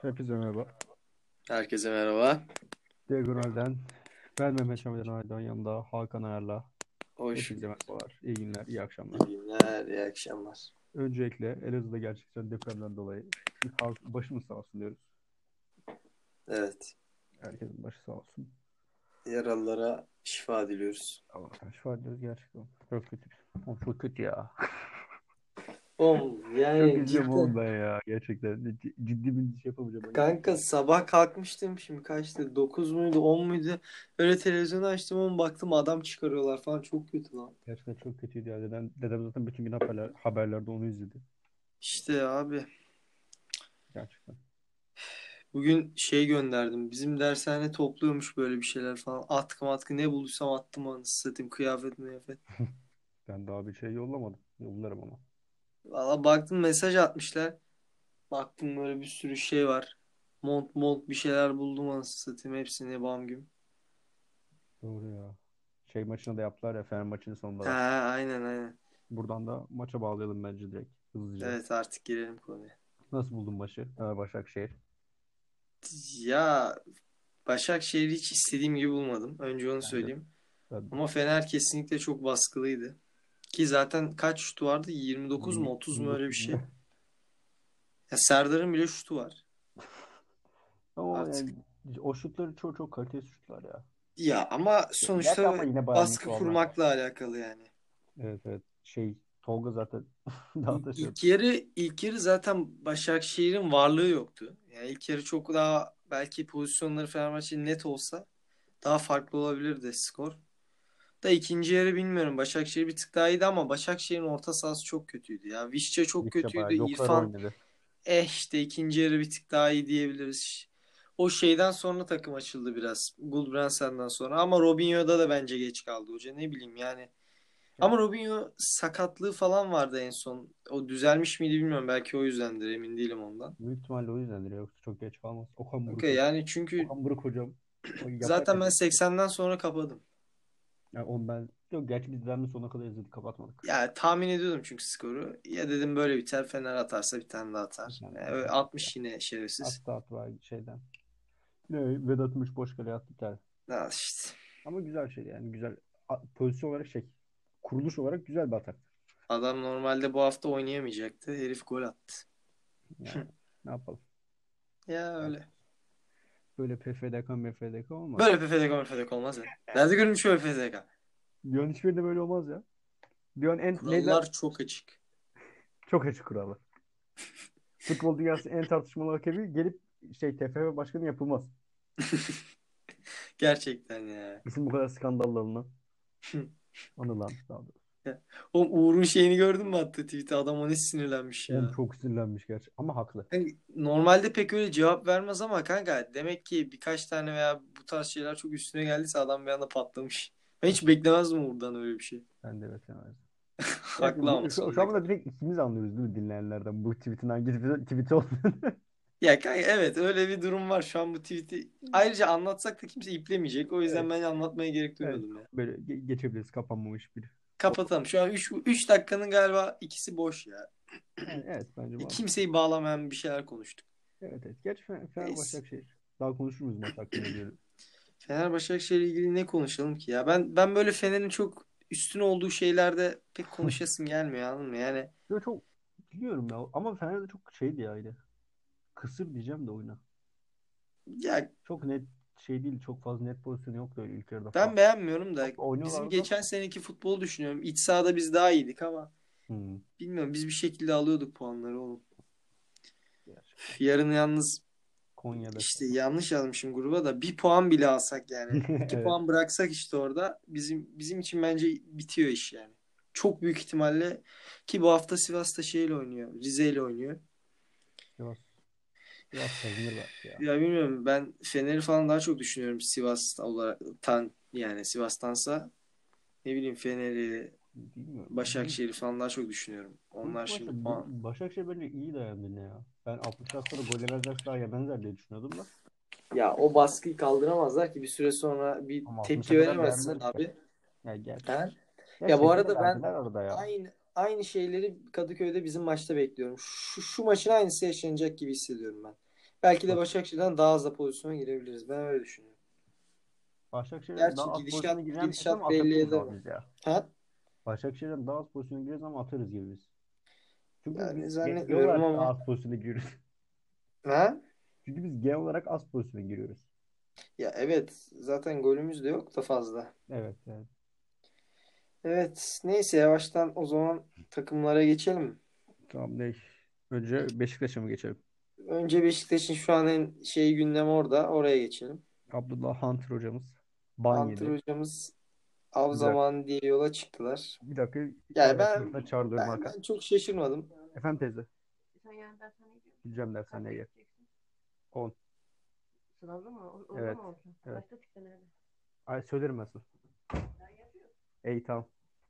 Hepinize merhaba. Herkese merhaba. Diagonal'den ben Mehmet Şamil'den Aydan yanımda Hakan Ayar'la. Hoş Hepinize bulduk. merhabalar. İyi günler, iyi akşamlar. İyi günler, iyi akşamlar. Öncelikle Elazığ'da gerçekten depremden dolayı başımız sağ olsun diyoruz. Evet, Herkesin başı sağ olsun. yaralılara şifa diliyoruz. Allah'tan şifa diliyoruz gerçekten. Çok kötü. Oğlum çok kötü ya. Oğlum Çok yani üzülüyorum oğlum cidden ben ya. Gerçekten ciddi bir şey yapamayacağım. Ben kanka sabah kalkmıştım, şimdi kaçtı, 9 muydu 10 muydu, öyle televizyonu açtım ama baktım adam çıkarıyorlar falan, çok kötü lan. gerçekten çok kötüydü ya. Dedem zaten bütün gün haberlerde onu izledi. İşte abi Gerçekten. bugün şey gönderdim, bizim dershane topluyormuş böyle bir şeyler falan, atkı matkı ne bulduysam attım, anasını satayım, kıyafet miyafet. Ben daha bir şey yollamadım. Yollarım ama. Valla baktım mesaj atmışlar. Baktım böyle bir sürü şey var. Mont bir şeyler buldum, anasını satayım. Hepsini bam güm. Doğru ya. Şey maçını da yaptılar ya, Fener maçının sonunda Ha, da. aynen aynen. Buradan da maça bağlayalım bence direkt hızlıca. Evet, artık girelim konuya. Nasıl buldun maçı? Başakşehir. Ya Başakşehir'i hiç istediğim gibi bulmadım. Önce onu Ben de. söyleyeyim. Ben de. Ama Fener kesinlikle çok baskılıydı. Ki zaten kaç şutu vardı? 29 mu 30 mu, öyle bir 29 mu? şey. Ya Serdar'ın bile şutu var. Ama Artık. yani o şutları çok çok kaliteli şutlar ya. Ya ama Gerçi ama sonuçta yine Bayern Münih baskı olanlar var. kurmakla alakalı yani. Evet evet. Şey Tolga zaten daha da şey İlk yapıyor. yarı ilk yarı zaten Başakşehir'in varlığı yoktu. Yani ilk yarı çok daha, belki pozisyonları Fenerbahçe'nin net olsa daha farklı olabilirdi skor. Da ikinci yarı bilmiyorum. Başakşehir bir tık daha iyiydi ama Başakşehir'in orta sahası çok kötüydü ya. Vişça çok Vişça kötüydü. bayağı yoklar İrfan oynadı. işte ikinci yarı bir tık daha iyi diyebiliriz. O şeyden sonra takım açıldı biraz. Gulbrandsen'den sonra, ama Robinho'da da bence geç kaldı hoca, ne bileyim yani. Ya Ama Robinho sakatlığı falan vardı en son. O düzelmiş miydi bilmiyorum. Belki o yüzdendir. Emin değilim ondan. büyük ihtimalle o yüzdendir ya. Yoksa çok geç kalmaz. Okan Buruk Okey hocam. yani, çünkü Okan Buruk hocam. O yapar zaten ben dedi. 80'den sonra kapadım. Yani onu ben yok, gerçi biz devamlı sonuna kadar izledik, kapatmadık. Ya tahmin ediyordum çünkü skoru. Ya dedim böyle biter. Fener atarsa bir tane daha Bir atar. tane daha Öyle atarsın ya. 60 yine şerefsiz. Attı attı var şeyden. Ne Vedat Muriç boş kaleye attı bir tane. Al işte. Ama güzel şey yani, güzel. Pozisyon olarak şey, kuruluş olarak güzel bir atak. Adam normalde bu hafta oynayamayacaktı. Herif gol attı. Yani ne yapalım? Ya Yani öyle. böyle PFDK MFDK olmaz. Böyle PFDK olmaz ya. Nerede görülmüş böyle PFDK? Dünyanın hiçbirinde böyle olmaz ya. Dünyanın en neyden Kurallar çok açık. çok açık kuralı. Futbol dünyası en tartışmalı hakemi gelip şey TFF başkanı yapılmaz. Gerçekten ya. İsim bu kadar skandallı alınan. Anılan daha doğrusu. O Uğur'un şeyini gördün mü, attı tweet'e? Adam o ne sinirlenmiş Oğlum ya. çok sinirlenmiş gerçi. Ama haklı. Yani normalde pek öyle cevap vermez ama kanka, demek ki birkaç tane veya bu tarz şeyler çok üstüne geldiyse adam bir anda patlamış. Ben hiç beklemezdim Uğur'dan öyle bir şey. Ben de beklemezdim. Gerçi Haklı ama şu sonuna anda kadar. direkt ikimiz anlıyoruz değil mi dinleyenlerden bu tweetin hangi tweet olduğunu. Ya kanka, evet, öyle bir durum var şu an bu tweet'i. Ayrıca anlatsak da kimse iplemeyecek. O yüzden Evet. ben anlatmaya gerek Evet. duymadım ya. Böyle geçebiliriz. Kapanmamış bir. Kapatalım. Şu an üç dakikanın galiba ikisi boş ya. Yani evet, bence mantıklı. Kimseyi bağlamayan bir şeyler konuştuk. Evet evet. Gerçi Fener Neyse. Başakşehir. Daha konuşur muyuz maç hakkında diyorum. Fener Başakşehir'le ilgili ne konuşalım ki ya? Ben böyle Fener'in çok üstün olduğu şeylerde pek konuşasım gelmiyor, anladın mı? Yani Yo, çok biliyorum ya. Ama Fener'de çok şeydi ya yine. Kısır diyeceğim de oyuna. ya Çok net şey değil. Çok fazla net pozisyonu yoktu öyle ilk yarıda falan. ben beğenmiyorum da, Top bizim oynuyorlardı geçen ama. seneki futbolu düşünüyorum. İç sahada biz daha iyiydik ama Hmm, bilmiyorum, biz bir şekilde alıyorduk puanları oğlum. gerçekten. Yarın yalnız, Konya'da. işte yanlış yazmışım gruba da, bir puan bile alsak, yani 2 Evet. puan bıraksak işte orada, bizim için bence bitiyor iş yani. Çok büyük ihtimalle, ki bu hafta Sivas'ta şeyle oynuyor. Rize ile oynuyor. Sivas. Sivas kazanır belki ya. Ya bilmiyorum, ben Fener'i falan daha çok düşünüyorum Sivas olarak, yani Sivas'tansa, ne bileyim, Fener'i, Bilmiyorum ya. Başakşehir'i falan daha çok düşünüyorum. Bu Onlar iki maçta şimdi puan. Başakşehir bence iyi dayandı yine ya. Ben 60'tan sonra gol yemezlerse daha yemezler diye düşünüyordum da. Ya o baskıyı kaldıramazlar ki, bir süre sonra bir Ama 60'a tepki kadar veremezsen dayandılar işte. abi. Ya gerçi. He? Ya Gerçi bu tepki de arada ben verdiler arada ya. aynı şeyleri Kadıköy'de bizim maçta bekliyorum. Şu maçın aynısı yaşanacak gibi hissediyorum ben. Belki de Bak, Başakşehir'den daha az da pozisyona girebiliriz. Ben öyle düşünüyorum. Başakşehir'in daha Gerçi az pozisyona gidişat gireceğini düşünsem gidişat belli atarız eder ama mi? biz ya. Ha? Başakşehir'in daha az pozisyona gireceğiz ama atarız gibi biz. Çünkü Yani biz genel zannetmiyorum olarak daha ama. az pozisyona giriyoruz. Ha? Çünkü biz genel olarak az pozisyona giriyoruz. Ya evet, zaten golümüz de yok da fazla. Evet, evet. Evet, neyse yavaştan o zaman takımlara geçelim. Tamam ne? Önce Beşiktaş'a mı geçelim? Önce Beşiktaş'ın şu an en şey gündem orada. Oraya geçelim. Abdullah Hunter hocamız ban Hunter yedi. hocamız av Bir dakika. zamanı diye yola çıktılar. Bir dakika. Yani Kamera ben arkasına çağrılıyorum ben Hakan. ben çok şaşırmadım. Efendim teyze. Gideceğim dershaneye gel. 10. Sınavda mı? Orada Evet. mı olacaksın? Evet. Kaçta çıktı nerede? Ay söylerim ben sana. İyi tamam.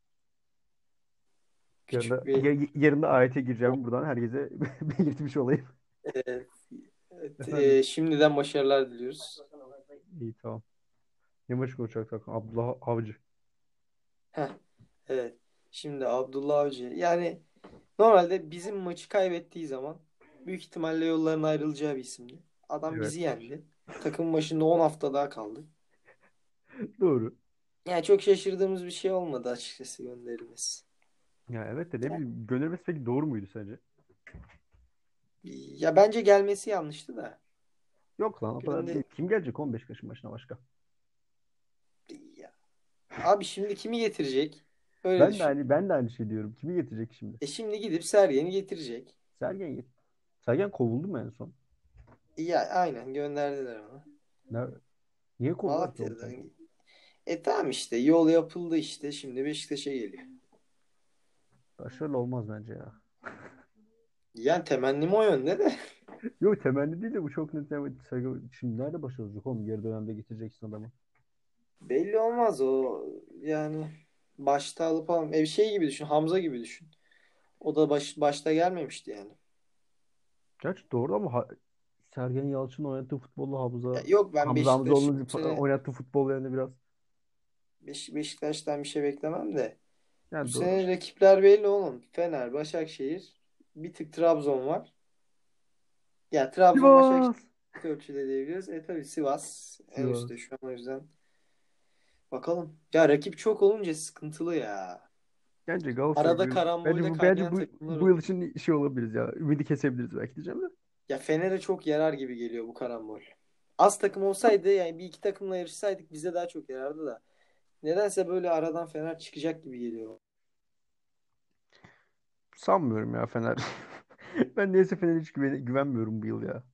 Küçük bir Yarın da AYT gireceğim buradan herkese belirtmiş olayım. evet, evet, Efendim. şimdiden başarılar diliyoruz. İyi tamam. Ne maçı konuşacaktık Hakan? Abdullah Avcı. Heh, evet. Şimdi Abdullah Avcı. Yani normalde bizim maçı kaybettiği zaman büyük ihtimalle yolların ayrılacağı bir isimdi. Adam Evet. bizi yendi. Takım başında 10 hafta daha kaldı. Doğru. Yani çok şaşırdığımız bir şey olmadı açıkçası gönderilmesi. Ya evet de ne bileyim göndermesi peki doğru muydu sence? Ya bence gelmesi yanlıştı da. Yok lan o kadar Gönder değil. Kim gelecek 15 Beşiktaş'ın başına başka? ya. Abi şimdi kimi getirecek? Öyle düşün. Ben de aynı şey diyorum. Kimi getirecek şimdi? Şimdi gidip Sergen'i getirecek. Sergen git. Sergen kovuldu mu en son? Ya aynen gönderdiler onu. Ne, niye kovdular ki oğlum Sergen? Malatya'dan. Tamam işte yol yapıldı işte. Şimdi Beşiktaş'a geliyor. Başarılı olmaz bence ya. Yani temennim o yönde de. Yok temenni değil de bu çok net. Sergen, şimdi nerede başarılı olacak oğlum? Geri dönemde getireceksin adamı. Belli olmaz o. Yani başta alıp alalım. Bir şey gibi düşün. Hamza gibi düşün. O da başta gelmemişti yani. Gerçi doğru ama Sergen Yalçın oynattığı futbolla Ya yok ben Hamza Beşiktaş Hamzoğlu'nun bu sene oynattığı futbol yani biraz. Beşiktaş'tan bir şey beklemem de. Bu Yani doğru. sene rakipler belli oğlum. Fener, Başakşehir, bir tık Trabzon var. Ya Trabzon, Başakşehir Sivas. ölçüde diyebiliriz. Tabii Sivas en Sivas. üstte şu an o yüzden. Bakalım. Ya rakip çok olunca sıkıntılı ya. Bence Galatasaray Arada gibi. Bence karambolde bence kaynayan takımlar bu yıl oluyor. için şey olabiliriz ya. Ümidi kesebiliriz belki diyeceğim de. Ya Fener'e çok yarar gibi geliyor bu karambol. Az takım olsaydı yani bir iki takımla yarışsaydık bize daha çok yarardı da. Nedense böyle aradan Fener çıkacak gibi geliyor. Sanmıyorum ya Fener. Ben neyse Fener'e hiç güvenmiyorum bu yıl ya.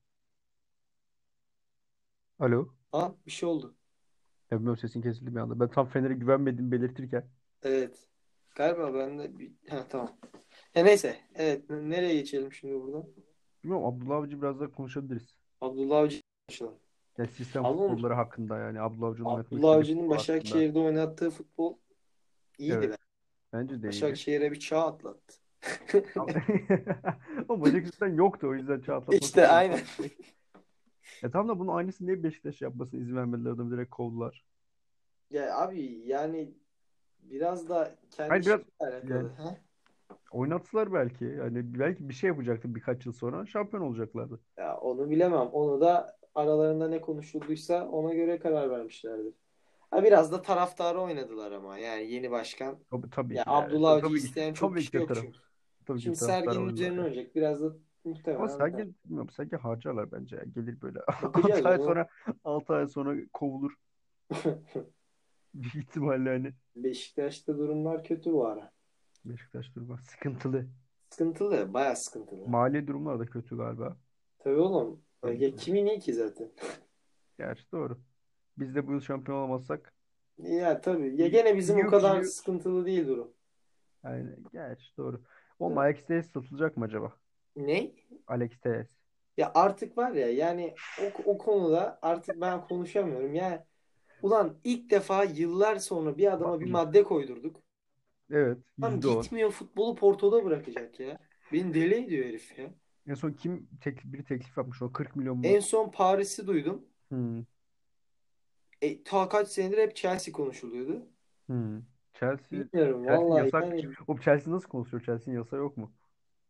Alo. Ha bir şey oldu. Ya bilmiyorum sesin kesildi bir anda. Ben tam Fener'e güvenmediğimi belirtirken. Evet. Galiba ben de bir... Ha, tamam. Neyse. Evet. Nereye geçelim şimdi buradan? Bilmiyorum Abdullah Avcı biraz daha konuşabiliriz. Abdullah Avcı konuşalım. Yani sistem Oğlum futbolları hakkında yani Abdullah Avcı'nın oynatmak Abdullah istediği Avcı'nın futbol hakkında. Başakşehir'de oynattığı futbol iyiydi Evet. be. Bence de iyiydi. Başakşehir'e bir çağ atlattı. Ama o Başakşehir'den yoktu o yüzden çağ atlatması İşte biraz aynen. şey. Tam da bunun aynısını niye Beşiktaş yapmasına izin vermediler adamı direkt kovdular. Ya abi yani biraz da kendi Hayır biraz işiyle alakalı. yani Ha? oynattılar belki. Yani belki bir şey yapacaktı birkaç yıl sonra şampiyon olacaklardı. Ya onu bilemem. Onu da aralarında ne konuşulduysa ona göre karar vermişlerdir. Ha biraz da taraftarı oynadılar ama yani yeni başkan. Tabii Ya ki de. Abdullah Avcı'yı Tabii, isteyen çok tabii ki kişi de yok çünkü. tabii ki de Şimdi taraftar Sergen'in oynadılar üzerine ya. oynayacak. Biraz da Ama muhtemelen Sergen, bilmiyorum, Sergen harcarlar bence ya. Gelir böyle bakacağız onu. 6 ay sonra kovulur. Büyük ihtimalle hani. Beşiktaş'ta durumlar kötü bu ara. Beşiktaş durumu sıkıntılı. Sıkıntılı. Bayağı sıkıntılı. Mali durumlar da kötü galiba. Tabii oğlum. Tabii Ya ki. kimin iyi ki zaten? Gerçi doğru. Biz de bu yıl şampiyon olamazsak Ya tabii. Ya gene bizim o yük kadar yük. sıkıntılı değil durum. Yani gerçi doğru. O Tabii. Alex Telles satılacak mı acaba? Ne? Alex Telles. Ya artık var ya yani o konuda artık ben konuşamıyorum. Yani ulan ilk defa yıllar sonra bir adama bir Bakmadım. madde koydurduk. Evet. Tam %10. gitmiyor futbolu Porto'da bırakacak ya. Beni deli ediyor herif ya. En son biri teklif yapmış o 40 milyon mu? En son Paris'i duydum. Hmm. Ta kaç senedir hep Chelsea konuşuluyordu. Hmm. Chelsea Bilmiyorum Chelsea vallahi yasak. yani O Chelsea nasıl konuşuyor? Chelsea'nin yasa yok mu?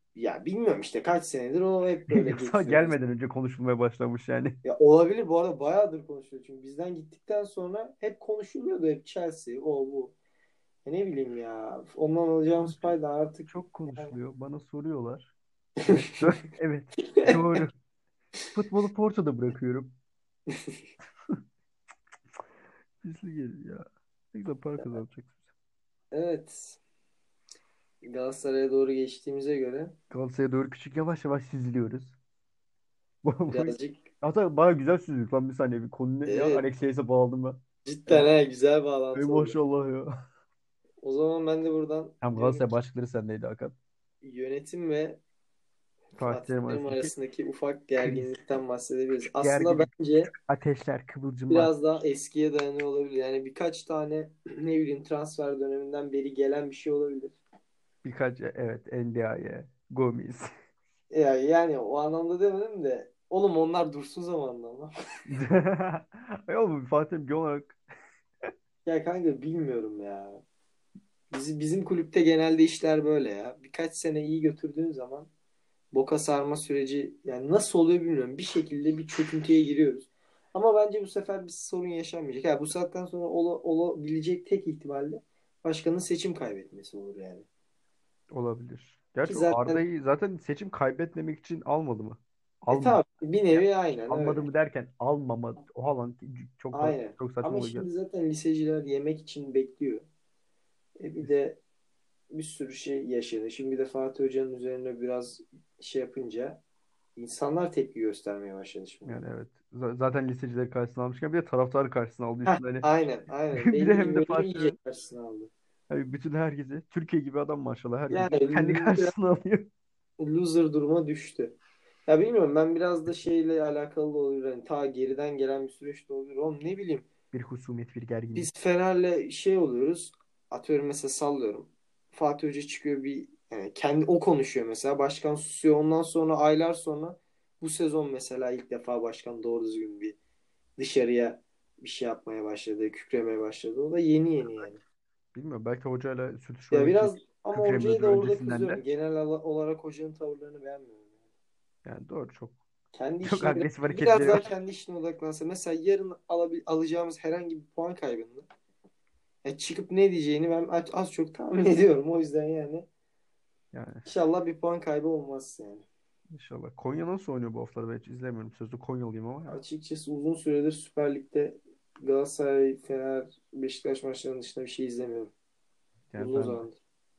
Ya bilmiyorum işte kaç senedir o hep böyle Yasa geçiyor. gelmeden önce konuşulmaya başlamış yani. Ya olabilir bu arada bayağıdır konuşuluyor. Çünkü bizden gittikten sonra hep konuşuluyordu. Hep Chelsea, o bu. Ya ne bileyim ya. Ondan alacağımız Konuşuyor. payda artık Çok yani. konuşuluyor. Bana soruyorlar. Evet, evet. Doğru. Futbolu Porto'da bırakıyorum. Pislik herif ya. Ne güzel para kazanacaksın. Evet. Galatasaray'a doğru geçtiğimize göre Galatasaray'a doğru küçük yavaş yavaş süzülüyoruz. Bu- birazcık Hatta baya güzel süzüldük lan bir saniye. Bir konu ne ya? evet, Alexey'e bağladım ben. cidden güzel Ey bağlantı oldu. maşallah ya. O zaman ben de buradan Hem diyorum Galatasaray ki başlıkları sendeydi Hakan. yönetim ve Fatih Fatih Terim Terim arasındaki arasındaki ufak kriz, gerginlikten bahsedebiliriz. Aslında gerginlik, bence ateşler, kıvılcımlar. biraz daha eskiye dayanıyor olabilir. Yani birkaç tane ne bileyim transfer döneminden beri gelen bir şey olabilir. Birkaç evet Ndiaye, Gomis. Yani o anlamda demedim de oğlum onlar dursun zamanında ama. Ay oğlum Fatih Terim genel olarak Ya kanka bilmiyorum ya. Bizim kulüpte genelde işler böyle ya. Birkaç sene iyi götürdüğün zaman boka sarma süreci yani nasıl oluyor bilmiyorum. Bir şekilde bir çöküntüye giriyoruz. Ama bence bu sefer bir sorun yaşanmayacak. Yani bu saatten sonra olabilecek tek ihtimalle başkanın seçim kaybetmesi olur yani. olabilir. Ki Gerçi o zaten Arda'yı zaten seçim kaybetmemek için almadı mı? Almadı. tabii bir Yani nevi aynen almadı öyle. mı derken almama. Oha lan çok Aynen. çok saçma Ama olacak. şimdi zaten liseciler yemek için bekliyor. Bir de bir sürü şey yaşadı. Şimdi bir de Fatih Hoca'nın üzerine biraz şey yapınca insanlar tepki göstermeye başladı şimdi. Yani evet. Zaten lisecileri karşısına almışken bir de taraftarı karşısına aldı Heh, üstüne hani. aynen aynen. Bir de Belli bir hem de bölümü Fatih iyice Terim karşısına aldı. hani bütün herkesi Türkiye gibi adam maşallah herkesi Yani kendi biraz karşısına alıyor. loser duruma düştü. Ya bilmiyorum ben biraz da şeyle alakalı da olabilir. Hani ta geriden gelen bir süreç de olabilir. Oğlum ne bileyim. Bir husumet, bir Biz gerginlik. Fener'le şey oluyoruz. Atıyorum mesela sallıyorum. Fatih Hoca çıkıyor yani kendi o konuşuyor mesela. Başkan susuyor. Ondan sonra aylar sonra bu sezon mesela ilk defa başkan doğru düzgün bir dışarıya bir şey yapmaya başladı. Kükremeye başladı. O da yeni yeni yani. Bilmiyorum belki hocayla Ya sürtüşmemek için biraz ama hocaya kükremiyordur da orada öncesinden kızıyorum. de. Genel olarak hocanın tavırlarını beğenmiyorum. Yani doğru çok Kendi çok işine agresif biraz hareketleri daha var. kendi işine odaklansa. Mesela yarın alacağımız herhangi bir puan kaybında çıkıp ne diyeceğini ben az çok tahmin ediyorum. O yüzden yani Yani İnşallah bir puan kaybı olmaz yani. inşallah. Konya nasıl oynuyor bu haftalarda ben hiç izlemiyorum. Sözde Konyalıyım ama. Açıkçası uzun süredir Süper Lig'de Galatasaray, Fener, Beşiktaş maçlarının dışında bir şey izlemiyorum. Yani Uzun ben de. zamandır.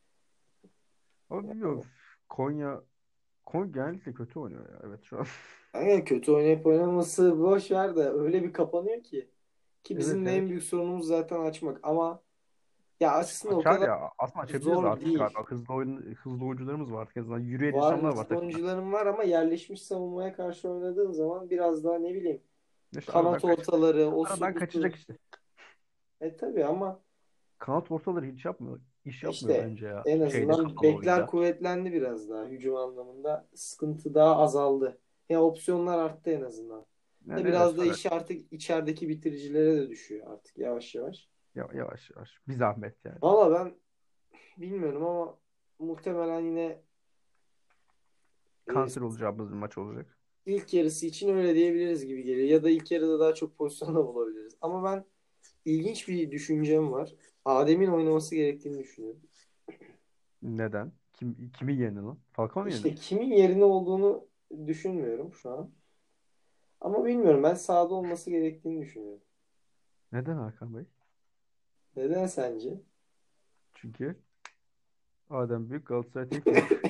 Ama bilmiyorum. Konya Konya genellikle kötü oynuyor ya. Evet şu an. Yani kötü oynayıp oynaması boş ver de öyle bir kapanıyor ki. Ki Evet bizim de evet. en büyük sorunumuz zaten açmak. Ama ya aslında o Açar kadar ya. Aslında açabiliriz zor artık değil. galiba. Hızlı oyuncularımız var artık. En azından yürüyen Var insanlar var hızlı takımda. oyuncuların var ama yerleşmiş savunmaya karşı oynadığın zaman biraz daha ne bileyim İşte kanat ortaları, o su aradan bu su. kaçacak işte. Tabii ama Kanat ortaları hiç yapmıyor. İş yapmıyor İşte bence ya. en Şeyde azından kapalı bekler oyunda. kuvvetlendi biraz daha hücum anlamında. Sıkıntı daha azaldı. Ya opsiyonlar arttı en azından. Yani evet Biraz da öyle. işi artık içerideki bitiricilere de düşüyor artık yavaş yavaş. Yavaş yavaş. Bir zahmet yani. Valla ben bilmiyorum ama muhtemelen yine e, Kanser olacağımız bir maç olacak. ilk yarısı için öyle diyebiliriz gibi geliyor. Ya da ilk yarıda daha çok pozisyon da bulabiliriz. Ama ben ilginç bir düşüncem var. Adem'in oynaması gerektiğini düşünüyorum. Neden? Kimin yerine lan? Falcao'nun yerine mi? İşte kimin yerine olduğunu düşünmüyorum şu an. Ama bilmiyorum ben sahada olması gerektiğini düşünüyorum. Neden Hakan Bey? Neden sence? Çünkü Adem Büyük Galatasaray tek yürek.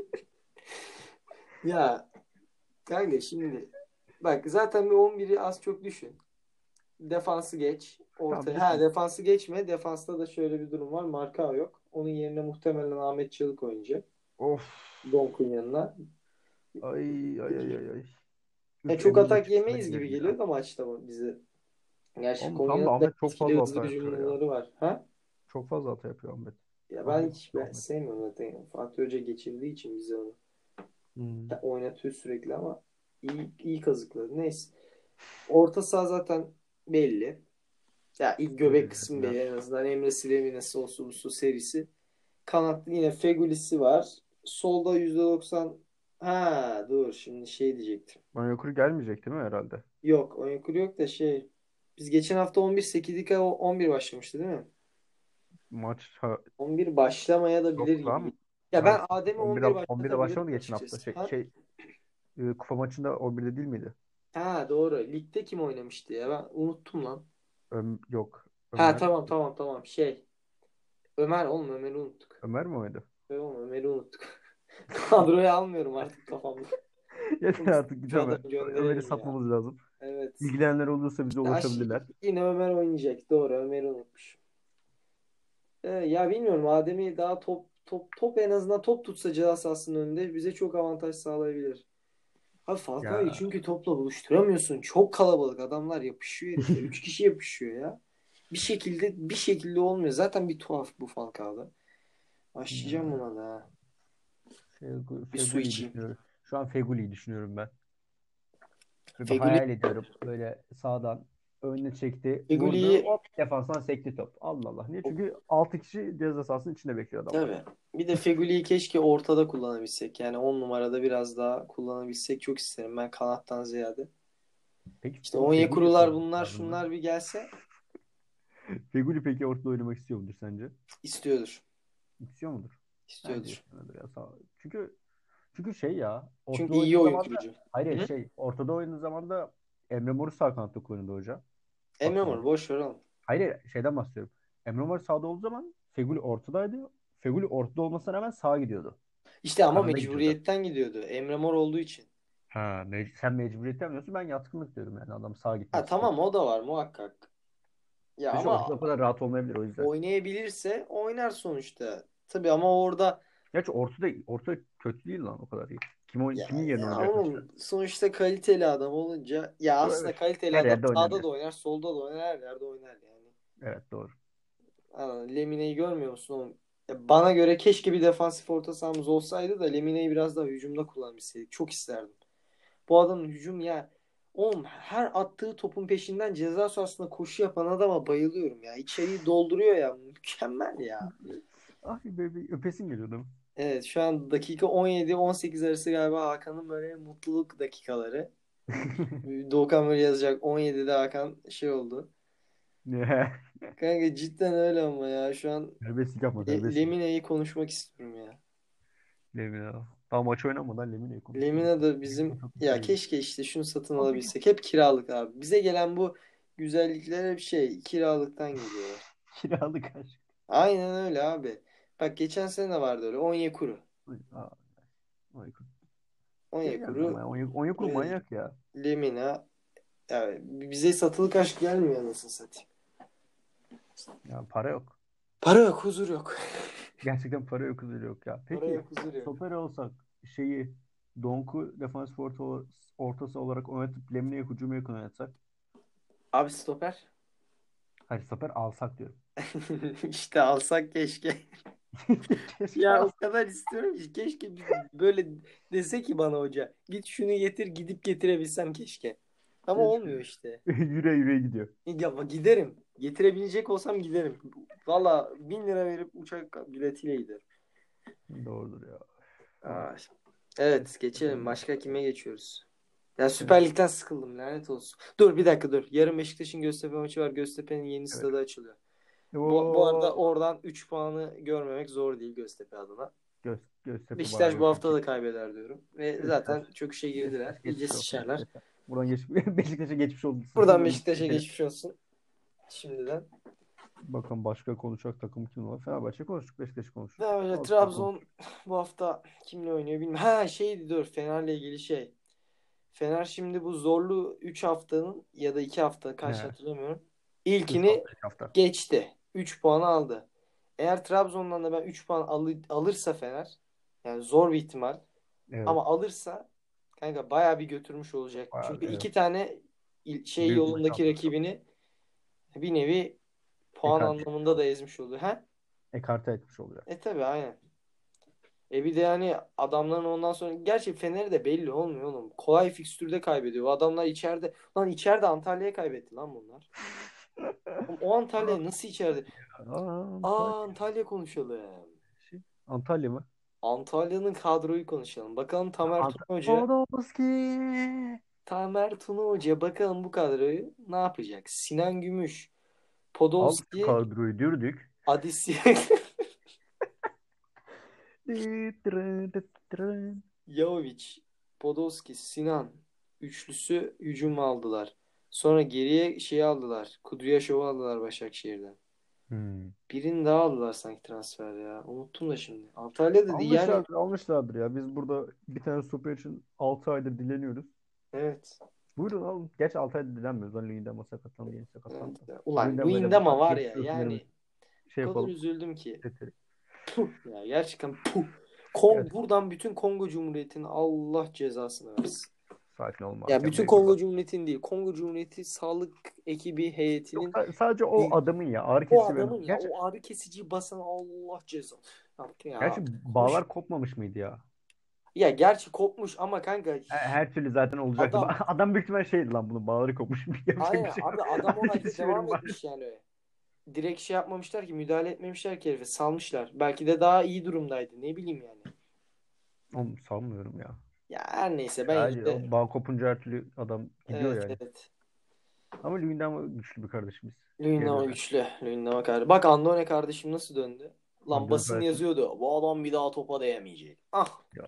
Ya kanka şimdi bak zaten bir 11'i az çok düşün. Defansı geç. Tamam Ortaya. Ha düşün. defansı geçme. Defansta da şöyle bir durum var. Marka yok. Onun yerine muhtemelen Ahmet Çalık oynayacak. Of. Donk'un yanına. Ay ay ay ay ay. Çok Emre atak çıksın da yemeyiz gibi gidelim ya. geliyor da maçta bize. Gerçi Ama tam Konya'nın da da Ahmet çok etkili fazla hızlı hata yapıyor ya. hücumları var. Ha? Çok fazla hata yapıyor Ahmet. Ya ben Ahmet hiç Ahmet. sevmiyorum zaten. Fatih Hoca geçirdiği için bize onu. Hmm. Oynatıyor sürekli ama iyi kazıkladı. Neyse. Orta saha zaten belli. Ya ilk göbek kısmı belli Göreliler. en azından. Emre Sileminesi olsun bu serisi. Kanatlı yine Fegülisi var. solda %90. Ha dur şimdi şey diyecektim. Onyekuru gelmeyecek değil mi herhalde? Yok Onyekuru yok da şey. Biz geçen hafta 11 8'lik 11 başlamıştı değil mi? Maç 11 başlamaya da bilir yok gibi. lan. Ya Hayır. ben Adem'i 11'de 11 11'de başlatabilirim başlamadı geçen hafta. açıkçası. Ha? Kupa maçında 11'de değil miydi? Ha doğru. Ligde kim oynamıştı ya? Ben unuttum lan. Yok. Ha Ömer. tamam. Şey. Ömer oğlum Ömer'i unuttuk. Ömer mi oydu? Oğlum Ömer'i unuttuk. Kadroya almıyorum artık kafamda. Yeter artık git Şu adam Ömer. Ömer'i gönderelim ya. satmamız lazım. Evet. İlgilenenler olursa bize Ya ulaşabilirler. yine Ömer oynayacak. Doğru Ömer'i unutmuş. Ya bilmiyorum Adem'i daha top en azından top tutsa ceza sahasının önünde bize çok avantaj sağlayabilir. Abi Falcao'yu Ya çünkü topla buluşturamıyorsun. Çok kalabalık adamlar yapışıyor herife. 3 kişi yapışıyor ya. Bir şekilde olmuyor. Zaten bir tuhaf bu Falcao'da. Başlayacağım Ya, buna da. Ha. Bir su Feguli'yi içeyim. düşünüyorum. Şu an Feguli'yi düşünüyorum ben. Ve bir Feguli, hayal ediyorum. Böyle sağdan önüne çekti. Vurdu. Feguli'yi Hop defanstan sekti top. Allah Allah. Niye? Çünkü 6 kişi ceza sahasının içinde bekliyor adamlar. tabii. Bir de Feguli'yi keşke ortada kullanabilsek. Yani 10 numarada biraz daha kullanabilsek çok isterim. Ben kanattan ziyade. Peki İşte bu Feguli'yi Onyekurular sormak bunlar lazım lan. şunlar bir gelse Feguli peki ortada oynamak istiyor mudur sence? istiyordur. İstiyor mudur? Bence İstiyordur. istemiyordur ya. Çünkü şey ya Çünkü ortada iyi oynadığı oyun zaman da kurucu. hayır Hı? ortada oynadığı zaman da Emre Mor'u sağ kanatta kullanıyordu hoca. Emre Mor Hatırladım. boş ver oğlum. Şeyden bahsediyorum. Emre Mor sağda olduğu zaman Feguli ortadaydı. Feguli ortada olmasına rağmen sağa gidiyordu. İşte ama Kanada gidiyordu. mecburiyetten gidiyordu. Emre Mor olduğu için. Sen mecburiyetten diyorsun, ben yatkınlık diyorum yani adam sağa Ha gitmek istiyor. tamam o da var muhakkak. Ya Kışı ama ortada o kadar rahat olmayabilir o yüzden. oynayabilirse oynar sonuçta. Tabii ama orada Gerçi ortada kötü değil lan o kadar iyi. Kimin yerine ya oynayacak mesela? oğlum sonuçta kaliteli adam olunca ya aslında Evet. kaliteli Her adam yerde sağda oynamıyor. da oynar, solda da oynar, her yerde oynar yani. Evet, doğru. Lemine'yi görmüyor musun oğlum? Ya bana göre keşke bir defansif orta sahamız olsaydı da Lemine'yi biraz daha hücumda kullanabilseydik. Çok isterdim. Bu adamın hücum ya. Oğlum her attığı topun peşinden ceza sahasında koşu yapan adama bayılıyorum ya. İçeriği dolduruyor ya. Mükemmel ya. Ah, bir öpesim geliyor değil mi? Evet şu an dakika 17-18 arası galiba Hakan'ın böyle mutluluk dakikaları. Doğukan böyle yazacak 17'de Hakan şey oldu. Kanka cidden öyle ama ya şu an Serbestlik yapma, serbestlik. Lemine'yi konuşmak istiyorum ya. Lemina. Daha maç oynamadan Lemina'yı konuşuyoruz. Lemina da Lemina bizim çok ya iyi. keşke işte şunu satın Ama peki alabilsek. Hep kiralık abi. Bize gelen bu güzellikler hep şey kiralıktan geliyorlar. kiralık aşk. Aynen öyle abi. Bak geçen sene de vardı öyle. Onyekuru. Aa, Onyekuru. Şey geldi Onyekuru ama ya. Onyekuru ve manyak ya. Lemina. Yani bize satılık aşk gelmiyor anasını satayım. Ya para yok. Para yok, huzur yok. Gerçekten para yok, huzur yok ya. Para Peki yok, huzur yok. stoper olsak şeyi Donk'u defans ortası olarak oynatıp Lemina'yı hücuma yakın oynatsak. Abi stoper. Hayır, stoper alsak diyorum. İşte alsak keşke. Keşke Ya o alsak. kadar istiyorum ki keşke böyle dese ki bana hoca git şunu getir gidip getirebilsem keşke. Ama Keşke. olmuyor işte. Yüreğe yüreğe gidiyor. Ya giderim. Getirebilecek olsam giderim. Valla 1000 lira verip uçak biletiyle giderim. Doğrudur ya. Ay, Aa, evet geçelim. Başka kime geçiyoruz? Ya Süper Lig'den sıkıldım lanet olsun. Dur bir dakika dur. Yarın Beşiktaş'ın Göztepe maçı var. Göztepe'nin yeni evet. stadı açılıyor. Bu arada Oo. oradan 3 puanı görmemek zor değil Göztepe adına. Göztepe bayağı Beşiktaş bu hafta götürecek. da kaybeder diyorum. Ve Beşiktaş, zaten çöküşe girdiler. Beşiktaş İyice geçmiş olsun. sıçarlar. Buradan Beşiktaş'a geçmiş oldu. Buradan Sözünü Beşiktaş'a geçelim. geçmiş olsun. Şimdiden. Bakalım başka konuşacak takım kim var? Fenerbahçe konuştuk, Beşiktaş'ı konuştuk. Daha önce Galatasaray Trabzon konuştuk. bu hafta kimle oynuyor bilmiyorum. Ha şeydi dur Fener'le ilgili şey. Fener şimdi bu zorlu 3 haftanın ya da 2 hafta kaç He. hatırlamıyorum. 3 İlkini hafta, 2 hafta. geçti. 3 puanı aldı. Eğer Trabzon'dan da ben 3 puan alırsa Fener yani zor bir ihtimal Evet. ama alırsa kanka bayağı bir götürmüş olacak. Bayağı, Çünkü evet. iki tane şey Büyük maç yolundaki atlatacak. rakibini bir nevi puan Ekarte etmiş anlamında da olacak. ezmiş oldu. Ha? Ekarte etmiş olacak. Tabii aynen. Bir de yani adamların ondan sonra gerçi Fener'i de belli olmuyor oğlum. Kolay fikstürde kaybediyor. O adamlar içeride lan içeride Antalya'ya kaybetti lan bunlar. Oğlum, o Antalya nasıl içeride? Aa, Aa Antalya konuşalım. Antalya mı? Antalya'nın kadroyu konuşalım. Bakalım Tamer Tuna Hoca. Podolski. Tamer Tuna Hoca bakalım bu kadroyu ne yapacak? Sinan Gümüş, Al şu Podolski, kadroyu dürdük. Adisi, Jovic, Podolski, Sinan üçlüsü hücum aldılar. Sonra geriye şey aldılar. Kudryashov'u aldılar Başakşehir'den. Hmm. Birini daha aldılar sanki transfer ya. Unuttum da şimdi. Antalya dedi yani. Almışlardır ya. Biz burada bir tane stoper için 6 aydır dileniyoruz. Evet. Buyurun alın. Geç 6 aydır dilenmiyoruz. Lan Luyendama sakatlandı. Yeni Evet. sakatlandı. Ulan Luyendama'ya da Luyendama var ya geçmiş olsun derim. yani. Şey O kadar yapalım. üzüldüm ki. Yeter. Puh ya gerçekten puh. Gerçekten Buradan bütün Kongo Cumhuriyeti'nin Allah cezasını versin. sakin olma Ya Hakan bütün Bey Kongo burada. Cumhuriyeti'nin değil. Kongo Cumhuriyeti sağlık ekibi Yok, heyetinin sadece o adamın ya ağrı o kesici ve adamın ya gerçi, o ağrı kesiciyi basan Allah ceza. gerçi Ya konuş. bağlar kopmamış mıydı ya? Ya gerçi kopmuş ama kanka Her türlü zaten olacaktı. adam Adam büyük ihtimal şeydi lan bunun bağları kopmuş. Yapacak bir aynen şey yok. abi adam o Hadi halde kesici devam verin bari. etmiş yani. Direkt şey yapmamışlar ki müdahale etmemişler ki herife salmışlar. Belki de daha iyi durumdaydı ne bileyim yani. Oğlum sanmıyorum ya. Ya her neyse ben yine Hadi de o bağ kopunca her türlü adam gidiyor evet yani. evet. Ama Luyendama güçlü bir kardeşimiz. Luyendama Geliyor. güçlü. Luyendama kardeşim. Bak Andone kardeşim nasıl döndü? Lan Hamdi basın kardeşim. yazıyordu. Bu adam bir daha topa değemeyecek. Ah. Ya,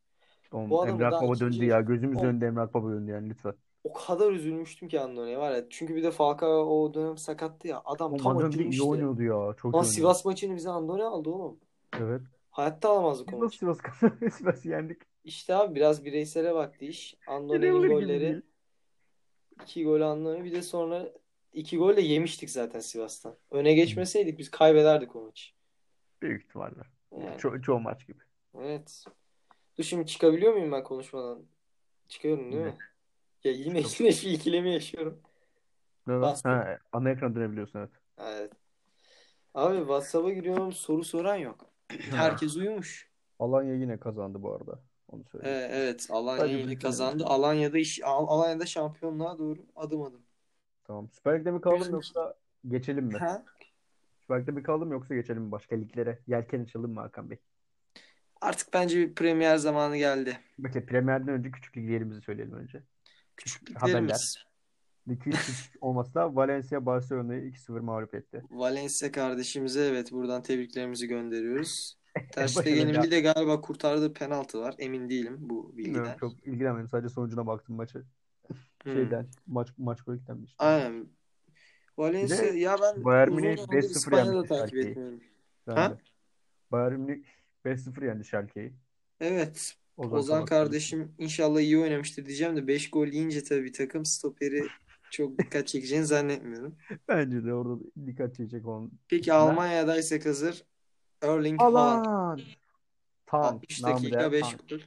Bu oğlum, adamı Emrah daha Baba döndü ikinci ya. Gözümüz o, önünde Emrah Baba döndü yani lütfen. o kadar üzülmüştüm ki Andone'ye var ya. Çünkü bir de Falcao o dönem sakattı ya. Adam Oğlum tam adam bir de iyi açılmıştı. oynuyordu ya. Çok Lan iyi oynuyordu. Sivas maçını bize Andone aldı oğlum. Evet. Hayatta alamazdık Biz o nasıl maçı. Sivas kazanıyoruz? Sivas'ı yendik. İşte abi biraz bireysele baktı iş. Andone'nin Yenilir gibi golleri. değil. 2 gol Andone. Bir de sonra 2 gol de yemiştik zaten Sivas'tan. Öne Hı. geçmeseydik biz kaybederdik o maçı. Büyük ihtimalle. Yani Çoğu maç gibi. evet. Dur şimdi çıkabiliyor muyum ben konuşmadan? Çıkıyorum değil Ne? mi? Ya yine Çıkalım. yine şu ikilemi yaşıyorum. Ne lan? Bastım. Ha, ana ekran dönebiliyorsun evet. Evet. Abi WhatsApp'a giriyorum soru soran yok. Ha. Herkes uyumuş. Alanya yine kazandı bu arada. Onu söyleyeyim. Evet Alanya Sadece yine biz yenemedik. kazandı. Alanya'da şampiyonluğa doğru adım adım. Tamam. Süper Lig'de mi kalalım Güzel. yoksa geçelim mi? Ha? Süper Lig'de mi kalalım yoksa geçelim mi başka liglere? Yelken açalım mı Hakan Bey? Artık bence bir Premier zamanı geldi. Bekle Premier'den önce küçük liglerimizi söyleyelim önce. Küçük haberler. Küçüklüklerimiz. Ligi küçük olmasa da Valencia Barcelona'yı 2-0 mağlup etti. Valencia kardeşimize evet buradan tebriklerimizi gönderiyoruz. Ter Başarılı Stegen'in ya. bir de galiba kurtardığı penaltı var. Emin değilim bu Bilmiyorum bilgiden. çok ilgilenmedim. Sadece sonucuna baktım maçı. Hmm. Şeyden maç golükten mi işte. Aynen. Bir Valencia de ya ben Bayern uzun Münih zamandır 5-0 İspanya'da yenmişti takip Schalke'yi. etmiyorum. Ben Ha? de. Bayern Münih 5-0 yendi Schalke'yi. Evet. Ozan Ozan Kabak kardeşim. kardeşim inşallah iyi oynamıştır diyeceğim de 5 gol yiyince tabii takım stoperi çok dikkat çekeceğini zannetmiyorum. Bence de orada dikkat çekecek onun Peki üstüne. Almanya'daysak hazır Erling Haaland Alan! Tank. 60 Namı dakika değer 5 tank. gol.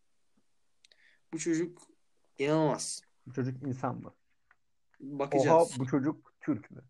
Bu çocuk inanılmaz. Bu çocuk insan mı? Oha Bakacağız. bu çocuk Türk mü?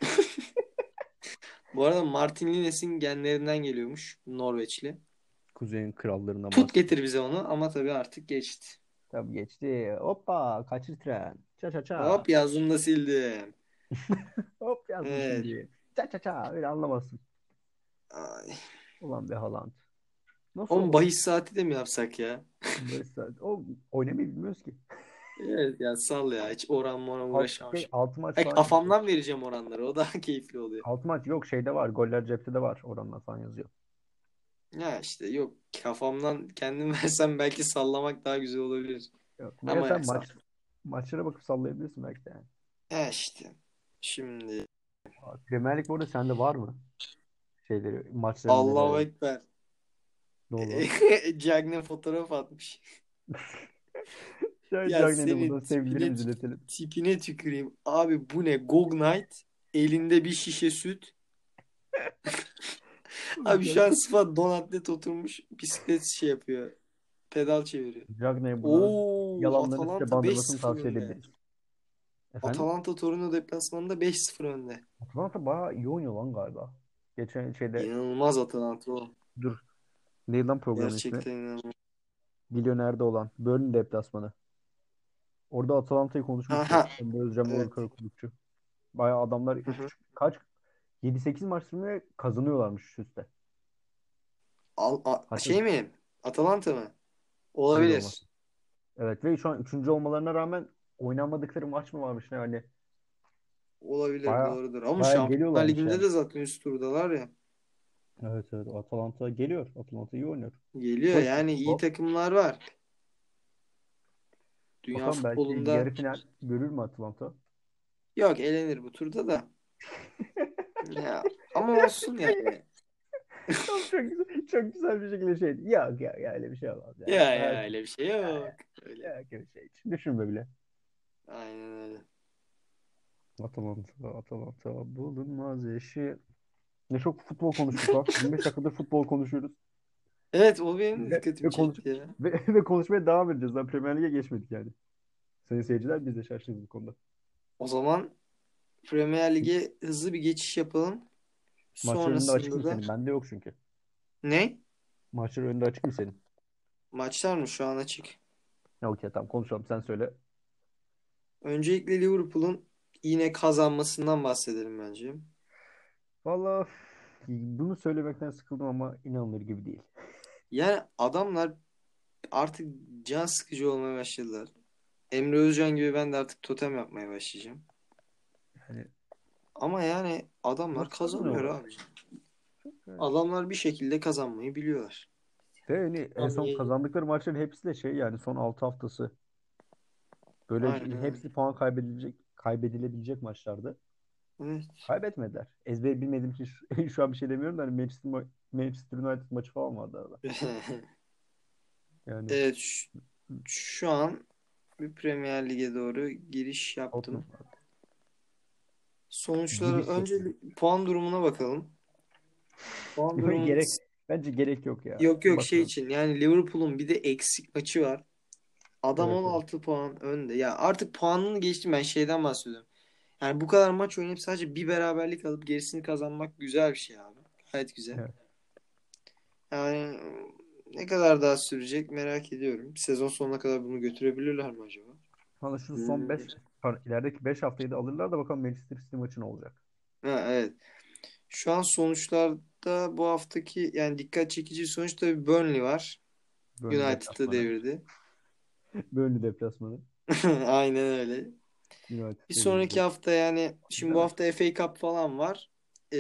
Bu arada Martin Lines'in genlerinden geliyormuş Norveçli. Kuzeyin krallarından Tut bahsediyor. getir bize onu ama tabii artık geçti. Tabii geçti. Hoppa kaçır tren. Ça ça ça. Hop yazdım da sildim. Hop yazdım Evet. şimdi. Ça ça ça. Öyle anlamazsın. Ay. Ulan be Haaland. Nasıl Oğlum olur? bahis saati de mi yapsak ya? Mesela, o oynamayı bilmiyoruz ki. Evet ya sal ya hiç oran mora uğraşamam şimdi. 6 maç Ay, falan yazıyor. kafamdan vereceğim oranları o daha keyifli oluyor. 6 maç yok şeyde var. Goller cepte de var. Oranlar falan yazıyor. Ya işte yok kafamdan kendim versem belki sallamak daha güzel olabilir. Yok. Ya Ama sen ya sal. maçlara bakıp sallayabilirsin belki de yani. Ya işte şimdi Premier Lig bu arada sende var mı? Şeyleri, maçların Allahu neleri? Ekber. Ne oldu? Cagne fotoğraf atmış. Ya Cagney'e senin buradan sevgilerimizi iletelim. tipine tüküreyim. Abi bu ne? Gog Knight. Elinde bir şişe süt. Abi şu an sıfat don atlet oturmuş bisiklet şey yapıyor. Pedal çeviriyor. Cagney'e buradan Oo, yalanlarını size Atalanta bandırmasını 5-0 tavsiye önde. edebiliriz. Efendim? Atalanta Torino deplasmanında 5-0 önde. Atalanta bayağı iyi oynuyor lan galiba. Geçen şeyde İnanılmaz Atalanta oğlum. dur. Neydi lan programın ismi? Gerçekten inanılmaz. Milyoner'de olan. Burnley deplasmanı. Orada Atalanta'yı konuşmuştu. Aha. Emre Özcan ve Uğur Evet. Karakullukçu. Bayağı adamlar Hı hı. kaç 7-8 maç sonra kazanıyorlarmış üst üste. Hatta Şey mi? Atalanta mı? öyle olmaz. Olabilir. Evet ve şu an üçüncü olmalarına rağmen oynanmadıkları maç mı varmış ne hani Olabilir, baya doğrudur. Ama baya Şampiyonlar geliyorlarmış Ligi'nde yani. de zaten üst turdalar ya. Evet evet Atalanta geliyor. Atalanta iyi oynuyor. Geliyor Hoş bir yani, iyi futbol. takımlar var. Dünya Bakalım belki yarı futbolunda final görür mü Atalanta? yok, elenir bu turda da. Ya, ama olsun yani. Çok çok güzel bir şekilde şey. Yok ya öyle bir şey olmaz yani. Ya Belki öyle bir şey ya, yok. Öyle. ya öyle bir şey hiç düşünme bile. Aynen öyle. Atalanta bulunmaz eşi. Ne çok futbol konuştuk lan. 25 dakikadır futbol konuşuyoruz. Evet, o benim de Ve, dikkatimi ve, konuş çekti ya. ve konuşmaya devam edeceğiz. Daha Premier Lig'e geçmedik yani. Sayın seyirciler biz de şaşırdık bu konuda. O zaman Premier Lig'e hızlı bir geçiş yapalım. Maçlar önünde açık Sonrasında mı da senin? Bende yok çünkü. ne? Maçlar önünde açık mı senin? Maçlar mı şu an açık? Ya, okey tamam konuşalım sen söyle. Öncelikle Liverpool'un yine kazanmasından bahsedelim bence. Valla bunu söylemekten sıkıldım ama inanılır gibi değil. Yani adamlar artık can sıkıcı olmaya başladılar. Emre Özcan gibi ben de artık totem yapmaya başlayacağım. Yani Ama yani adamlar nasıl kazanıyor kazanıyorlar? abi. Evet. Adamlar bir şekilde kazanmayı biliyorlar. Ve hani en son Yani kazandıkları maçların hepsi de şey yani son 6 haftası. Böyle aynen öyle. hepsi puan kaybedilebilecek maçlardı. Evet. Kaybetmediler. Ezberi bilmediğim için şu an bir şey demiyorum da hani Manchester United maçı falan vardı arada. Yani Evet, şu an bir Premier Lig'e doğru giriş Tottenham yaptım. vardı. Sonuçları Giriş önce yapıyor. puan durumuna bakalım. Puan durumu Bence gerek yok ya. yok yok, şey Bakalım. için yani Liverpool'un bir de eksik maçı var. Adam Evet evet. 16 puan önde. Ya artık puanını geçtim, ben şeyden bahsediyorum. Yani bu kadar maç oynayıp sadece bir beraberlik alıp gerisini kazanmak güzel bir şey abi. Gayet güzel. Evet. Yani ne kadar daha sürecek merak ediyorum. Sezon sonuna kadar bunu götürebilirler mi acaba? Valla şu son Hmm. 5 ilerideki 5 haftayı da alırlar da bakalım Manchester City maçı ne olacak. Ha, evet. Şu an sonuçlarda bu haftaki yani dikkat çekici sonuç tabii Burnley var. Burnley United'ı deplasmanı. devirdi. Burnley deplasmanı. Aynen öyle. United Bir sonraki devirdi. hafta yani şimdi Güzel bu maç. hafta FA Cup falan var.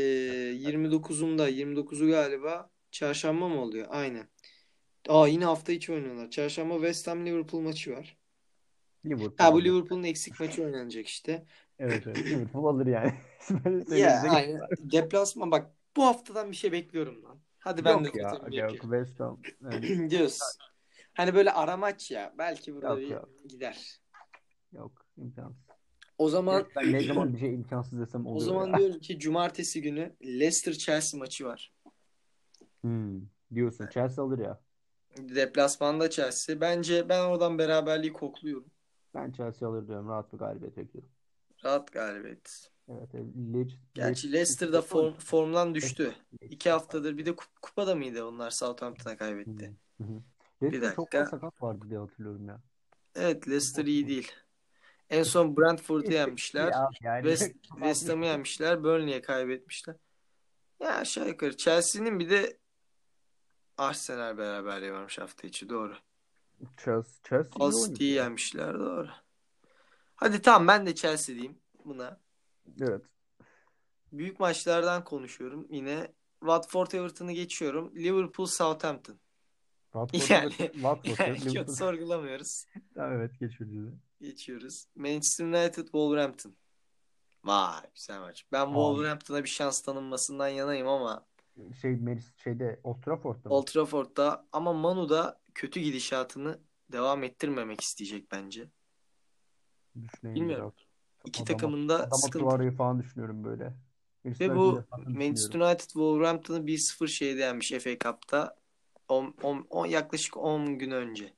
29'u galiba çarşamba mı oluyor? Aynen. Yine hafta içi oynuyorlar. Çarşamba West Ham Liverpool maçı var. Liverpool Ha, bu alır. Liverpool'un eksik maçı oynanacak işte. Evet evet. Liverpool alır yani. Böyle Ya söylememize gerek aynen. var. Deplasman bak, bu haftadan bir şey bekliyorum lan. Hadi ben de Yok ya. totemimi Yok. yapıyorum. West Ham. Yani, Diyoruz. Hani böyle ara maç ya. Belki burada yok bir yok. gider. Yok. İmkansız. O Gerçi zaman ben ne zaman bir şey imkansız desem o oluyor zaman ya. diyorum ki cumartesi günü Leicester Chelsea maçı var. Hmm, diyorsun. Chelsea alır ya. Deplasmanda Chelsea. Bence ben oradan beraberliği kokluyorum. Ben Chelsea alır diyorum. Rahat bir galibiyet bekliyorum. Rahat galibiyet. Evet. Evet. Gerçi City Leicester da formdan düştü. İki Leicester var. haftadır bir de kupada mıydı onlar, Southampton'a Hı kaybetti. hı. Hı. Bir Leicester'da çok fazla dakika. sakat vardı diye hatırlıyorum ya. Evet, Çok Leicester iyi hatırlıyorum. değil. En son Brentford'u Ya yenmişler. yani West 60 Ham'ı yenmişler. Burnley'e kaybetmişler. Ya aşağı yukarı. Chelsea'nin bir de Arsenal beraberliği varmış hafta içi. Doğru. Chelsea Hull iyi oynuyor City'yi ya. yenmişler. Doğru. Hadi tamam, ben de Chelsea diyeyim buna. Evet. Büyük maçlardan konuşuyorum. Yine Watford Everton'ı geçiyorum. Liverpool Southampton. Watford Yani, Everton, Watford yani diyorum. çok Liverpool. sorgulamıyoruz. Tamam, evet geçiyoruz. Geçiyoruz. Manchester United Wolverhampton. Vay, güzel maç. Ben Abi Wolverhampton'a bir şans tanınmasından yanayım ama Şeyde Old Trafford'da mı? Old Trafford'da, ama Manu da kötü gidişatını devam ettirmemek isteyecek bence. Düşüneyim Bilmiyorum. biraz. İki Adama takımın da Adama sıkıntılı. Traore'yi falan düşünüyorum böyle. Ve Manchester United'ın bu defansını Manchester düşünüyorum. United Wolverhampton'ı 1-0 şeyde yenmiş FA Cup'ta. Yaklaşık 10 gün önce.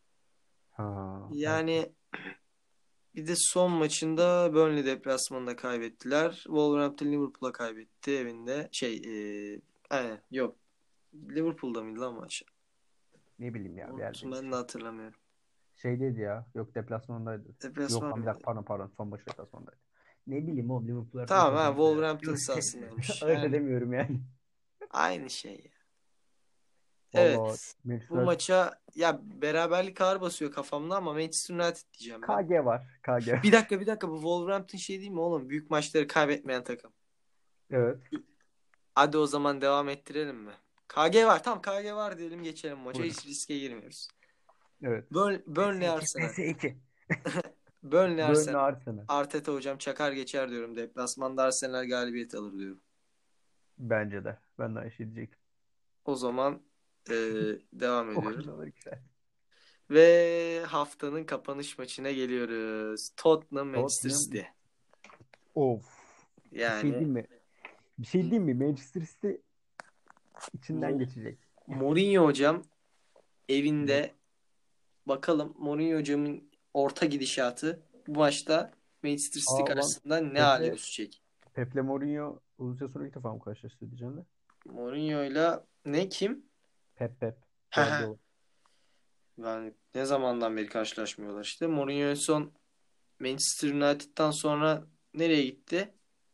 Ha, evet. Yani bir de son maçında Burnley deplasmanında kaybettiler. Wolverhampton Liverpool'a kaybetti evinde. Aynen, yok. Liverpool'da mıydı lan maç? Ne bileyim ya bir Unuttum, yerdeydi ben de işte. hatırlamıyorum. Şeydeydi ya. Yok deplasmandaydı. Yok Deplasman lan bir dakika mıydı? pardon son maç deplasmandaydı. Ne bileyim oğlum Liverpool her türlü Tamam, ha, kazanıyor ya. Wolverhampton sahasındaymış. Ayırt Yani edemiyorum yani. aynı şey ya. Vallahi Evet. Manchester Bu United maça ya beraberlik ağır basıyor kafamda ama Manchester United diyeceğim ben. KG var. KG. Bir dakika bu Wolverhampton şey değil mi oğlum? Büyük maçları kaybetmeyen takım. Evet. Hadi o zaman devam ettirelim mi? KG var. Tamam KG var diyelim geçelim maça. Buyurun. Hiç riske girmiyoruz. Evet. Burnley PS2. Arsenal. PS2. Burnley Burnley Arsenal. Arsenal. Arteta hocam çakar geçer diyorum. Deplasmanda Arsenal galibiyet alır diyorum. Bence de. Ben de aynı şey diyecektim. O zaman devam O ediyorum. kadar güzel. Ve haftanın kapanış maçına geliyoruz. Tottenham Manchester Tottenham. City. Of. Bir şey Yani diyeyim mi? Bir şey diyeyim mi? Manchester City içinden geçecek. Mourinho hocam Yok. evinde bakalım Mourinho hocamın orta gidişatı bu maçta Manchester City Aa lan karşısında ne hale Pepe, düşecek? Pep'le Mourinho uzun süre sonra ilk defa mı karşılaştı diyeceğim de. Mourinho'yla ne kim? Pep. Haha. Guardiola. Yani ne zamandan beri karşılaşmıyorlar işte. Mourinho en son Manchester United'dan sonra nereye gitti?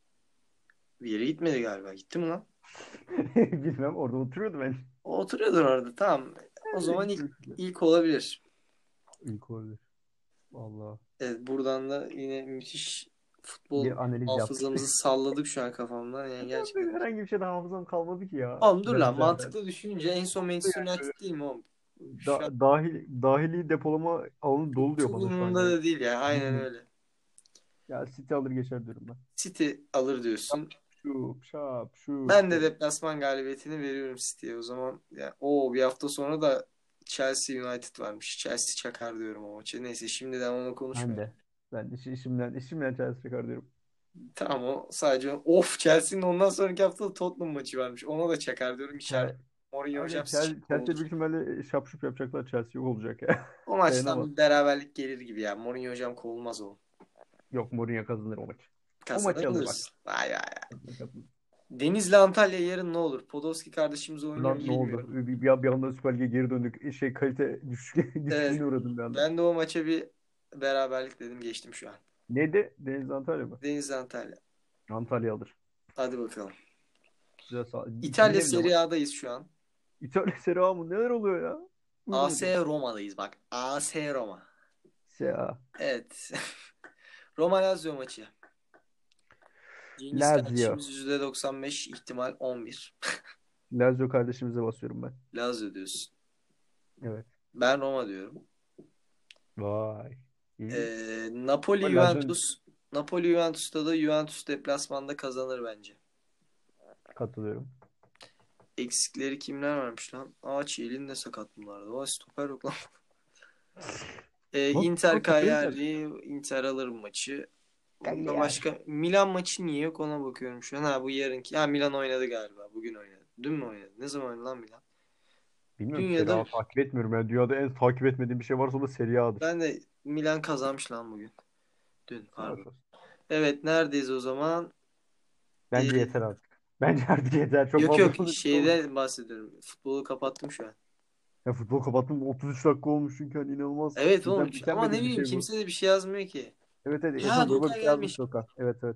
Bir yere gitmedi galiba. Gitti mi lan? Bilmem orada oturuyordu bence. O oturuyordur orada. Tamam. O Nereye zaman gitti ilk o şimdi? ilk olabilir. İlk olabilir. Vallahi. Evet, buradan da yine müthiş futbol Bir analiz yaptık. hafızamızı salladık şu an kafamdan. Yani Ben gerçekten. de herhangi bir şeyden hafızam kalmadı ki ya. Oğlum dur lan Derslerden. mantıklı düşününce en son Manchester United değil mi oğlum? Şu an Dahili depolama alanı dolu diyor çok bana şu an umurumda yani. da değil ya. Aynen Bilmiyorum. öyle. Ya City alır geçer diyorum ben. City alır diyorsun. Şup şap şup Ben de şup. deplasman galibiyetini veriyorum City'ye. O zaman yani, bir hafta sonra da Chelsea United varmış. Chelsea çakar diyorum o maçı. Neyse şimdiden onu Ben konuşmayalım. de. Ben de işimden Chelsea çıkar diyorum. Tamam o sadece of Chelsea'nin ondan sonraki hafta da Tottenham maçı varmış. Ona da çakar diyorum. İçeride Chel Mourinho Aynen hocam sıçacak Chelsea olur. büyük ihtimalle şapşup yapacaklar. Chelsea yok olacak ya. O Dayanamaz. maçtan bir beraberlik gelir gibi ya. Mourinho hocam kovulmaz o. Yok Mourinho kazanır o maçı. O Kazanır maçı alır bak. diyorsun. Vay vay. Kazanır. Denizli Antalya yarın ne olur? Podolski kardeşimiz oynuyor mu Lan ne oldu? bilmiyorum. Bir anda Süper Lig'e geri döndük. Kalite Evet. düşüşüne uğradım bir anda. Ben de o maça bir beraberlik dedim geçtim şu an. Neydi? Deniz Antalya mı? Denizli Antalya. Antalya alır. Hadi bakalım. Güzel sağ. Kimin İtalya evinde Serie maç? A'dayız şu an. İtalya Serie A mı? Neler oluyor ya? Buyurun AS hocam. Roma'dayız bak. AS Roma. Serie A. Evet. Roma Lazio maçı. Cengiz Lazio. kardeşimiz %95 ihtimal 11. Lazio kardeşimize basıyorum ben. Lazio diyorsun. Evet. Ben Roma diyorum. Vay. İyi. Napoli Ama Lazio'nun Juventus. Napoli Juventus'ta da Juventus deplasmanda kazanır bence. katılıyorum. Eksikleri kimler varmış lan? Çiğli'nin de sakat bunlarda. Vay stoper yok lan. Inter Nasıl beyler? Cagliari. Inter alır maçı. Bunda Cagliari. başka Milan maçı niye yok ona bakıyorum şu an. Ha bu yarınki. Ha Milan oynadı galiba. Bugün oynadı. Dün mü oynadı? Ne zaman oynadı lan Milan? Dün Bilmiyorum ya Serie da A takip etmiyorum. Yani dünyada en takip etmediğim bir şey varsa o da Serie A'dır. ben de Milan kazanmış lan bugün. Dün Sağlık pardon. olsun. Evet neredeyiz o zaman? Ee, Bence yeter artık. Bence artık yeter. Çok yok fazla yok konuştuk ama. şeyden bahsediyorum. Futbolu kapattım şu an. Ya futbol kapattım. 33 dakika olmuş çünkü hani inanılmaz. Evet oğlum ama ne Beklenmedik bir bileyim şey bu. kimse de bir şey yazmıyor ki. Evet evet. En Ya son gruba bir Doğukan şey yazmış gelmiş. Doğukan. Evet evet.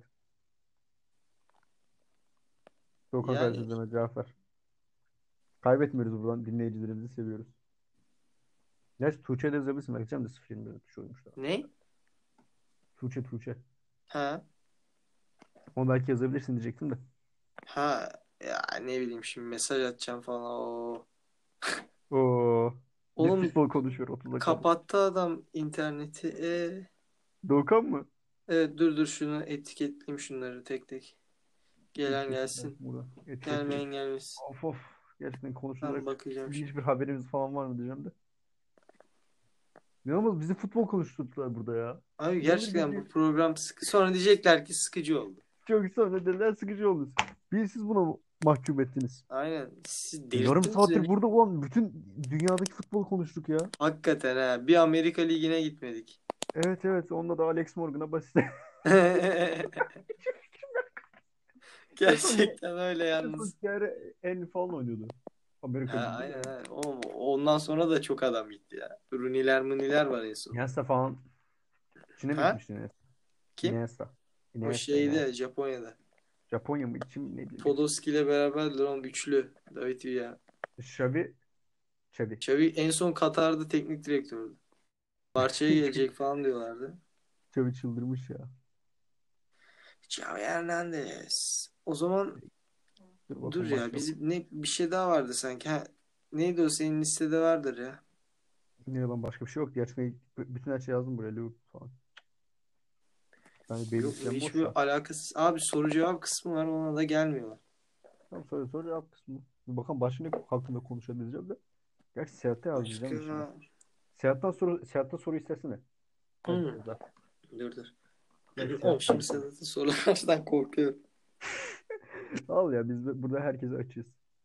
Doğukan Yani kardeşimize cevap ver. Kaybetmiyoruz buradan. Dinleyicilerimizi seviyoruz. Gerçi Tuğçe'ye de yazabilirsin. Bakacağım da 0.21 tuş oymuş daha. ne? Tuğçe. Ha? Onu belki yazabilirsin diyecektim de. Ha ya ne bileyim şimdi mesaj atacağım falan. Oo. Biz Oğlum futbol konuşuyor 30 dakikadır. kapattı adam interneti. Doğukan mı? Evet dur şunu etiketleyeyim şunları tek tek. Gelen Etiketler gelsin. burada. Etiketledik. Gelmeyen gelmesin. Of of. Gerçekten Ben konuşacak bakacağım şimdi. ilginç bir haberimiz falan var mı diyeceğim de. İnanılmaz bizi futbol konuşturdular burada ya. Abi İnanılır gibi gerçekten değil. bu program sıkı. Sonra diyecekler ki sıkıcı oldu. Çok sonra dediler sıkıcı oldu. Bir siz buna mahkum ettiniz. Aynen. Siz Yarım delirttiniz beni. saattir burada olan bütün dünyadaki futbol konuştuk ya. Hakikaten ha. Bir Amerika Ligi'ne gitmedik. Evet evet onda da Alex Morgan'a basit. En son, Gerçekten öyle en son yalnız. Thierry Henry falan oynuyordu. Amerika Ha, Ligi'nde aynen yani. aynen. Ondan sonra da çok adam gitti ya. Runiler var en son. Iniesta falan Çin'e mi Ha? gitmişti Iniesta? Kim? Iniesta. O Iniesta. şeyde Japonya'da. Japonya mı? Çin ne bileyim. Podolski ile beraberler oğlum üçlü. David Villa. Xavi Xavi. Xavi en son Katar'da teknik direktördü. Barça'ya gelecek falan diyorlardı. Xavi çıldırmış ya. Xavi Hernandez. O zaman Dur dur bakalım ya başka. bizim ne bir şey daha vardı sanki. Ha, neydi o senin listede vardır ya. Ne lan başka bir şey yok. Gerçekten bütün her şeyi yazdım buraya. Liverpool falan. Yani benim Yok listem boş hiçbir ya. alakası. Abi soru cevap kısmı var ona da gelmiyorlar. Tamam soru cevap kısmı. Bir bakalım başka ne hakkında konuşabileceğim de. Gerçi Seyahat'te Başka yazdıracağım şimdi. Seyahattan soru istersene. Belki hmm, çözer. dur dur. Belki Oğlum seyahatten şimdi bir soru. Sedat'ın sorulardan korkuyorum. Al ya biz burada herkese açığız.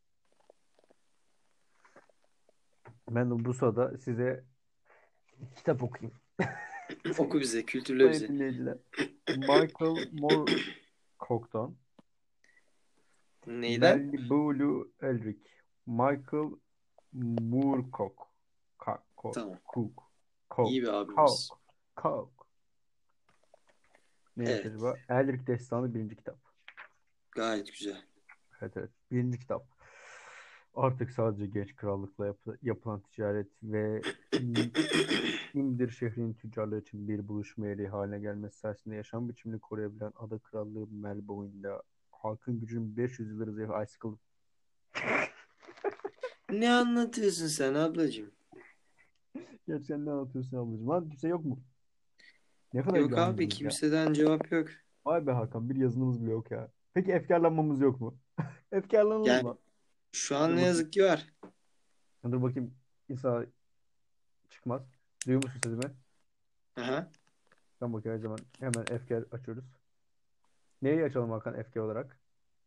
Ben de bu sırada size kitap okuyayım. Oku bize, kültürle Sayın bize. dinleyiciler. Michael Moorcock'tan Neyden? Melibulu Elric. Michael Moorcock. Tamam. Cook. İyi bir abimiz. Cook. Neymiş Evet. acaba? Elric Destanı birinci kitap. Gayet güzel. Evet evet. Birinci kitap. Artık sadece genç krallıkla yapılan ticaret ve İmdir şehrinin tüccarlar için bir buluşma yeri haline gelmesi sayesinde yaşam biçimini koruyabilen Ada Krallığı Melbourne'de halkın gücünün 500 yıldır zayıf Icicle. Ne anlatıyorsun sen ablacığım? Gerçekten ne anlatıyorsun ablacığım? Lan kimse yok mu? Ne kadar Yok abi yalnızız ya. kimseden cevap yok. Vay be Hakan bir yazılımız bile yok ya. Peki efkarlanmamız yok mu? Efkarlanalım Yani lan. şu an Dur ne bakayım. yazık ki var. Dur bakayım. İnsan çıkmaz. Duyuyor musun sesimi? Aha. Ben bakayım o zaman. Hemen efkar açıyoruz. Neyi açalım Hakan efkar olarak?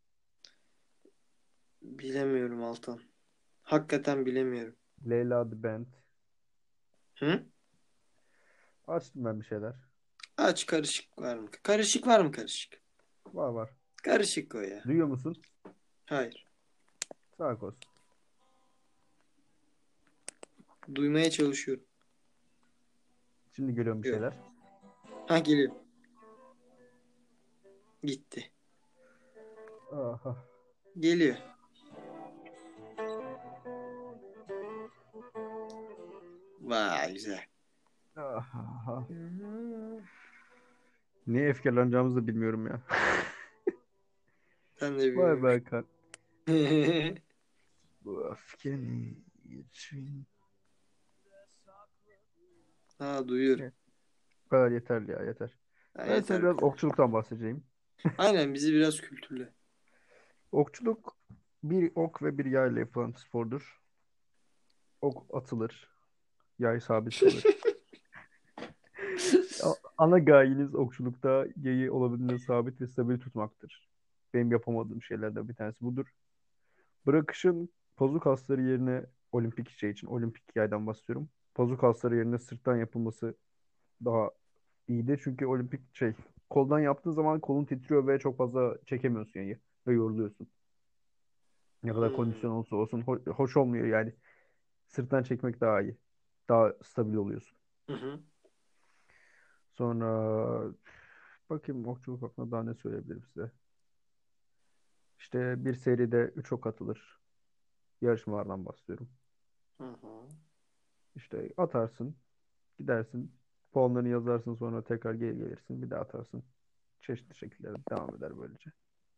Bilemiyorum Altan. Hakikaten bilemiyorum. Leyla the Band. Hı? Açtım ben bir şeyler. Aç karışık var mı? Karışık var mı karışık? Var var. Karışık o ya. Duyuyor musun? Hayır. Sağ olsun. Duymaya çalışıyorum. Şimdi görüyorum bir Yok. şeyler. Ha geliyor. Gitti. Aha. Geliyor. Vay güzel. Aha. Niye efkarlanacağımızı da bilmiyorum ya. Ben de Vay be bilmiyorum. Hakan. Bu öfkeni için. Ha duyuyorum. Evet, bu kadar yeterli ya yeter. Ha, Ben size yeter bu biraz kadar. okçuluktan bahsedeceğim. Aynen bizi biraz kültürle. Okçuluk bir ok ve bir yayla yapılan spordur. Ok atılır. Yay sabit kalır. Ana gayeniz okçulukta yayı olabildiğince sabit ve stabil tutmaktır. Benim yapamadığım şeylerden bir tanesi budur. Bırakışın pazu kasları yerine olimpik şey için olimpik yaydan bahsediyorum. Pazu kasları yerine sırttan yapılması daha iyiydi. Çünkü olimpik şey koldan yaptığın zaman kolun titriyor ve çok fazla çekemiyorsun yayı ve yoruluyorsun. Ne kadar Hmm. kondisyon olursa olsun hoş olmuyor yani. Sırttan çekmek daha iyi. Daha stabil oluyorsun. Hı hı. Sonra bakayım okçuluk hakkında daha ne söyleyebilirim size. İşte bir seride 3 ok atılır. Yarışmalardan bahsediyorum. Hı hı. İşte atarsın, gidersin, puanlarını yazarsın sonra tekrar geri gelirsin, bir daha atarsın. Çeşitli şekillerde devam eder böylece.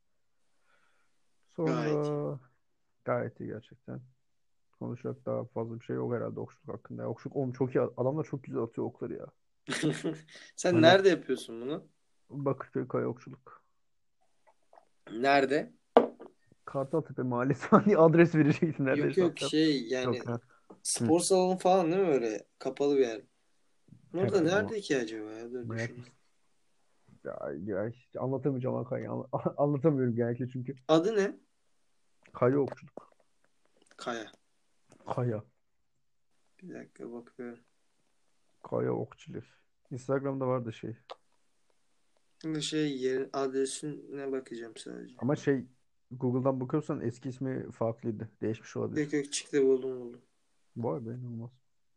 Gayet iyi. Sonra gayet iyi gerçekten. Konuşacak daha fazla bir şey yok herhalde okçuluk hakkında. Okçuluk oğlum çok iyi. Adamlar çok güzel atıyor okları ya. Sen Hani nerede yapıyorsun bunu? Bakırköy Kaya Okçuluk. Nerede? Kartaltepe Mahallesi hani adres verecektin Yok neredeyse yok atacağım. şey yani Yok ha. Hı. spor salonu falan değil mi öyle? Kapalı bir yer. Orada Herhalde ama nerede ki acaba ya? Dur manyak düşüneyim. mısın? Ya, hiç anlatamayacağım Hakan. Anlatamıyorum genellikle çünkü. Adı ne? Kaya Okçuluk. Kaya. Kaya. Bir dakika bakıyorum. Kaya Okçuluk. Instagram'da vardı şey. Şimdi şey yerin adresine bakacağım sadece. Ama şey Google'dan bakıyorsan eski ismi farklıydı. Değişmiş Yok olabilir. yok çıktı buldum. Vay be inanılmaz.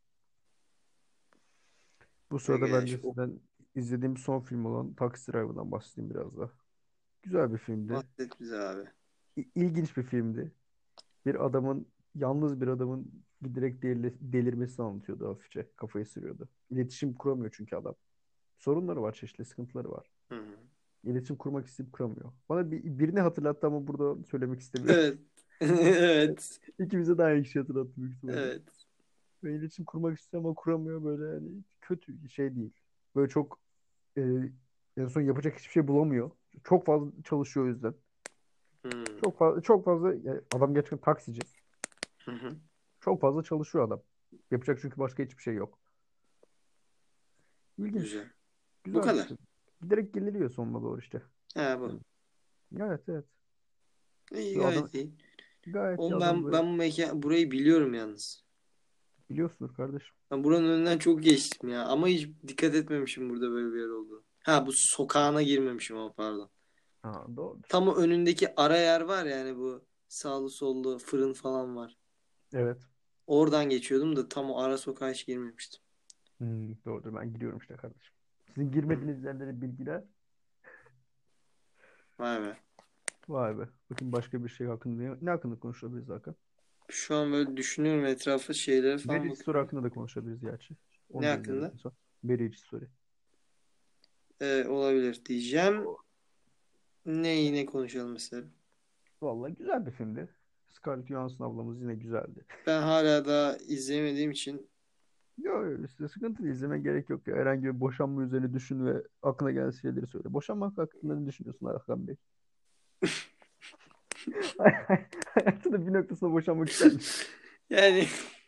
Bu Yok sırada ya ben de şu sizden izlediğim son film olan Taxi Driver'dan bahsedeyim biraz da. Güzel bir filmdi. bahset bize abi. İlginç bir filmdi. Bir adamın yalnız bir adamın giderek delirmesini anlatıyordu hafifçe. Kafayı sürüyordu. İletişim kuramıyor çünkü adam. Sorunları var, çeşitli sıkıntıları var. Hı hı. İletişim kurmak isteyip kuramıyor. Bana birini hatırlattı ama burada söylemek istemiyorum. Evet. Evet. İkimize de aynı kişi hatırlattı büyük ihtimalle. Evet. Ve iletişim kurmak istiyor ama kuramıyor böyle yani kötü şey değil. Böyle çok e, en son yapacak hiçbir şey bulamıyor. Çok fazla çalışıyor o yüzden. Hı. Çok fazla yani adam gerçekten taksici. Hı hı. Çok fazla çalışıyor adam. Yapacak çünkü başka hiçbir şey yok. İlginç. Güzel. Bu Güzel bir kadar. film. Giderek geliriyor sonuna doğru işte. Ha bu. Yani, evet evet. İyi, Ve adam gayet iyi. gayet iyi Oğlum adam böyle. ben bu burayı biliyorum yalnız. Biliyorsunuz kardeşim. Ben buranın önünden çok geçtim ya. Ama hiç dikkat etmemişim burada böyle bir yer olduğunu. Ha, bu sokağına girmemişim ama, pardon. Ha, doğrudur. Tam o önündeki ara yer var yani, bu sağlı sollu fırın falan var. Evet. Oradan geçiyordum da tam o ara sokağa hiç girmemiştim. Doğrudur. Ben gidiyorum işte kardeşim. Sizin Hı. girmediğiniz yerlere bilgiler. Vay be. Vay be. Bakın başka bir şey hakkında ne hakkında konuşabiliriz Hakan? Şu an böyle düşünüyorum, etrafa şeylere falan Marriage Story bakıyorum. hakkında da konuşabiliriz gerçi. Ne Onu da izledim hakkında? en son. Marriage Story. Olabilir diyeceğim. O, Ne konuşalım mesela? vallahi güzel bir filmdi. Scarlett Johansson ablamız yine güzeldi. Ben hala daha izlemediğim için Yok işte sıkıntı değil. İzleme gerek yok ya. Herhangi bir boşanma üzerine düşün ve aklına gelen şeyleri söyle. Boşanma hakkında ne düşünüyorsun Hakan Bey? Hayatında bir noktasında boşanmak ister misin? yani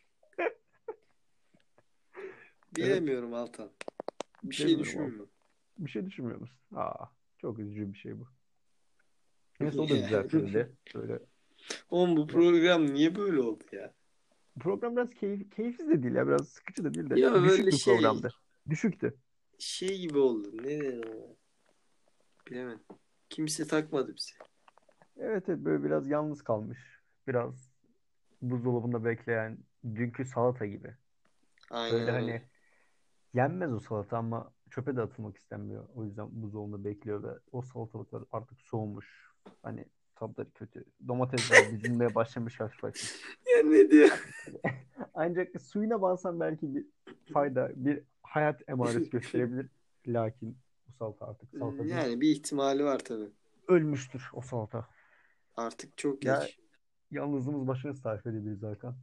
Evet. bilemiyorum Altan. Bir şey Bilemiyorum abi. düşünmüyorum. Bir şey düşünmüyor musun? Aa, çok üzücü bir şey bu. Neyse o da güzel Yani. filmdi. Böyle Oğlum bu program niye böyle oldu ya? program biraz keyifsiz de değil ya. Biraz sıkıcı da değil de. Ya Düşük böyle bir programdı. Düşüktü. şey gibi oldu. Ne denir ona? Bilemedim. Kimse takmadı bizi. Evet evet böyle biraz yalnız kalmış. Biraz buzdolabında bekleyen dünkü salata gibi. Aynen Böyle öyle. hani yenmez o salata ama çöpe de atılmak istenmiyor. O yüzden buzdolabında bekliyor ve o salatalıklar artık soğumuş. Hani tatları kötü. Domatesler büzülmeye başlamış hafif hafif. Ya ne diyor? Ancak suyuna bansan belki bir fayda, bir hayat emaresi gösterebilir. Lakin bu salata artık salata değil. Yani bir ihtimali var tabii. Ölmüştür o salata. Artık çok Ya geç. yalnızlığımız başına tarif edebiliriz Hakan.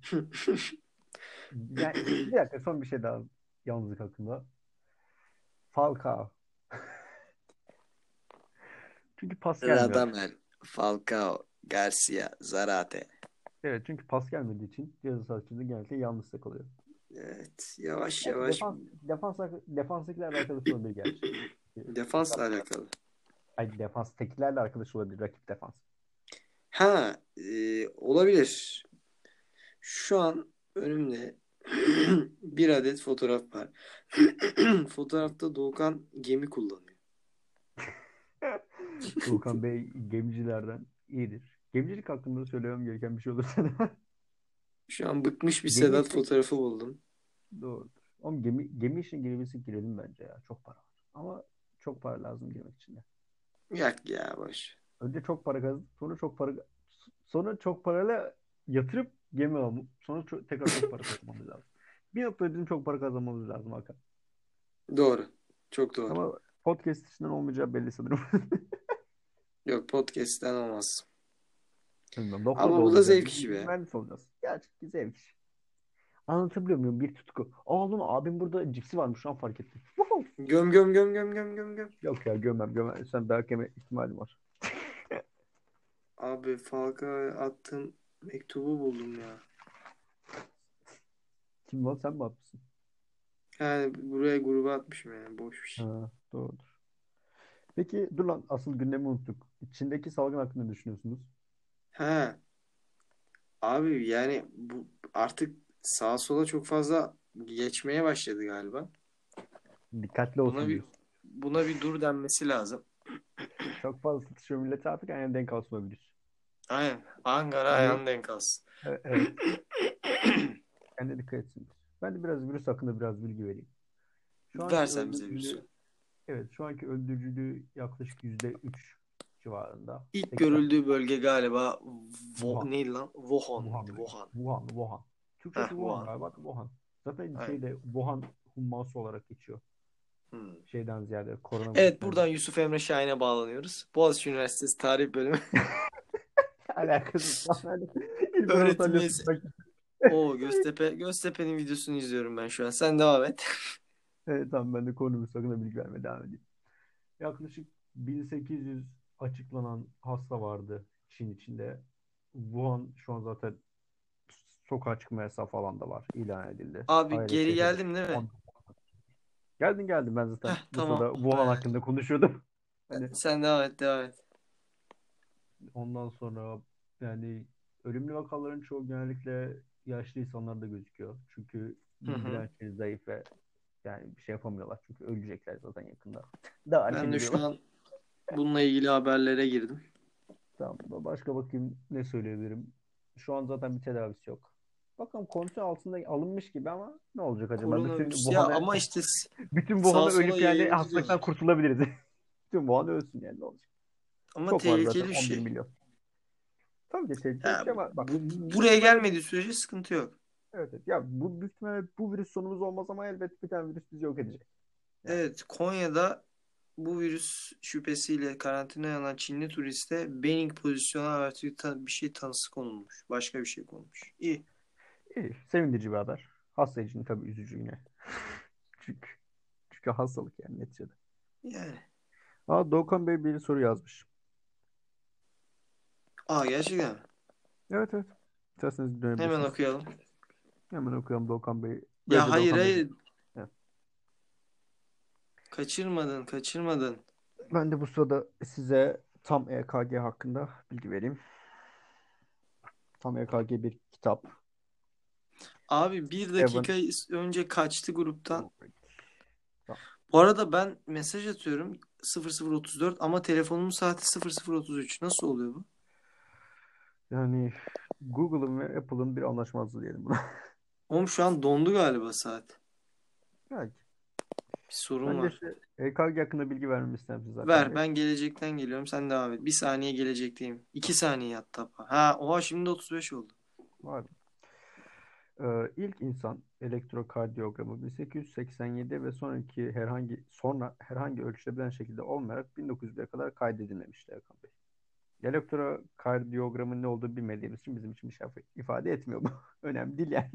Ya bir dakika son bir şey daha yalnızlık hakkında. Falcao. Çünkü pas gelmiyor. Radamel, Falcao, Garcia, Zarate. Evet çünkü pas gelmediği için ceza sahasında genellikle yalnız kalıyor. Evet, yavaş Gerçi yavaş defanstakilerle arkadaş olabilir gerçi. defansla alakalı. Ay defanstakilerle arkadaş olabilir rakip defans. Ha, olabilir. Şu an önümde bir adet fotoğraf var. Fotoğrafta Doğukan gemi kullanıyor. Doğukan Bey gemicilerden iyidir. Gemicilik hakkında söylemem gereken bir şey olursa da Şu an bıkmış bir gemi Sedat işine fotoğrafı buldum. doğrudur. Oğlum gemi işine girebilsin girelim bence ya. Çok para var. Ama çok para lazım girmek için de. Yak ya, boş. Önce çok para kazanıp sonra çok parayla yatırıp gemi alıp sonra tekrar çok para kazanmamız lazım. Bir noktada bizim çok para kazanmamız lazım Hakan. Doğru. Çok doğru. Ama podcast içinden olmayacağı belli sanırım. Yok, podcast'ten olmaz. Bilmiyorum. Doktor da Ama bu da olmayacağız. zevk işi be. Mühendis olacağız. Gerçek bir zevk işi. Anlatabiliyor muyum? Bir tutku. Aa lan abim burada cipsi varmış şu an fark ettim. Woohoo! Göm göm göm göm göm göm göm. Yok ya gömem. Sen dayak yeme ihtimalim var. Abi Falcao'ya attığım mektubu buldum ya. Kim lan sen mi atmışsın? Yani buraya gruba atmışım yani, boş bir şey. Ha, doğrudur. Peki dur lan asıl gündemi unuttuk. Çin'deki salgın hakkında ne düşünüyorsunuz? Ha abi, yani bu artık sağa sola çok fazla geçmeye başladı galiba. Dikkatli Buna olsun bir diyorsun. buna bir dur denmesi lazım. Çok fazla satışıyor millete artık aynen denk alsın o virüs. Aynen. Ankara Niye? ayağını denk alsın. Evet. Kendine dikkat etsin. Ben de biraz virüs hakkında biraz bilgi vereyim. Şu anki Versen bize öldürücülüğü virüsü. evet şu anki öldürücülüğü yaklaşık %3. civarında. İlk 80 görüldüğü bölge galiba Wuhan. neydi lan? Wuhan Wuhan mıydı? mıydı? Wuhan. Wuhan. Türkçesi Heh, Wuhan Wuhan. galiba. Wuhan. Zaten Aynen. şeyde Wuhan humması olarak geçiyor. Hmm. Şeyden ziyade Evet, koronavirüsten buradan ziyade. Yusuf Emre Şahin'e bağlanıyoruz. Boğaziçi Üniversitesi Tarih Bölümü Alakasız. Hani İlber öğretim Ortaylı üyesi. O Göztepe'nin videosunu izliyorum ben şu an. Sen devam et. Evet, tamam, ben de konumuz hakkında bilgi vermeye devam edeyim. Yaklaşık 1800 açıklanan hasta vardı Çin içinde. Wuhan şu an zaten sokağa çıkma yasağı falan da var. İlan edildi. Abi Ayrıca geri şehirde. geldim değil mi? Geldin ben zaten Heh, bu tamam. sırada Wuhan Bayağı. hakkında konuşuyordum. Hani Sen devam et, devam et. ondan sonra yani ölümlü vakaların çoğu genellikle yaşlı insanlarda gözüküyor. Çünkü Hı hı. dirençleri zayıf ve yani bir şey yapamıyorlar. Çünkü ölecekler zaten yakında. Daha erken Ben de şu ölüyorlar. an bununla ilgili haberlere girdim. Tamam. Başka bakayım ne söyleyebilirim. Şu an zaten bir tedavisi yok. Bakalım kontrol altında alınmış gibi ama ne olacak acaba? Bütün Koronavirüs. Ya Wuhan'ı ama işte bütün Wuhan'ı sağa sola ölüp yani yayıldı hastalıktan diyorlar. kurtulabiliriz. Bütün Wuhan ölsün yani ne olacak? Ama Çok var zaten tehlikeli bir 11 şey. milyon. Tabii ki tehlikeli bir Ya şey ama bak büyük buraya ihtimalle gelmediği sürece sıkıntı yok. evet. Ya bu büyük ihtimalle bu virüs sonumuz olmaz ama elbet bir tane virüs bizi yok edecek. Yani Evet, Konya'da bu virüs şüphesiyle karantinaya alınan Çinli turiste Benning pozisyona artı bir şey tanısı konulmuş. Başka bir şey konulmuş. İyi. iyi, sevindirici bir haber. Hasta için tabii üzücü yine. Çünkü, çünkü hastalık yani neticede. Yani. Doğukan Bey bir soru yazmış. Gerçekten mi? Evet. İsterseniz Hemen dönebilirsiniz. okuyalım. Hemen okuyalım Doğukan Bey. Ya Böylece hayır Doğukan Bey. hayır. Evet. Kaçırmadın. Ben de bu sırada size tam EKG hakkında bilgi vereyim. Tam EKG bir kitap. Abi bir Evan dakika önce kaçtı gruptan. Ulrich. Tamam. Bu arada ben mesaj atıyorum 0034 ama telefonumun saati 0033. Nasıl oluyor bu? Yani Google'ın ve Apple'ın bir anlaşmazlığı diyelim buna. Oğlum şu an dondu galiba saat. Belki. Bir sorun Ben de var. size EKG hakkında bilgi vermemi ister misiniz Hakan Ver, Bey? ben gelecekten geliyorum, sen devam et. Bir saniye gelecekteyim. 2 saniye hatta. Ha, oha, şimdi 35 oldu. Var. İlk insan elektrokardiyogramı 1887 ve sonra herhangi ölçülebilen şekilde olmayarak 1900'lere kadar kaydedilmemişti Hakan Bey. Elektrokardiyogramın ne olduğu bilmediğimiz için bizim için bir şey ifade etmiyor bu. Önemli değil yani.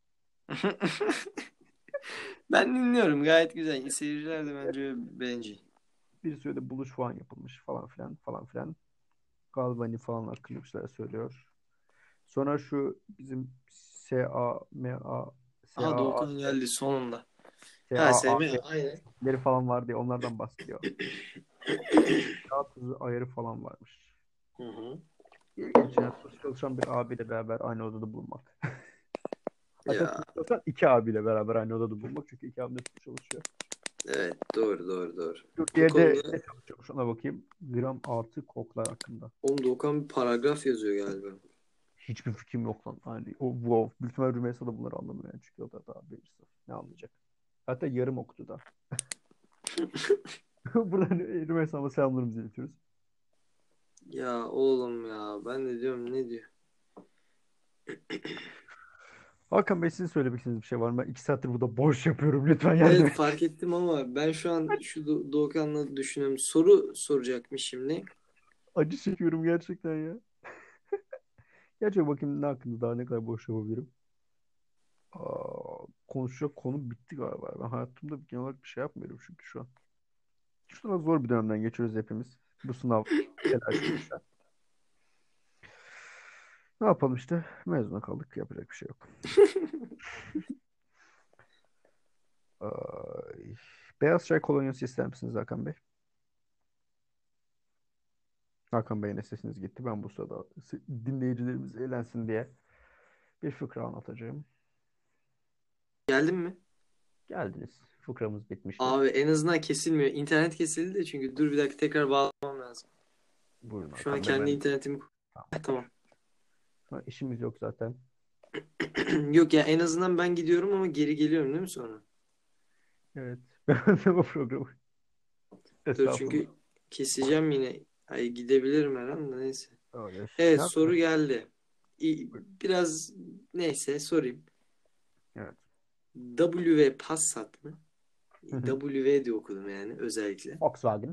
Ben dinliyorum, gayet güzel. Seyirciler de bence beğenecek. Bir sürede buluş falan yapılmış falan filan falan filan. Galvani falan hakkında bir şeyler söylüyor. Sonra şu bizim SAMA Aha, SAA Doğukan geldi sonunda. Ha, SAA'leri SM aynen. falan var diye onlardan bahsediyor. Kağıt hızı ayarı falan varmış. Hı hı. İlginç yani tıpta çalışan bir abiyle beraber aynı odada bulunmak. Hatta Ya tıpta çalışan iki abiyle beraber aynı odada bulunmak. Çünkü iki abi de tıpta çalışıyor. evet, doğru. Dur, Bu diğeri de konuda ne çalışıyormuş ona bakayım. Gram artı koklar hakkında. oğlum Doğukan bir paragraf yazıyor galiba. Hiçbir fikrim yok lan. Yani o wow. Büyük ihtimalle Rümeysa da bunları anlamıyor. Yani. Çünkü o da daha bir sınıf. Ne anlayacak? Hatta yarım okudu da. Buradan Rümeysa'ma selamlarımızı iletiyoruz. Ya oğlum ya, ben de diyorum ne diyor. Hakan Bey sizin söylemek istediğiniz bir şey var mı? Ben 2 saattir burada boş yapıyorum. Lütfen yardım Evet, edin. fark ettim ama ben şu an şu Doğukan'la düşünüyorum. Soru soracakmış şimdi. Acı çekiyorum gerçekten ya. Gerçekten bakayım ne hakkında daha ne kadar boş yapabilirim. Konuşacak konu bitti galiba. Ben hayatımda genel olarak bir şey yapmıyorum çünkü şu an. Şuna zor bir dönemden geçiyoruz hepimiz. Bu sınav telaşı yüzünden. Ne yapalım işte? Mezuna kaldık. Yapacak bir şey yok. Ay. Beyaz çay kolonyası ister misiniz Hakan Bey? Hakan Bey'in sesiniz gitti. Ben bu sırada dinleyicilerimiz eğlensin diye bir fıkra anlatacağım. Geldin mi? Geldiniz. Fıkramız bitmiştir. Abi en azından kesilmiyor. İnternet kesildi de, çünkü dur bir dakika, tekrar bağlamam lazım. Buyurun Şu an Hakan Bey. kendi Ben internetimi... Tamam. tamamdır. Ha, işimiz yok zaten. Yok ya, en azından ben gidiyorum ama geri geliyorum değil mi sonra? Evet. Ben de bu programı. Dur, Estağfurullah. çünkü keseceğim yine. Ay gidebilirim her an da neyse. Öyle Evet şart. soru geldi. Biraz neyse sorayım. Evet. W Passat mı? Hı hı. W diye okudum yani özellikle. Volkswagen.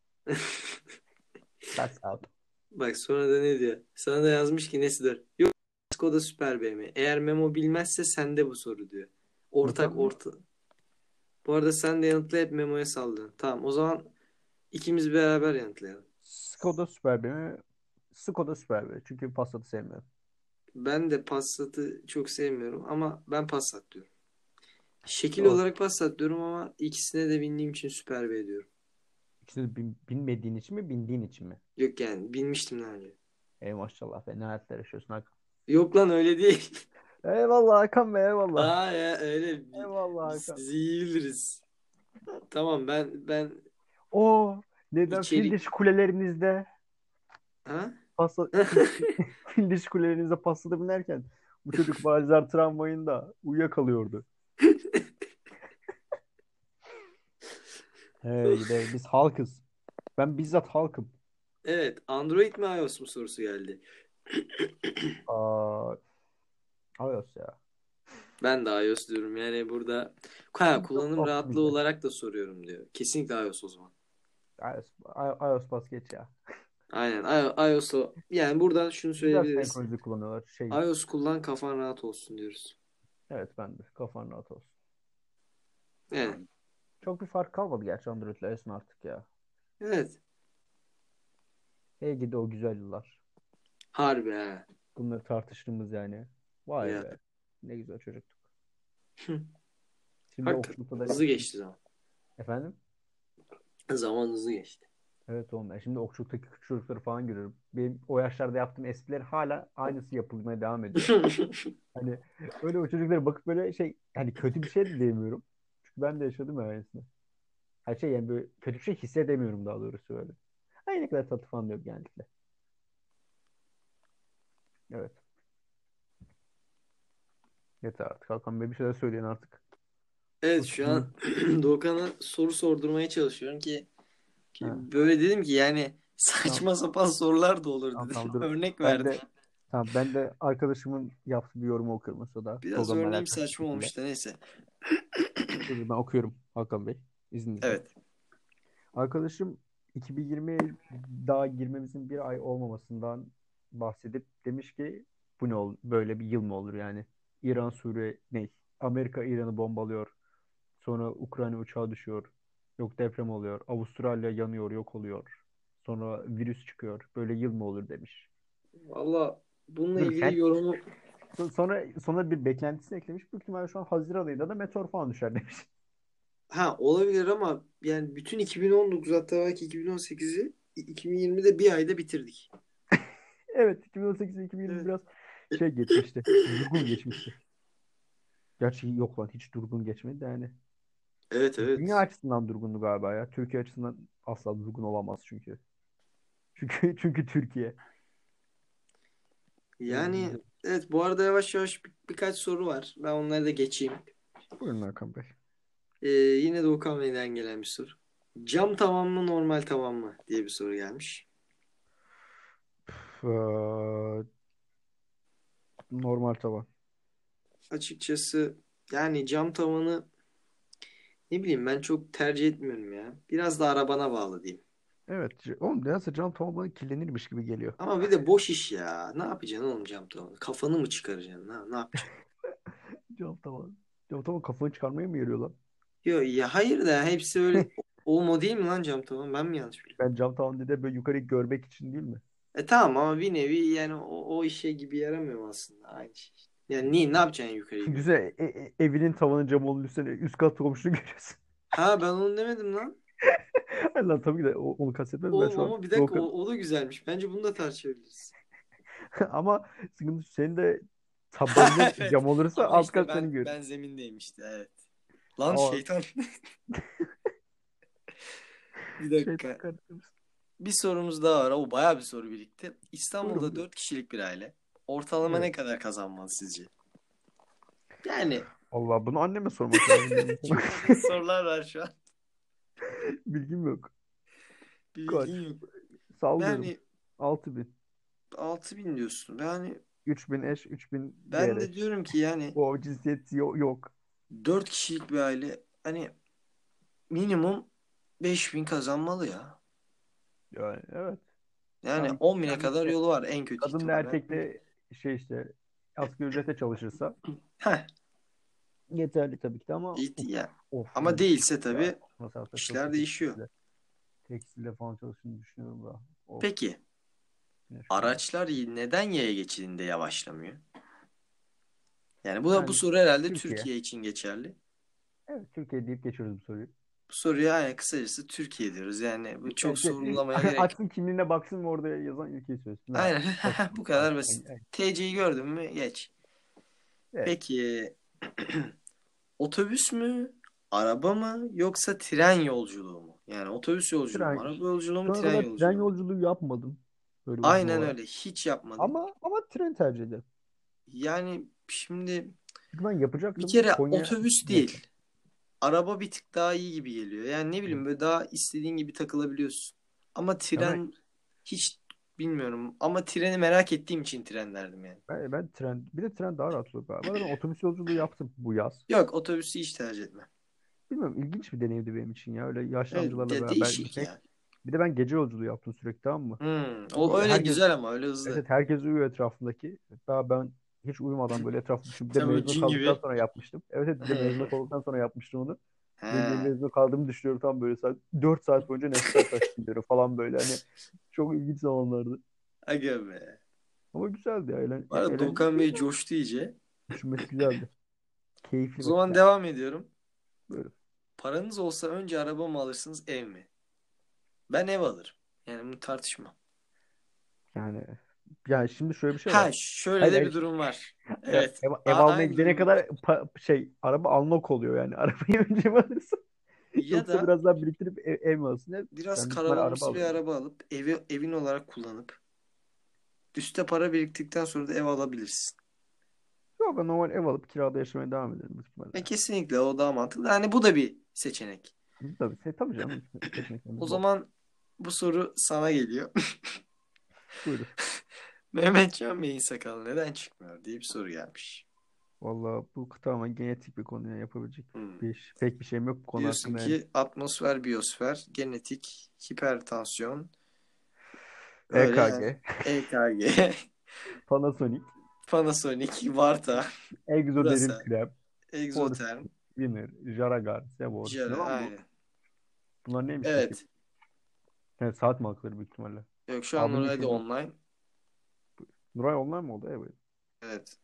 That's out. Bak sonra da ne diyor? Sana da yazmış ki nesidir? Yok Skoda Super B mi? Eğer Memo bilmezse sende bu soru diyor. Ortak Bakalım. orta. Bu arada sen de yanıtla hep Memo'ya saldın. Tamam o zaman ikimiz beraber yanıtlayalım. Skoda Superb mi? Skoda Superb. Çünkü Passat'ı sevmiyorum. Ben de Passat'ı çok sevmiyorum ama ben Passat diyorum. Şekil Olsun. olarak Passat diyorum ama ikisine de bindiğim için Super B diyorum. İkisini de bilmediğin için mi, bildiğin için mi? Yok yani binmiştim daha önce. Ey maşallah be. Ne hayatlar yaşıyorsun Hakan. Yok lan öyle değil. Eyvallah Hakan be, eyvallah. Aa ya öyle Eyvallah biz Hakan. sizi iyi biliriz. Tamam ben O neden fil içerik dişi kulelerinizde ha? pasta fil dişi kulelerinizde pastada binerken bu çocuk Valzar tramvayında uyuyakalıyordu. Hey gide biz halkız. Ben bizzat halkım. Evet, Android mi iOS mu sorusu geldi. Aa, iOS ya. Ben de iOS diyorum. Yani burada ha, Çok kullanım rahatlığı optimize. olarak da soruyorum diyor. Kesinlikle iOS o zaman. iOS, iOS pas geç ya. Aynen iOS'u yani buradan şunu Güzel söyleyebiliriz. senkronize kullanıyorlar. Şey, iOS kullan kafan rahat olsun diyoruz. evet ben de. Kafan rahat olsun. Yani Yani çok bir fark kalmadı gerçi Android ile iOS'un artık ya. evet. Hey gidi o güzel yıllar. Harbi ha. Bunları tartıştığımız yani. Vay Ya. be. Ne güzel çocuktuk. Hı. Şimdi Hakikaten okçulukta da hızlı geçti zaman. efendim? Zaman hızlı geçti. Evet oğlum ben şimdi okçuluktaki küçük çocukları falan görüyorum. Benim o yaşlarda yaptığım espriler hala aynısı yapılmaya devam ediyor. Hani öyle o çocuklara bakıp böyle şey hani kötü bir şey de diyemiyorum. Çünkü ben de yaşadım ya aynısını. Her şey yani böyle kötü bir şey hissedemiyorum daha doğrusu öyle. Ay ne kadar tatlı falan diyorum genellikle. Evet. Yeter artık Hakan Bey bir şeyler söyleyin artık. Evet Yoksa şu an Doğukan'a soru sordurmaya çalışıyorum ki ha, böyle dedim ki yani tamam, saçma sapan sorular da olur tamam, dedim. tamam dur. Örnek Ben verdim. de tamam ben de arkadaşımın yaptığı bir yorumu okuyorum o da Biraz programla örneğim alakalı bir saçma şekilde. olmuş da neyse. Dur, ben okuyorum Hakan Bey izninizle. Evet. Arkadaşım 2020'ye daha girmemizin bir ay olmamasından bahsedip demiş ki bu ne böyle bir yıl mı olur yani? İran Suriye ne? Amerika İran'ı bombalıyor. Sonra Ukrayna uçağı düşüyor. Yok deprem oluyor. Avustralya yanıyor, yok oluyor. Sonra virüs çıkıyor. Böyle yıl mı olur demiş. Valla bununla Dur ilgili sen yorumu sonra bir beklentisini eklemiş. Büyük ihtimalle şu an Haziran ayında da meteor falan düşer demiş. ha olabilir ama yani bütün 2019 hatta belki 2018'i 2020'de bir ayda bitirdik. Evet 2018 ve 2020 Evet. biraz şey geçmişti. Durgun geçmişti. Gerçi yok lan hiç durgun geçmedi de yani. Evet Dünya evet. açısından durgundu galiba ya. Türkiye açısından asla durgun olamaz çünkü. Çünkü Türkiye. Yani evet bu arada yavaş yavaş birkaç soru var. Ben onları da geçeyim. Buyurun Hakan Bey. Yine de Okan Bey'den gelen bir soru. Cam tavan mı normal tavan mı diye bir soru gelmiş. Eee, normal tavan. Açıkçası yani cam tavanı ne bileyim ben çok tercih etmiyorum ya. Biraz da arabana bağlı diyeyim. Evet. Oğlum nedense cam tavan bana kirlenirmiş gibi geliyor. Ama bir de boş iş ya. Ne yapacaksın oğlum cam tavanı? Kafanı mı çıkaracaksın? Ne yapacaksın? Cam tavan. Cam tavan kafanı çıkarmaya mı yarıyor lan? Yok ya hayır da hepsi öyle o mu değil mi lan cam tavan? Ben mi yanlış biliyorum? Ben cam tavan dedi böyle yukarıyı görmek için değil mi? Tamam ama bir nevi yani o işe gibi yaramıyor mu aslında aynı şey. Yani niye ne yapacaksın yukarıyı görüp? Düşünsene evinin tavanı cam olduğunu üstüne üst kat komşunu görüyorsun. Ha ben onu demedim lan. Hayır lan tabii ki de onu kastetmedim ben Oğlum şu an. ama bir dakika Doğukan. o da güzelmiş. Bence bunu da tartışabiliriz. Ama sıkıntı senin de tabanın Evet. cam olursa Ama alt işte kat seni ben görür. ben zemindeyim işte evet. Lan Ama şeytan. Bir şeytan dakika. kardeşimiz. Bir sorumuz daha var. O bayağı bir soru birikti. Buyurun İstanbul'da buyurun. 4 kişilik bir aile. Ortalama ne Evet. kadar kazanmalı sizce? Yani Allah bunu anneme sormak lazım benim. çok basit sorular var şu an. Bilgim yok. Bir Kaç? bilgin yok. Sallıyorum. Yani 6.000. 6.000 diyorsun. Yani 3.000 eş, 3.000 diğer ben de eş. diyorum ki yani O cinsiyet yok. 4 kişilik bir aile hani minimum 5.000 kazanmalı ya. Yani evet. Yani Yani, 10.000'e yani kadar işte yolu var en kötü kadın da ihtimalle. erkek de işte asgari ücrete çalışırsa Heh, yeterli tabii ki de ama ya. of Ama yani değilse ya tabii masrafta çok işler kötü değişiyor. tekstilde falan çalıştığını düşünüyorum da of Peki yine şu an. araçlar neden yaya geçidinde yavaşlamıyor? Yani bu Yani soru herhalde Türkiye. Türkiye için geçerli. Evet, Türkiye deyip geçiyoruz bu soruyu. Bu soruya yani kısacası Türkiye diyoruz. Yani bu çok Yani sorgulamaya gerek yok. açsın kimliğine baksın mı orada yazan ülkeyi söylesin. Ha, Aynen. Bu kadar basit. evet. TC'yi gördün mü geç. Evet. Peki otobüs mü, araba mı yoksa tren yolculuğu mu? Yani otobüs yolculuğu mu, Tren, araba yolculuğu mu, şu ana tren kadar tren yolculuğu mu? yolculuğu yapmadım. Böyle uzun Aynen olarak. öyle. Hiç yapmadım. Ama tren tercih ederim. Yani şimdi Çünkü ben bir yapacaktım. kere Konya otobüs yakın. değil. Araba bir tık daha iyi gibi geliyor. Yani ne bileyim böyle daha istediğin gibi takılabiliyorsun. Ama Ya ben, tren hiç bilmiyorum. Ama treni merak ettiğim için tren derdim yani. ben tren, bir de tren daha rahat olur galiba. Ben otobüs yolculuğu yaptım bu yaz. Yok otobüsü hiç tercih etmem. Bilmiyorum, ilginç bir deneyimdi benim için ya. Öyle yaşlı Evet, amcalarla beraber değişik gitmek. ya. Bir de ben gece yolculuğu yaptım sürekli, tamam mı? O öyle Herkes, güzel ama öyle evet, hızlı. evet, herkes uyuyor etrafındaki. Daha ben hiç uyumadan böyle etrafı düşün. Bir de Sen böyle mezuna cin kaldıktan gibi. sonra yapmıştım. Evet, evet, bir de mezuna kaldıktan sonra yapmıştım onu. Ve He. mezuna kaldığımı düşünüyorum, tam böyle saat 4 saat boyunca nefesler taştım diyorum falan böyle. Hani çok ilginç zamanlardı. Aga be. Ama güzeldi ya. Bu arada Doğukan Eğlenceliydi Bey ya. coştu iyice. Düşünmesi güzeldi. O Keyifli zaman vakitler. devam ediyorum. Böyle. Paranız olsa önce araba mı alırsınız ev mi? Ben ev alırım. Yani bunu tartışmam. Yani şimdi şöyle bir şey var. Ha şöyle Hayır, de bir hayır. durum var. Ev, Evet. ev almaya Aynı gidene durum. kadar araba unlock oluyor yani. Arabayı önce mi alırsın? Ya Yoksa da biraz daha biriktirip ev mi alırsın? biraz Ben büyük ihtimalle araba karavanımsı bir alırım. araba alıp evin olarak kullanıp üste para biriktirdikten sonra da ev alabilirsin. Yok, ben normal ev alıp kirada yaşamaya devam ederim büyük ihtimalle. Kesinlikle o daha mantıklı. Yani bu da bir seçenek. Tabii canım, O seçeneklerimiz bol. zaman bu soru sana geliyor. Buyurun. Mehmetcan Bey'in sakalı neden çıkmıyor diye bir soru gelmiş. Vallahi bu tamamen genetik bir konu, yani yapabilecek Hmm. pek bir şeyim yok bu konu Diyorsun hakkında yani. ki atmosfer, biyosfer, genetik, hipertansiyon, öyle yani. EKG, EKG, Panasonic, Panasonic, Varta, egzoderin Duracell, krem, Force Exotherm, Winner, Jaragar, Sevor. Ne Jara, lan bu? aynen. Bunlar neymiş bakayım? Evet. Yani saat markaları büyük ihtimalle. Yok şu an Abimin Nuray'da firması. online. Nuray online mı oldu? Evet. Evet.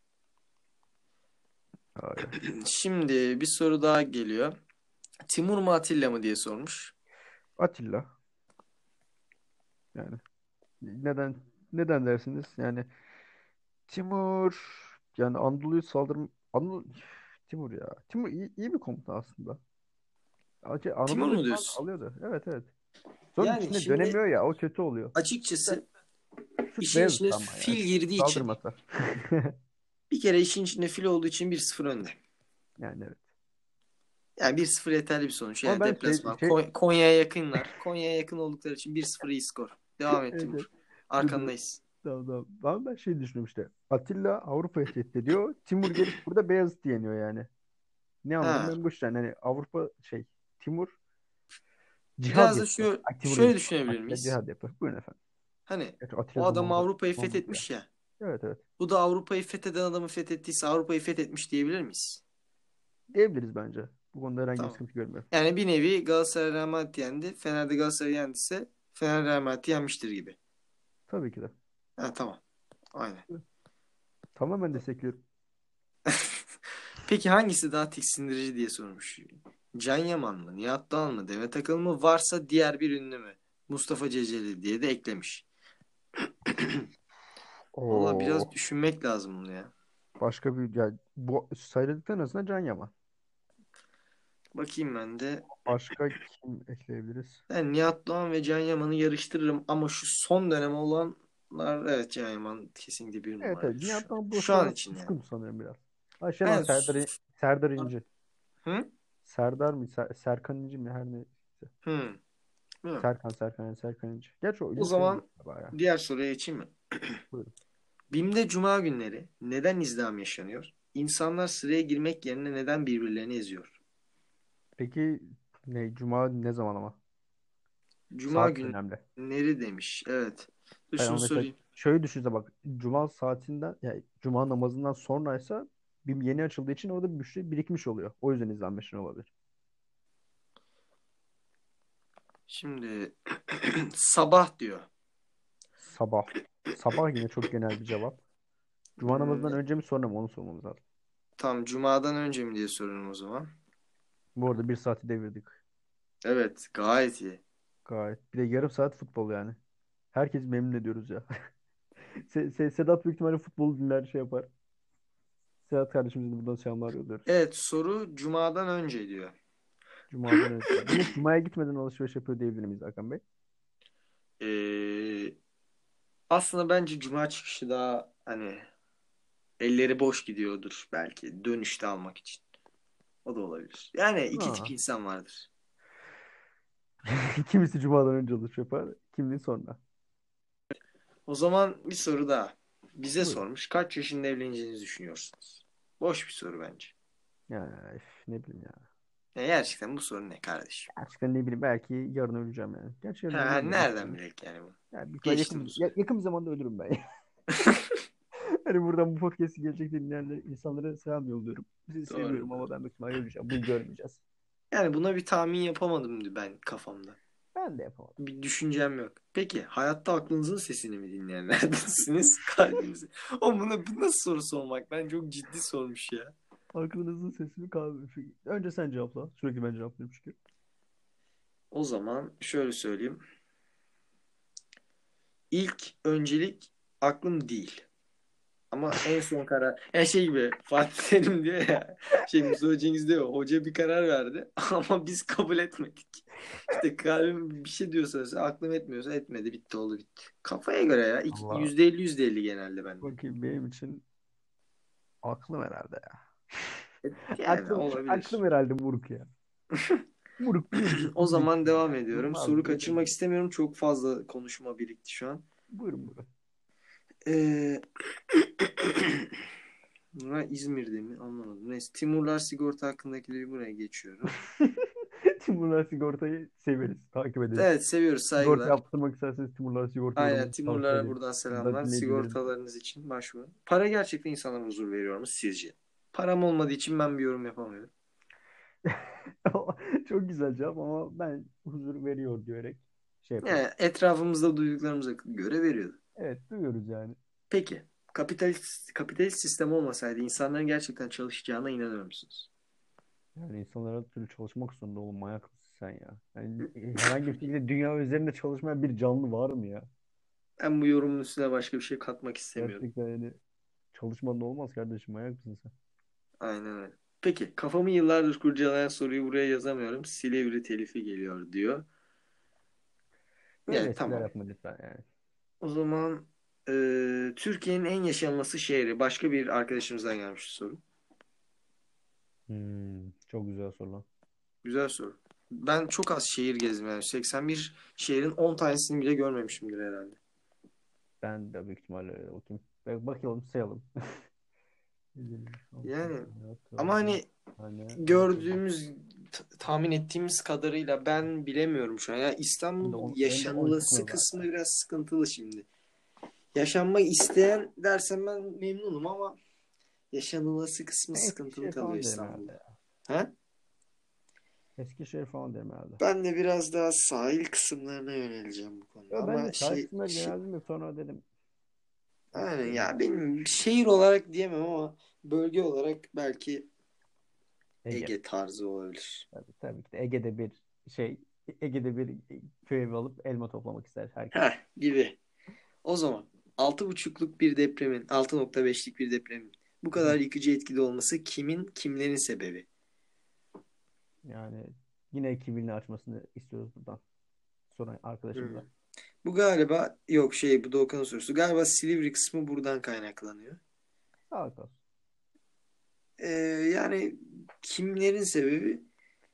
Ay, ay. Şimdi bir soru daha geliyor. Timur mu Atilla mı diye sormuş. Atilla. Yani neden neden dersiniz? Yani Timur, yani Anadolu'yu Timur ya. Timur iyi bir komutan aslında. Timur Anadolu'yu mu falan diyorsun? alıyordu. Evet, evet. Sonra Yani içinde şimdi dönemiyor ya, o kötü oluyor. açıkçası Suç işin Beyazıt içine ama ya. fil girdiği için Saldırmasa. bir kere işin içinde fil olduğu için 1-0 önde. Yani evet. Yani 1-0 yeterli bir sonuç. Ama Yani ben deplasman. Konya'ya yakınlar. Konya'ya yakın oldukları için 1-0 iyi skor. Devam et evet, evet. Timur. Dur, dur. Arkandayız. Tamam, tamam. Ben şey düşünüyorum işte. Atilla Avrupa'ya tehdit ediyor. Timur gelip burada Beyazıt yeniyor yani. Ne anladım Ha. ben bu işten? Hani Avrupa Timur cihad Biraz da yapıyor. Ay, Timur şöyle demiştim. düşünebilir Atilla miyiz? cihad yapıyor. Buyurun efendim. Hani Evet, o Atilla adam zamanında Avrupa'yı olmadı ya. fethetmiş ya. Evet, evet. Bu da Avrupa'yı fetheden adamı fethettiyse Avrupa'yı fethetmiş diyebilir miyiz? Diyebiliriz bence. Bu konuda herhangi bir Tamam. sıkıntı görmüyorum. Yani bir nevi Galatasaray Real Madrid yendi. Fener'de Galatasaray yendiyse Fener Real Madrid yenmiştir gibi. Tabii ki de. Ha, tamam. Aynen. Tamamen destekliyorum. Peki hangisi daha tiksindirici diye sormuş. Can Yaman mı? Nihat Doğan mı? Demet Akıl mı? Varsa diğer bir ünlü mü? Mustafa Ceceli diye de eklemiş. Valla biraz Oo, düşünmek lazım bunu ya. başka bir, ya bu sayıldıkların arasında Can Yaman. Bakayım ben de. Başka kim ekleyebiliriz? Ben Nihat Doğan ve Can Yaman'ı yarıştırırım ama şu son dönem olanlar evet Can Yaman kesinlikle bir Evet, evet. numaradır Nihat'tan bu şu an sıralar için yani. suskun sanıyorum biraz. Ayşenan Yani, Serdar İnci. hı? Serdar mı? Serkan İnci mi? Her neyse. Hı. Değil mi? Serkan İnce. Gerçi o O lisede zaman galiba ya. diğer soruya geçeyim mi? Buyurun. BİM'de cuma günleri neden izdiham yaşanıyor? İnsanlar sıraya girmek yerine neden birbirlerini eziyor? Peki Cuma ne zaman ama? Cuma Saat de önemli. günleri demiş. Evet. Dur Yani şunu mesela sorayım. şöyle düşünse bak, Cuma saatinden, yani Cuma namazından sonraysa bir yeni açıldığı için orada bir şey birikmiş oluyor. O yüzden izlenmeşin olabilir. Şimdi sabah diyor. Sabah. Sabah yine çok genel bir cevap. Cuma Hmm, namazından önce mi sonra mı, onu sormamız lazım. tam cumadan önce mi diye soruyorum o zaman. Bu arada bir saati devirdik. Evet, gayet iyi. Gayet. Bir de yarım saat futbol yani. Herkesi memnun ediyoruz ya. Sedat büyük ihtimalle futbol dinler, şey yapar. Sedat kardeşimize de buradan selamlar yolluyoruz. Evet, soru cumadan önce diyor. Cuma'dan önce. Demek Cuma'ya gitmeden alışveriş yapıyor diyebilir miyiz Hakan Bey? Ee, aslında bence cuma çıkışı daha hani elleri boş gidiyordur belki dönüşte almak için. O da olabilir. Yani iki tip Ha. insan vardır. Kimisi Cuma'dan önce alışveriş yapar, kimisi sonra. O zaman bir soru daha. Bize Buyurun. sormuş. Kaç yaşında evleneceğinizi düşünüyorsunuz? Boş bir soru bence. Ya ne bileyim ya. Gerçekten bu soru ne kardeşim? Gerçekten ne bileyim, belki yarın öleceğim yani. Gerçi yarın Ha, ölmem de büyük nereden ihtimalle. bilek yani bu? Yani büyük ihtimalle Geçtim bu soruyu. yakın bir zamanda ölürüm ben. Hani buradan bu podcast'i gelecek dinleyenler, insanlara selam yolluyorum. Sizi Doğru. seviyorum ama ben büyük ihtimalle öleceğim. Bunu görmeyeceğiz. Yani buna bir tahmin yapamadım ben kafamda. Ben de yapamadım. Bir düşüncem yok. Peki hayatta aklınızın sesini mi dinleyenlerdensiniz? Kalbinizi. O bu nasıl soru sormak? Ben çok ciddi sormuş ya. Aklınızın sesini kalmıyor. Önce sen cevapla. Sürekli ben cevaplıyorum çünkü. O zaman şöyle söyleyeyim. İlk öncelik aklım değil. Ama en son karar. Ya şey gibi Fatih Terim diyor ya. Mustafa Cengiz diyor. Hoca bir karar verdi. Ama biz kabul etmedik. İşte kalbim bir şey diyorsa mesela, aklım etmiyorsa etmedi. Bitti oldu bitti. Kafaya göre ya. Allah, %50 %50 genelde bende. bakayım, benim için aklım herhalde ya. Yani Aklım olabilir. herhalde Buruk ya. Buruk biliyor musun? O Buruk zaman ya. devam Aklım ediyorum. var mı? Soru kaçırmak istemiyorum. Çok fazla konuşma birikti şu an. Buyurun buyurun. Ee, İzmir'de mi? Anlamadım. Neyse. Timurlar sigorta hakkındakileri buraya geçiyorum. Timurlar Sigorta'yı severiz. Takip ederiz. Evet, seviyoruz. Sigorta Saygılar. yaptırmak isterseniz Timurlar Sigorta Aynen, yorumumuzu tavsiye Timurlara ederiz. buradan Buradan selamlar. dinleyicilerimiz. Sigortalarınız için başvurun. Para gerçekten insanlara huzur veriyor mu sizce? Param olmadığı için ben bir yorum yapamıyorum. Çok güzel cevap ama ben huzur veriyor diyerek şey yapıyorum. Yani etrafımızda duyduklarımıza göre veriyordu. Evet, duyuyoruz yani. Peki, kapitalist sistem olmasaydı insanların gerçekten çalışacağına inanıyor musunuz? Yani insanlar her türlü çalışmak zorunda, oğlum, manyak mısın sen ya? Yani herhangi bir şekilde dünya üzerinde çalışmayan bir canlı var mı ya? Ben bu yorumun üstüne başka bir şey katmak istemiyorum. Gerçekten yani çalışmadan olmaz kardeşim, manyak mısın sen? Aynen öyle. Peki, kafamı yıllardır kurcalayan soruyu buraya yazamıyorum. Silivri telifi geliyor diyor. Böyle Yani espriler tamam. yapma lütfen yani. O zaman Türkiye'nin en yaşanması şehri. Başka bir arkadaşımızdan gelmiş soru. Çok güzel soru lan. Güzel soru. Ben çok az şehir gezdim yani. 81 şehrin 10 tanesini bile görmemişimdir herhalde. Ben de büyük ihtimalle öyle bakayım. Bakalım, sayalım. Yani ama hani Hani gördüğümüz, tahmin ettiğimiz kadarıyla ben bilemiyorum şu an. Yani İstanbul benim de 10 yaşanılası çıkmıyor kısmı zaten. biraz sıkıntılı şimdi. Yaşanmak isteyen dersen ben memnunum ama yaşanılası kısmı Ben sıkıntılı Eskişehir kalıyor falan derim herhalde İstanbul'da. ya. Ha? Eskişehir falan derim herhalde. Ben de biraz daha sahil kısımlarına yöneleceğim bu konuda. Yo, ben de Ama sahil kısımları genelde de sonra dedim. aynen Eskişehir ya, ya. benim şehir olarak diyemem ama bölge olarak belki Ege. Ege tarzı olabilir. Tabii ki de Ege'de bir şey Ege'de bir köy evi alıp elma toplamak ister herkes. Heh, gibi. O zaman 6,5'luk bir depremin, 6,5'lik bir depremin bu Hı hı. kadar yıkıcı etkili olması kimlerin sebebi? Yani yine ekibini açmasını istiyoruz buradan. Sonra arkadaşımıza. Hmm. Bu galiba yok, bu Doğukan'ın sorusu. Galiba Silivri kısmı buradan kaynaklanıyor. Sağlık olsun. Ee, yani kimlerin sebebi?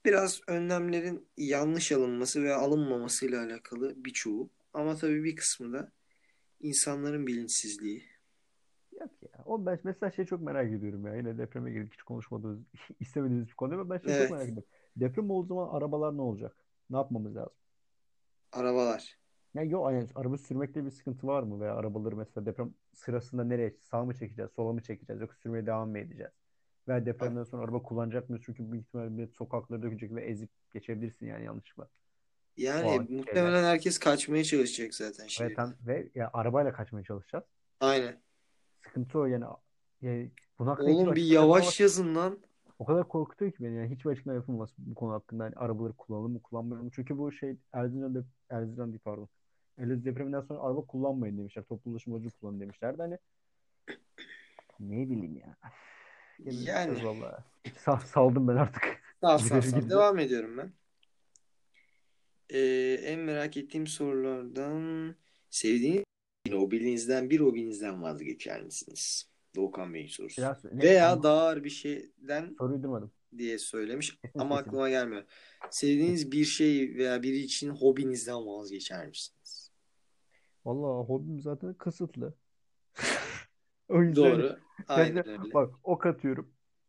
biraz önlemlerin yanlış alınması veya alınmamasıyla alakalı birçoğu. Ama tabii bir kısmı da insanların bilinçsizliği. Yok ya. O ben mesela şey çok merak ediyorum ya. Yine depreme girdik hiç konuşmadığımız, istemediğimiz bir konu ama ben şey çok merak Evet, ediyorum. Deprem olduğu zaman arabalar ne olacak? Ne yapmamız lazım? arabalar. Ya yok yani araba sürmekte bir sıkıntı var mı? Veya arabaları mesela deprem sırasında nereye? Sağa mı çekeceğiz? Sola mı çekeceğiz? Yoksa sürmeye devam mı edeceğiz? Veya depremden sonra araba kullanacak mıyız? Çünkü büyük ihtimalle sokakları dökecek ve ezip geçebilirsin yani yanlışlıkla. O Yani anki şeyler. muhtemelen herkes kaçmaya çalışacak zaten Ve şehirden. tam ve ya arabayla kaçmaya çalışacağız. Aynen. Sıkıntı o yani bunun hakkında hiçbir Oğlum bir açıklama yapılmaması yavaş yazın lan. o kadar korkutuyor ki beni yani hiçbir açıklama yapılmaz bu konu hakkında. Yani arabaları kullanalım mı kullanmayalım mı? Çünkü bu şey Erzincan değil pardon. Eliz depreminden sonra araba kullanmayın demişler. Toplu ulaşım aracı kullanın demişlerdi. Hani ne bileyim ya. Gene Yani gideceğiz vallahi. Saldım ben artık. sağ sağ Gidelim sağ. gideceğiz. Devam ediyorum ben. En merak ettiğim sorulardan sevdiğiniz bir hobinizden vazgeçer misiniz? Doğukan Bey'in sorusu. Biraz ne Veya anlat daha ağır bir şeyden soruyu duymadım. diye söylemiş Kesin ama sesini. aklıma gelmiyor. Sevdiğiniz bir şey veya biri için hobinizden vazgeçer misiniz? Vallahi hobim zaten kısıtlı. O yüzden hani Doğru. Aynen gerçekten öyle. bak ok atıyorum.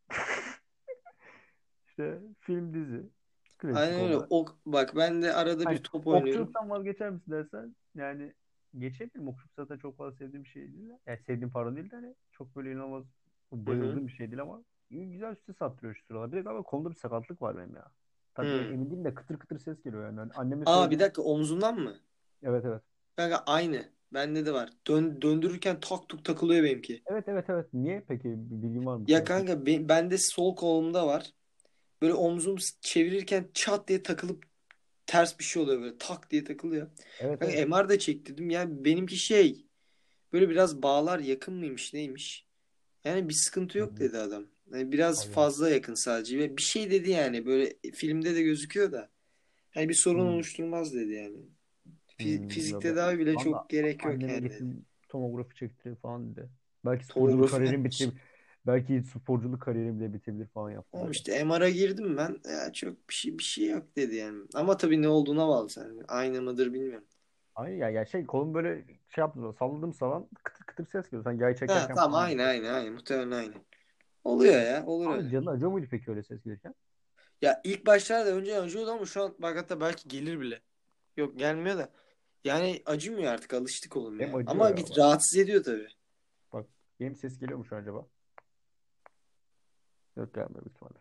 İşte film dizi. Klasik Aynen öyle. onlar. Bak ben de arada Hani bir top oynuyorum. okçuluktan vazgeçer misin dersen yani geçebilirim. Okçuluk zaten çok fazla sevdiğim bir şey değil. Yani sevdiğim pardon değil de hani çok böyle inanılmaz Hı hı. bayıldığım bir şey değil ama güzel üstü sattırıyor şu sıralar. Bir de galiba kolumda bir sakatlık var benim ya. Tabii Hı. emin değilim de kıtır kıtır ses geliyor yani. Hani anneme Aa bir söyledim. dakika omzundan mı? Evet evet. Kanka aynı. Bende de var. Döndürürken tak tuk takılıyor benimki. Evet evet evet. Niye peki bir bilgin var mı bu Ya konu hakkında? kanka bende sol kolumda var. Böyle omzum çevirirken çat diye takılıp ters bir şey oluyor böyle tak diye takılıyor. Evet evet. Kanka MR da çektirdim. Yani benimki şey böyle biraz bağlar yakın mıymış neymiş? Yani bir sıkıntı Hı yok hı. dedi adam. Yani biraz Allah. fazla yakın sadece ve bir şey dedi yani böyle filmde de gözüküyor da. Hani bir sorun Hmm. oluşturmaz dedi yani. Fizik Bilmiyorum. tedavi bile Valla çok gerek yok anneme yani dedi. gittim tomografi çektireyim falan dedi. Belki sporculuk Tomografi. kariyerim bitebilir. Belki sporculuk kariyerim bile bitebilir falan yaptı Oğlum böyle. işte MR'a girdim ben. Ya çok bir şey yok dedi yani. Ama tabii ne olduğuna bağlı sen. Aynı mıdır bilmiyorum. Ay ya şey kolum böyle şey yaptım salladım falan kıtır kıtır ses geliyor. Sen yay Ha çekerken tamam falan gibi. aynı. Muhtemelen aynı. Oluyor ya olur Ama öyle. canın acıyor muydu peki öyle ses gelirken? Ya ilk başlarda önce acıyordu ama şu an bak hatta belki gelir bile. Yok gelmiyor da. Yani acımıyor artık alıştık oğlum Benim ya. acıyor Ama ya bir bak. rahatsız ediyor tabii. Bak benim ses geliyor mu şu an acaba? Yok gelmiyor büyük ihtimalle.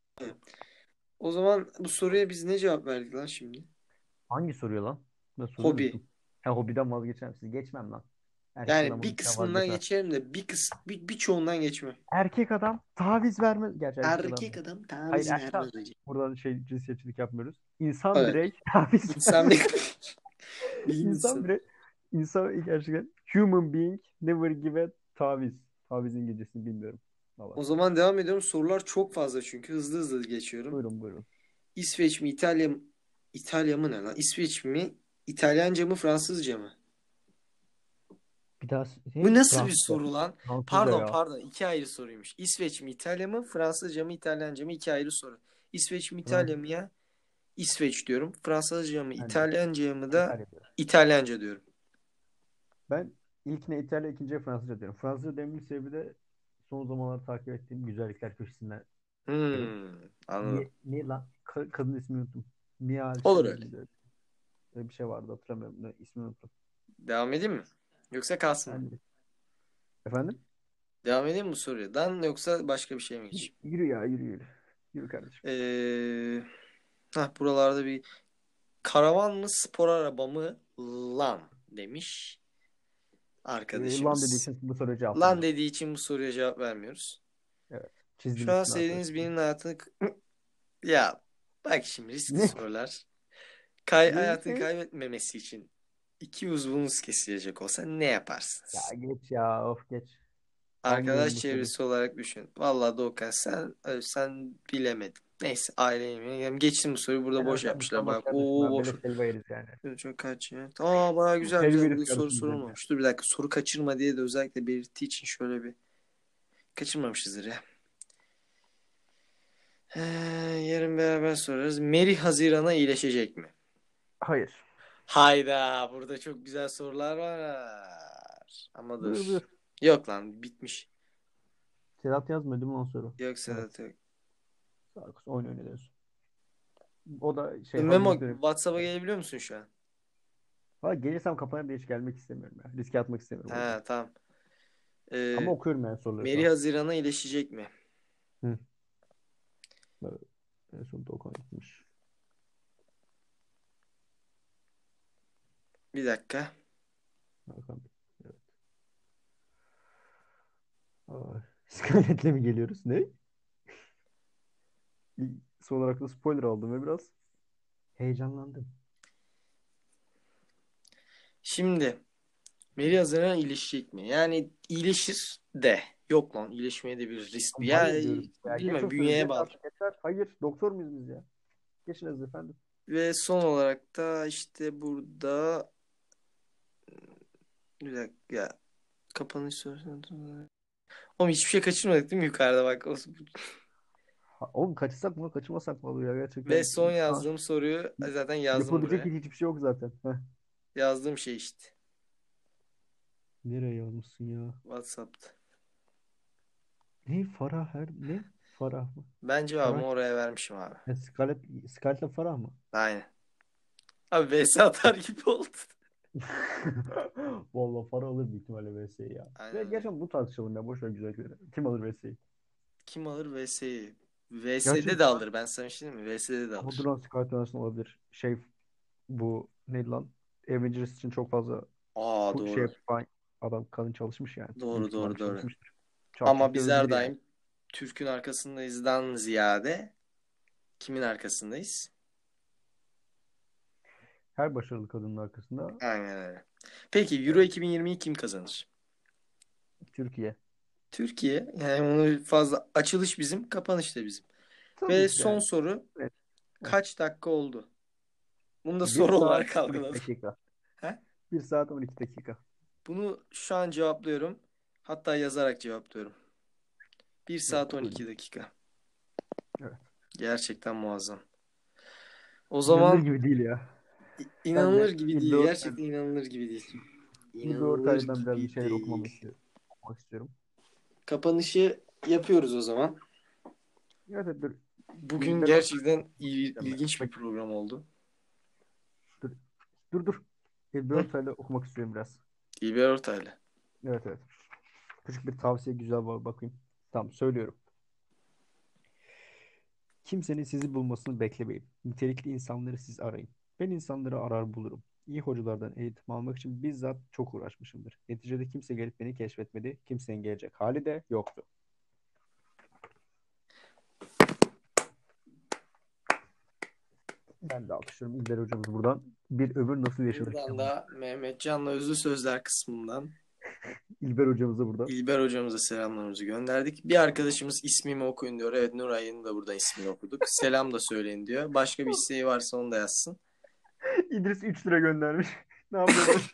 O zaman bu soruya biz ne cevap verdik lan şimdi? Hangi soruyor lan? Ben soruyu Hobi. unuttum. Ha hobiden vazgeçer misiniz? Geçmem lan. Erkek adam Yani bir hobiden kısmından vazgeçmez. geçerim de birçoğundan geçmem. Erkek adam taviz vermez. Gerçi erkek adam. Erkek adam Hayır taviz tamam. vermez hocam. Buradan şey cinsiyetçilik yapmıyoruz. İnsan Evet. birey taviz İnsan vermez. ne bir İnsan insan. birey insan gerçekten human being never give a taviz. Taviz İngilizcesini bilmiyorum. Valla. O zaman devam ediyorum. Sorular çok fazla çünkü hızlı hızlı geçiyorum. Buyurun buyurun. İsveç mi İtalya mı ne lan? İsveç mi İtalyanca mı Fransızca mı? Bir daha Bu ne? nasıl bir Fransızca. soru lan? Fransızca Pardon ya. pardon iki ayrı soruymuş. İsveç mi İtalya mı Fransızca mı İtalyanca mı iki ayrı soru. İsveç mi İtalya Fransız. mı ya? İsveç diyorum. Fransızca mı Ben de. İtalyanca mı Ben da İtalya diyorum. İtalyanca diyorum. Ben ilkine İtalya, ikinciye Fransızca diyorum. Fransızca dememin sebebi de son zamanlarda takip ettiğim güzellikler köşesinden diyorum. Anladım. Ne lan? Kadın ismini unuttum. Mia Olur Alşen öyle. miydi? Öyle bir şey vardı hatırlamıyorum. Ne, ismini unuttum. Devam edeyim mi? Yoksa kalsın mı? Yani, efendim? Devam edeyim mi bu soruya? Dan yoksa başka bir şey mi geçeyim? Yürü ya yürü yürü. Yürü kardeşim. Ee, buralarda bir karavan mı spor araba mı lan demiş Lan dediği arkadaşımız. için bu soruya cevap Lan vermiyorum. dediği için bu soruya cevap vermiyoruz. Evet. Çizdim Şu an üstüne sevdiğiniz arkadaşım. birinin hayatını ya bak şimdi riskli Ne? sorular. Hayatını Ne? kaybetmemesi için iki uzvunuz kesilecek olsa ne Ya yaparsınız? geç ya of geç. Arkadaş Almıyorum bu soruyu. çevresi olarak düşün. Vallahi Doğukan sen bilemedin. Neyse aileye yani geçtim bu soruyu burada En boş azından bir yapmışlar. sormaz Bak kardeşim o ya. boş. Beleş helva yeriz yani. Çok kaç ya. Aa baya güzel Helva güzel. yeriz Burada soru kardeşim dedim ya. sorulmamış. Dur bir dakika soru kaçırma diye de özellikle belirttiği için şöyle bir kaçırmamışızdır ya. Ee, Yarın beraber sorarız. Mary Haziran'a iyileşecek mi? Hayır. Hayda, burada çok güzel sorular var. Ama Buyur dur. buyur. Yok lan, bitmiş. Sedat yazmıyor değil mi o soru? Yok Evet. Sedat yok. Sarkos oyun oynanıyorsun. O da Memo, hazırlık dönemi. WhatsApp'a gelebiliyor musun şu an? Ha, gelirsem kafana bir iş gelmek istemiyorum ya. Riske atmak istemiyorum o yüzden. Ha, tamam. Ama Ee, okuyorum yani soruları şu Mary an. Haziran'a iyileşecek mi? Hı. Evet. En son Doğukan gitmiş. Bir dakika. Hakan. Evet. Ay. Scarlett'le mi geliyoruz? Ne? Son olarak da spoiler aldım ve biraz heyecanlandım. Şimdi Mary Haziran'a iyileşecek mi? Yani iyileşir de. Yok lan, iyileşmeye de bir risk. Ama Ya hayır diyorum. Ya geç bilmem, o soruyu. bünyeye Geç bağlı. artık yeter. Hayır. Doktor muyuz biz ya? Geçin hızlı efendim. Ve son olarak da işte burada bir dakika. Kapanış sorusu. Oğlum hiçbir şey kaçırmadık değil mi yukarıda bak. Ha, oğlum kaçırsak mı kaçırmasak mı oluyor ya Ve gerçekten. son Şu an yazdığım soruyu zaten yazdım yapabilecek buraya. hiçbir şey yok zaten. Heh. Yazdığım şey işte. Nereye yazmışsın ya? WhatsApp'ta. Ne Farah her ne? Farah mı? Ben Farah cevabımı oraya vermişim abi. Scarlett'le Farah mı? Aynen. Abi VS atar gibi oldu. Vallahi Farah alır büyük ihtimalle VS'yi ya. Ve Aynen öyle. gerçekten bu tartışalım ya. Boş ver güzellikleri. Kim alır VS'yi? Kim alır VS'yi? VS'de de Gerçekten alır. Ben sana bir şey diyeyim mi? VS'de de ama alır. Duran Scarlett arasında olabilir. Bu neydi lan? Avengers için çok fazla Aa, doğru. falan adam kadın çalışmış yani. Büyük Doğru ihtimalle doğru doğru. çalışmıştır. Çat Ama çut biz her dövdürür yani. daim Türk'ün arkasındayızdan ziyade kimin arkasındayız? Her başarılı kadının arkasında Aynen öyle. Peki Euro 2020'yi kim kazanır? Türkiye. Türkiye. Yani onu fazla açılış bizim, kapanış da bizim. Tabii Ve ki de son yani. soru, Evet. Evet. kaç dakika oldu? Bunu da 1 soru saat olarak 12 algıladım. dakika. He? 1 saat 12 dakika. Bunu şu an cevaplıyorum. Hatta yazarak cevaplıyorum. 1 Evet, saat buyurun. 12 dakika. Evet. Gerçekten muazzam. O İnanılır zaman gibi değil ya. Ben inanılır de gibi değil. Yani Gerçekten inanılır gibi değil. İlber İnanılır Ortaylı'dan biraz bir gibi şeyler değil. okumak istiyorum. Kapanışı yapıyoruz o zaman. Evet, evet, dur. Bugün İlber Ortaylı gerçekten okuyacağım ben. ilginç bir program oldu. Dur. Dur. İlber Hı? Ortaylı okumak istiyorum biraz. İlber Ortaylı. Evet, evet. Küçük bir tavsiye güzel bakayım. Tamam, söylüyorum. Kimsenin sizi bulmasını beklemeyin. Nitelikli insanları siz arayın. Ben insanları arar bulurum. İyi hocalardan eğitim almak için bizzat çok uğraşmışımdır. Neticede kimse gelip beni keşfetmedi. Kimsenin gelecek hali de yoktu. Ben de alkışlıyorum İlber hocamız buradan. Bir ömür nasıl yaşanır Buradan kitabını. da Mehmet Can'la Özlü Sözler kısmından İlber hocamıza buradan. İlber hocamıza selamlarımızı gönderdik. Bir arkadaşımız ismimi okuyun diyor. Evet, Nuray'ın da burada ismini okuduk. Selam da söyleyin diyor. Başka bir isteği varsa onu da yazsın. İdris 3 lira göndermiş. Ne yapıyorsun?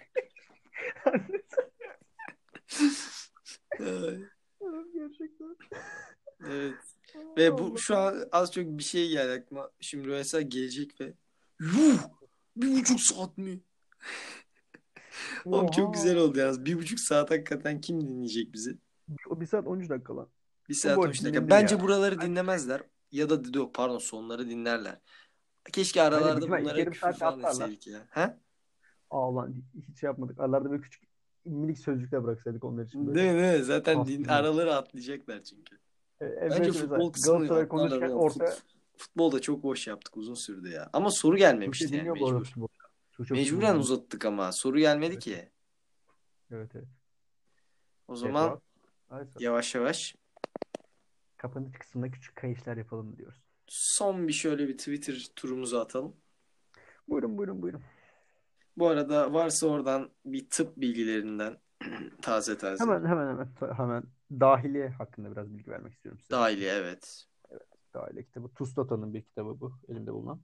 Gerçekten. Evet. Ve bu Allah. şu an az çok bir şey geldi aklıma. Şimdi mesela gelecek ve yuh! 1,5 saat mi? Oğlum çok Oha. güzel oldu yalnız. 1,5 saat hakikaten kim dinleyecek bizi? O 1 saat 13 dakika lan. 1 saat Bu 13 arada dakika. dinlenir Bence ya. buraları Ben, dinlemezler. Ya da yok, pardon, sonları dinlerler. Keşke bence büyük aralarda ihtimalle ilk bunlara yarım küfür saatte falan atlarlar. etseydik ya. Ha? Aa lan hiç şey yapmadık. Aralarda böyle küçük minik sözcükler bıraksaydık onlar için böyle. Değil mi? Değil mi? Zaten Taslamak. araları atlayacaklar çünkü. Bence Mesela futbol kısmını Galatasaray atlarlar konuşurken oğlum. orta Futbolda çok boş yaptık. Uzun sürdü ya. Ama soru Tuğçe gelmemişti yani, dinliyor bu arada mecbur. futbol. Tuğçe futbol Mecburen dinliyor. uzattık ama. Soru gelmedi Evet, evet. ki. Evet, evet. O zaman Defuat. Aysa. yavaş yavaş Kapanış kısmında küçük kayışlar yapalım diyoruz. son bir şöyle bir Twitter turumuzu atalım. Buyurun. Bu arada varsa oradan bir tıp bilgilerinden taze taze. Hemen dahiliye hakkında biraz bilgi vermek istiyorum size. Dahiliye, evet. Evet, dahiliye kitabı. Tustata'nın bir kitabı bu. Elimde bulunan.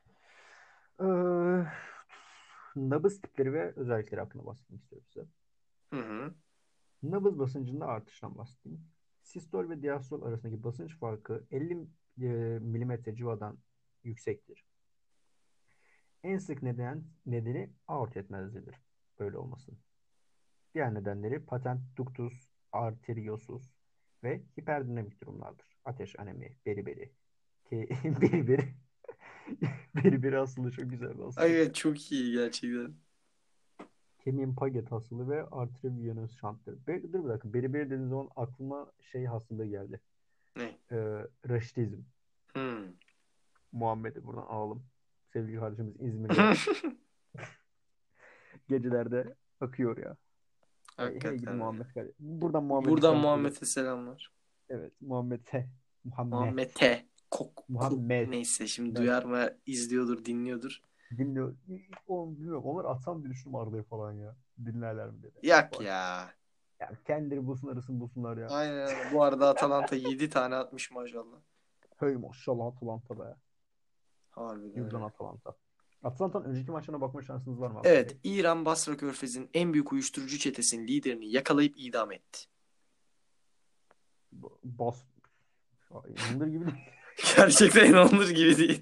Ee, Nabız tipleri ve özellikleri hakkında bahsetmek istiyorum size. Hı hı. Nabız basıncında artıştan bahsedeyim. Sistol ve diastol arasındaki basınç farkı 50 milimetre civadan yüksektir. En sık nedeni aort yetmezliğidir. Böyle olmasın. Diğer nedenleri patent ductus arteriosus ve hiperdinamik durumlardır. Ateş, anemi, beriberi. Beriberi. Beriberi hastalığı çok güzel bir Ay, hastalık ya. evet, çok iyi gerçekten. Kemiğin paget hastalığı ve arteriovenöz şanttır. Dur bir dakika. Beriberi dediğiniz zaman aklıma şey hastalığı geldi. Ne? Raşitizm. Hmm. Muhammed'i buradan alalım. Sevgili kardeşimiz İzmir'de gecelerde akıyor ya. Hey gidi Hakikaten ya. Muhammed kardeşim. Buradan Muhammed'i Buradan selamlıyoruz. Muhammed'e selamlar. Evet Muhammed'e. Muhammed. Muhammed'e. Muhammed. Neyse, şimdi Ben duyar mı, izliyordur, dinliyordur. dinliyor. Oğlum bilmiyorum. Onlar atsam bir düşünüm Arda'yı falan ya. Dinlerler mi dedi. Yak Bak. ya. Ya kendileri bulsun arasın bulsunlar ya. Aynen öyle. Bu arada Atalanta 7 tane atmış maşallah. Hey maşallah Atalanta be. Harbiden Yurdan öyle. Atalanta. Atalanta'nın önceki maçlarına bakma şansınız var mı Hakan Evet, Bey? İran Basra Körfezi'nin en büyük uyuşturucu çetesinin liderini yakalayıp idam etti. Bas. İnanılır gibi değil. Gerçekten inanılır gibi değil.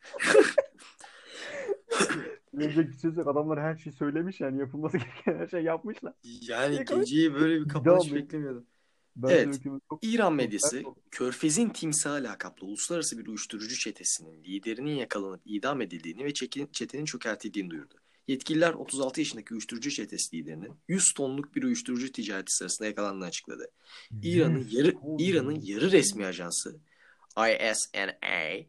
Gelecek bir söz yok. Adamlar her şeyi söylemiş yani. Yapılması gereken her şey yapmışlar. Yani Yakalayıp geceyi böyle bir kapanış idam et. beklemiyordum. Ben Evet, söyleyeyim çok İran çok sert medyası oldu. Körfez'in timsahı lakaplı uluslararası bir uyuşturucu çetesinin liderinin yakalanıp idam edildiğini ve çetenin çökertildiğini duyurdu. Yetkililer 36 yaşındaki uyuşturucu çetesi liderinin 100 tonluk bir uyuşturucu ticareti sırasında yakalandığını açıkladı. İran'ın 100 yarı ton. İran'ın yarı resmi ajansı ISNA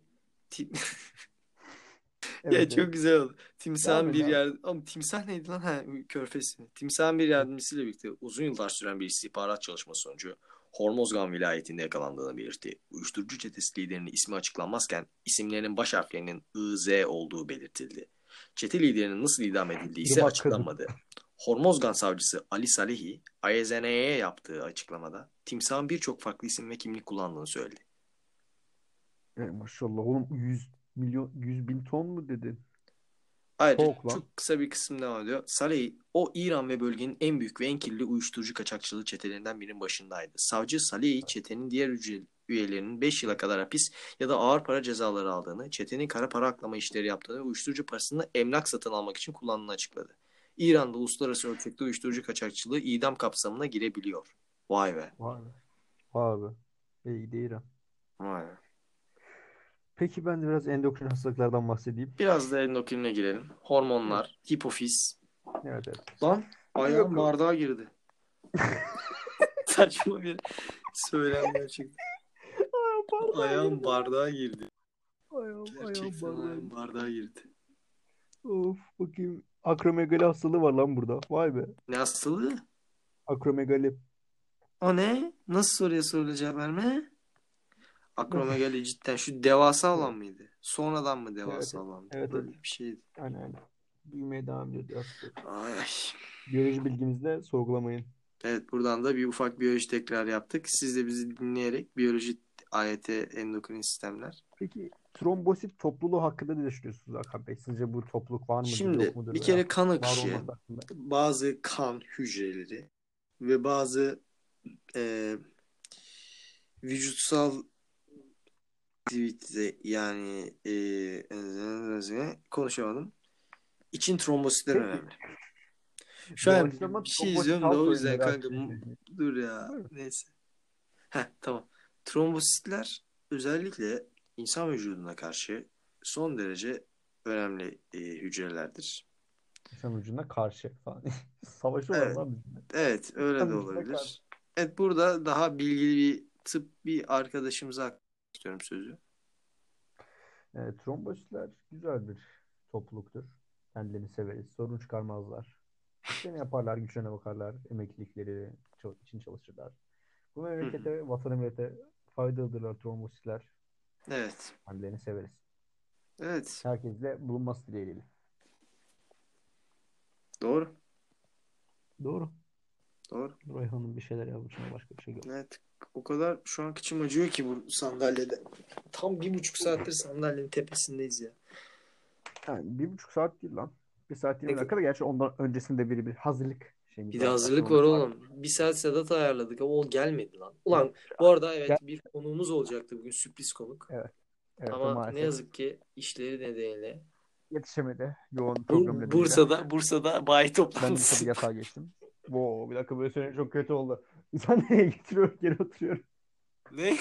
ya Evet evet. çok güzel oldu. Devam Timsahın edin bir abi. yer ama timsah neydi lan? Ha, Körfez mi? Timsahın bir yardımcısıyla birlikte uzun yıllar süren bir istihbarat çalışması sonucu Hormozgan vilayetinde yakalandığını belirtti. Uyuşturucu çetesi liderinin ismi açıklanmazken isimlerinin baş harflerinin IZ olduğu belirtildi. Çete liderinin nasıl idam edildiği ise Irmak Kazık. açıklanmadı. Hormozgan savcısı Ali Salehi, ISNA'ya yaptığı açıklamada timsahın birçok farklı isim ve kimlik kullandığını söyledi. Maşallah oğlum 100 milyon 100 bin ton mu dedin? Ayrıca Çok lan. çok kısa bir kısım devam ediyor. Saleh, o İran ve bölgenin en büyük ve en kirli uyuşturucu kaçakçılığı çetelerinden birinin başındaydı. Savcı Saleh'i çetenin diğer üyelerinin 5 yıla kadar hapis ya da ağır para cezaları aldığını, çetenin kara para aklama işleri yaptığını ve uyuşturucu parasını emlak satın almak için kullandığını açıkladı. İran'da uluslararası ölçekli uyuşturucu kaçakçılığı idam kapsamına girebiliyor. Vay be. Vay be. Vay be. İyi değil ha. Vay be. Peki ben de biraz endokrin hastalıklardan bahsedeyim. Biraz da endokrine girelim. Evet. Hormonlar, hipofiz. Evet evet. Lan ayağım Yok. bardağa girdi. Saçma bir söylem gerçekten. Ayağım bardağa girdi. Ayağım Gerçekten bardağı. ayağım bardağa girdi. Of bakayım. Akromegali hastalığı var lan burada. Vay be. Ne hastalığı? Akromegali. O ne? Nasıl soruya soruyla cevap verme? Akromegali cidden şu devasa olan Evet. mıydı? Sonradan mı Evet. devasa olandı? Evet. Böyle bir şeydi. Aynen. Büyümeye devam ediyor diye hatırlıyorum. Ay, ay. Biyoloji bilgimizde sorgulamayın. Evet, buradan da bir ufak biyoloji tekrar yaptık. Siz de bizi dinleyerek biyoloji AYT endokrin sistemler. Peki trombosit topluluğu hakkında ne düşünüyorsunuz Hakan Bey? Sizce bu topluluk var mıdır, yok Şimdi mudur bir veya kere kan var akışı, olması hakkında? bazı kan hücreleri ve bazı e, vücutsal aktivite yani konuşamadım. İçin trombositler Peki önemli. Şu an doğaçlama bir şey trombosit izliyorum da halk o yüzden oyunları kanka hakkında ne düşünüyorsunuz? dur ya, Buyurun. neyse. Heh, tamam. Trombositler özellikle insan vücuduna karşı son derece önemli hücrelerdir. İnsan vücuduna karşı falan. Savaşıyorlar Evet, lan bizimle. evet öyle de İnsan vücuduna karşı. olabilir. Evet, burada daha bilgili bir tıp bir arkadaşımıza aktarmak istiyorum sözü. Trombositler güzel bir topluluktur. Kendilerini severiz. Sorun çıkarmazlar. İşlerini yaparlar, güçlerine bakarlar. Emeklilikleri için çalışırlar. Bu Hı hı. memlekete, vatana millete faydalıdırlar trombositler. Evet. Kendilerini severiz. Evet. Herkesle bulunması dileğiyle. Doğru. Doğru. Doğru. Nuray Hanım bir şeyler yazmış ama başka bir şey yok. Evet. O kadar şu an içim acıyor ki bu sandalyede. Tam 1,5 saattir sandalyenin tepesindeyiz ya. Yani 1,5 saat değil lan. 1 saat 20 Ne, dakika da gerçi ondan öncesinde bir hazırlık şeyimiz Bir de var. hazırlık var Aşamamız var. oğlum. Bir saat Sedat ayarladık ama o gelmedi lan. Ulan bu arada Gel. evet bir konuğumuz olacaktı bugün, sürpriz konuk. Evet. Evet o Ama ne maalesef yazık ki işleri nedeniyle yetişemedi yoğun program nedeniyle. Bursa'da bayi Ben de bu sefer toplantısı. yatağa geçtim. Wow, bir dakika böyle söyleyince çok kötü oldu. İnsan nereye getiriyor? Geri oturuyorum. Ne?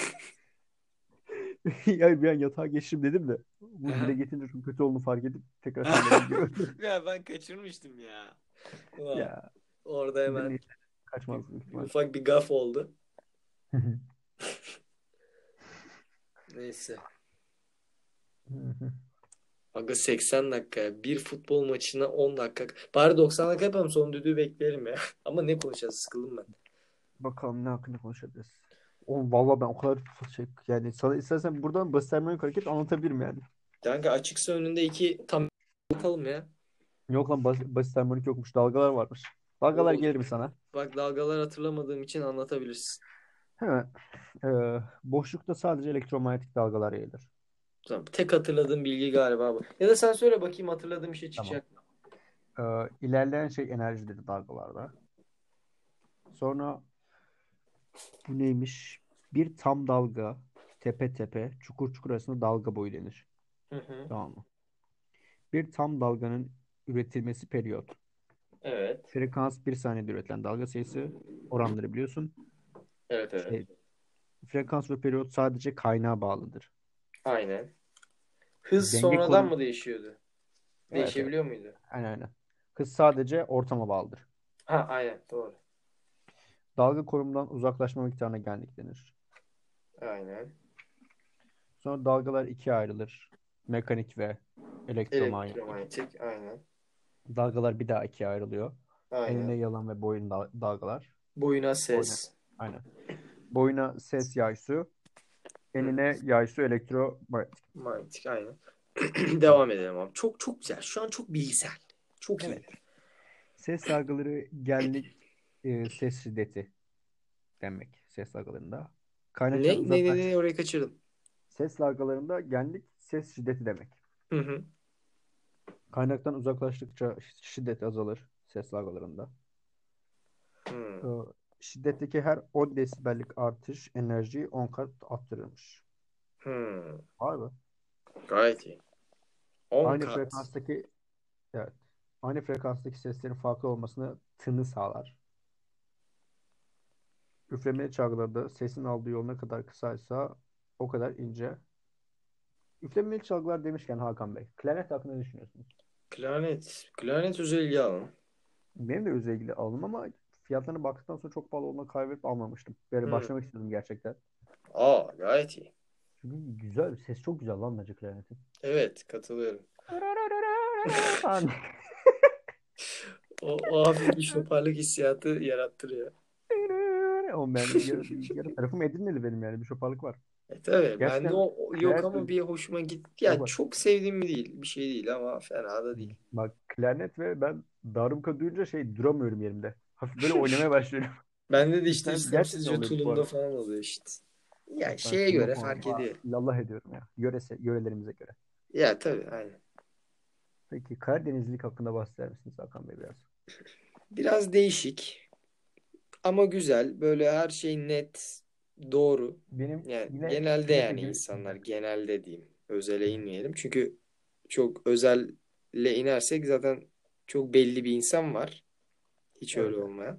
Ya bir an yatağa geçtim dedim de. Bu dile getirince çok kötü olduğunu fark edip tekrar sandalyeyi geri oturdum. Ya ben kaçırmıştım ya. Ulan, Ya orada dedim hemen neyse. Kaçmaz büyük ihtimal. ufak bir gaf oldu. Neyse. Aga 80 dakika. Bir futbol maçına 10 dakika. Bari 90 dakika yapalım, son düdüğü bekleyelim ya. Ama ne konuşacağız? Sıkıldım ben. Bakalım ne hakkında konuşabiliriz. Oğlum vallahi ben o kadar şey yani sana istersen buradan basit termonik hareket anlatabilirim yani. Kanka açıksa önünde iki tam atalım ya. Yok lan basit harmonik yokmuş. Dalgalar varmış. Dalgalar Oo, gelir mi sana? bak dalgalar hatırlamadığım için anlatabilirsin. Hemen. Boşlukta sadece elektromanyetik dalgalar yayılır. Tamam. Tek hatırladığım bilgi galiba bu. Ya da sen söyle bakayım, hatırladığım bir şey Tamam. çıkacak mı? İlerleyen şey enerjidir dalgalarda. Sonra bu neymiş? Bir tam dalga tepe tepe çukur çukur arasında dalga boyu denir. Hı hı. Tamam mı? Bir tam dalganın üretilmesi periyot. Evet. Frekans bir saniyede üretilen dalga sayısı oranları biliyorsun. Evet, evet. Şey, frekans ve periyot sadece kaynağa bağlıdır. Aynen. Hız Denge sonradan korun. mı değişiyordu? Evet evet. Değişebiliyor muydu? Aynen aynen. Hız sadece ortama bağlıdır. Ha, aynen doğru. Dalga korumadan uzaklaşma miktarına genlik denir. Aynen. Sonra dalgalar ikiye ayrılır. Mekanik ve elektromanyetik. Elektromanyetik. Aynen. Dalgalar bir daha ikiye ayrılıyor. Enine Aynen. yalan ve boyun dalgalar. Boyuna Boyuna. ses. Aynen. Boyuna ses yay su. Hı. Enine yay su elektromanyetik. Manyetik aynen. Tamam. Devam edelim abi. Çok çok güzel. Şu an çok bilgisayar. Çok iyi. Evet. Ses dalgaları genlik ses şiddeti demek ses dalgalarında. Kaynaktan Ne orayı kaçırdım. ses dalgalarında genlik ses şiddeti demek. Hı hı. Kaynaktan uzaklaştıkça şiddet azalır ses dalgalarında. Hı. Ee, Şiddetteki her 10 desibellik artış enerjiyi 10 kat arttırırmış. Hı. Var mı? Gayet iyi. 10 Aynı kat. frekanstaki evet. Aynı frekanstaki seslerin farklı olmasını tını sağlar. Üflemeli çalgılarda sesin aldığı yol ne kadar kısaysa o kadar ince. Üflemeli çalgılar demişken Hakan Bey, klarnet hakkında ne düşünüyorsunuz? Klarnet. Klarnet özel ilgi alalım. Benim de özel ilgili aldım ama fiyatlarına baktıktan sonra çok pahalı olduğuna karar verip almamıştım. Böyle Hı. başlamak istedim gerçekten. Aa, gayet iyi. Çünkü güzel, ses çok güzel lan bence klarnetin. Evet, katılıyorum. Falan. O hafif bir şoparlık hissiyatı yarattırıyor. O ben yarı tarafım Edirneli benim yani bir şoparlık var. Tabii bende Gerçekten o yok klarnet ama bir hoşuma gitti. bak Ya bak. çok sevdiğim bir değil. Bir şey değil ama fena da değil. Bak klarnet ve ben darbuka duyunca şey duramıyorum yerimde. Hafif böyle oynamaya başlıyorum. Bende de işte Cidden gerçekten istemsizce oluyor bu tulumda arada. falan oluyor işte. Ya Yok ben şeye tulumda göre falan fark ediyor. illallah ediyorum ya. Yörelerimize göre. Ya tabii aynen. Peki Karadenizlik hakkında bahseder misiniz Hakan Bey biraz? Biraz değişik ama güzel. Böyle her şey net, doğru. Benim Yani yine genelde, künefe yani gibi insanlar genelde diyeyim. Özele inmeyelim. Çünkü çok özelle inersek zaten çok belli bir insan var. Hiç öyle evet evet. olmayan.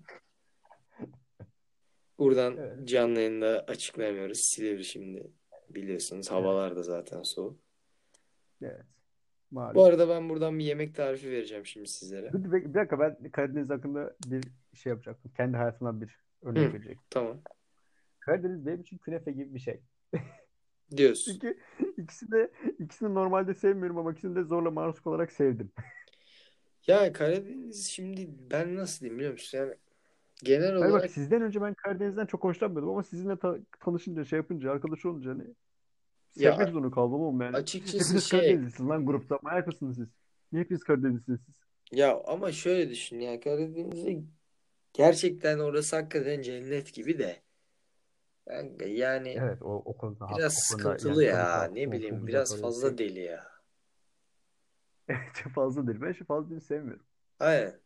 Buradan Evet. canlı yayında açıklayamıyoruz. Silivri şimdi biliyorsunuz. Evet. Havalar da zaten soğuk. Evet. Bu Malum. arada ben buradan bir yemek tarifi vereceğim şimdi sizlere. Bir dakika ben Karadeniz hakkında bir şey yapacaktım. Kendi hayatımdan bir örnek Hı, verecektim. tamam. Karadeniz benim için künefe gibi bir şey. Diyorsun. Çünkü ikisini normalde sevmiyorum ama ikisini de zorla maruz kalarak sevdim. Ya Karadeniz şimdi ben nasıl diyeyim biliyor musun? Yani genel Hayır bak olarak sizden önce ben Karadeniz'den çok hoşlanmıyordum ama sizinle tanışınca şey yapınca arkadaş olunca hani ya sevmek zorunda kaldım oğlum yani. açıkçası Hepiniz Karadenizlisiniz lan grupta. Manyak mısınız siz? Niye hepiniz Karadenizlisiniz siz? ya ama şöyle düşün ya, Karadeniz'e gerçekten orası hakikaten cennet gibi de. Yani Evet o konuda biraz o konuda sıkıntılı yani tabii ki ya, ne haklısın. O çok bileyim güzel biraz Karadeniz. fazla deli ya. Çok fazla değil. Ben şu fazla değil sevmiyorum. Aynen.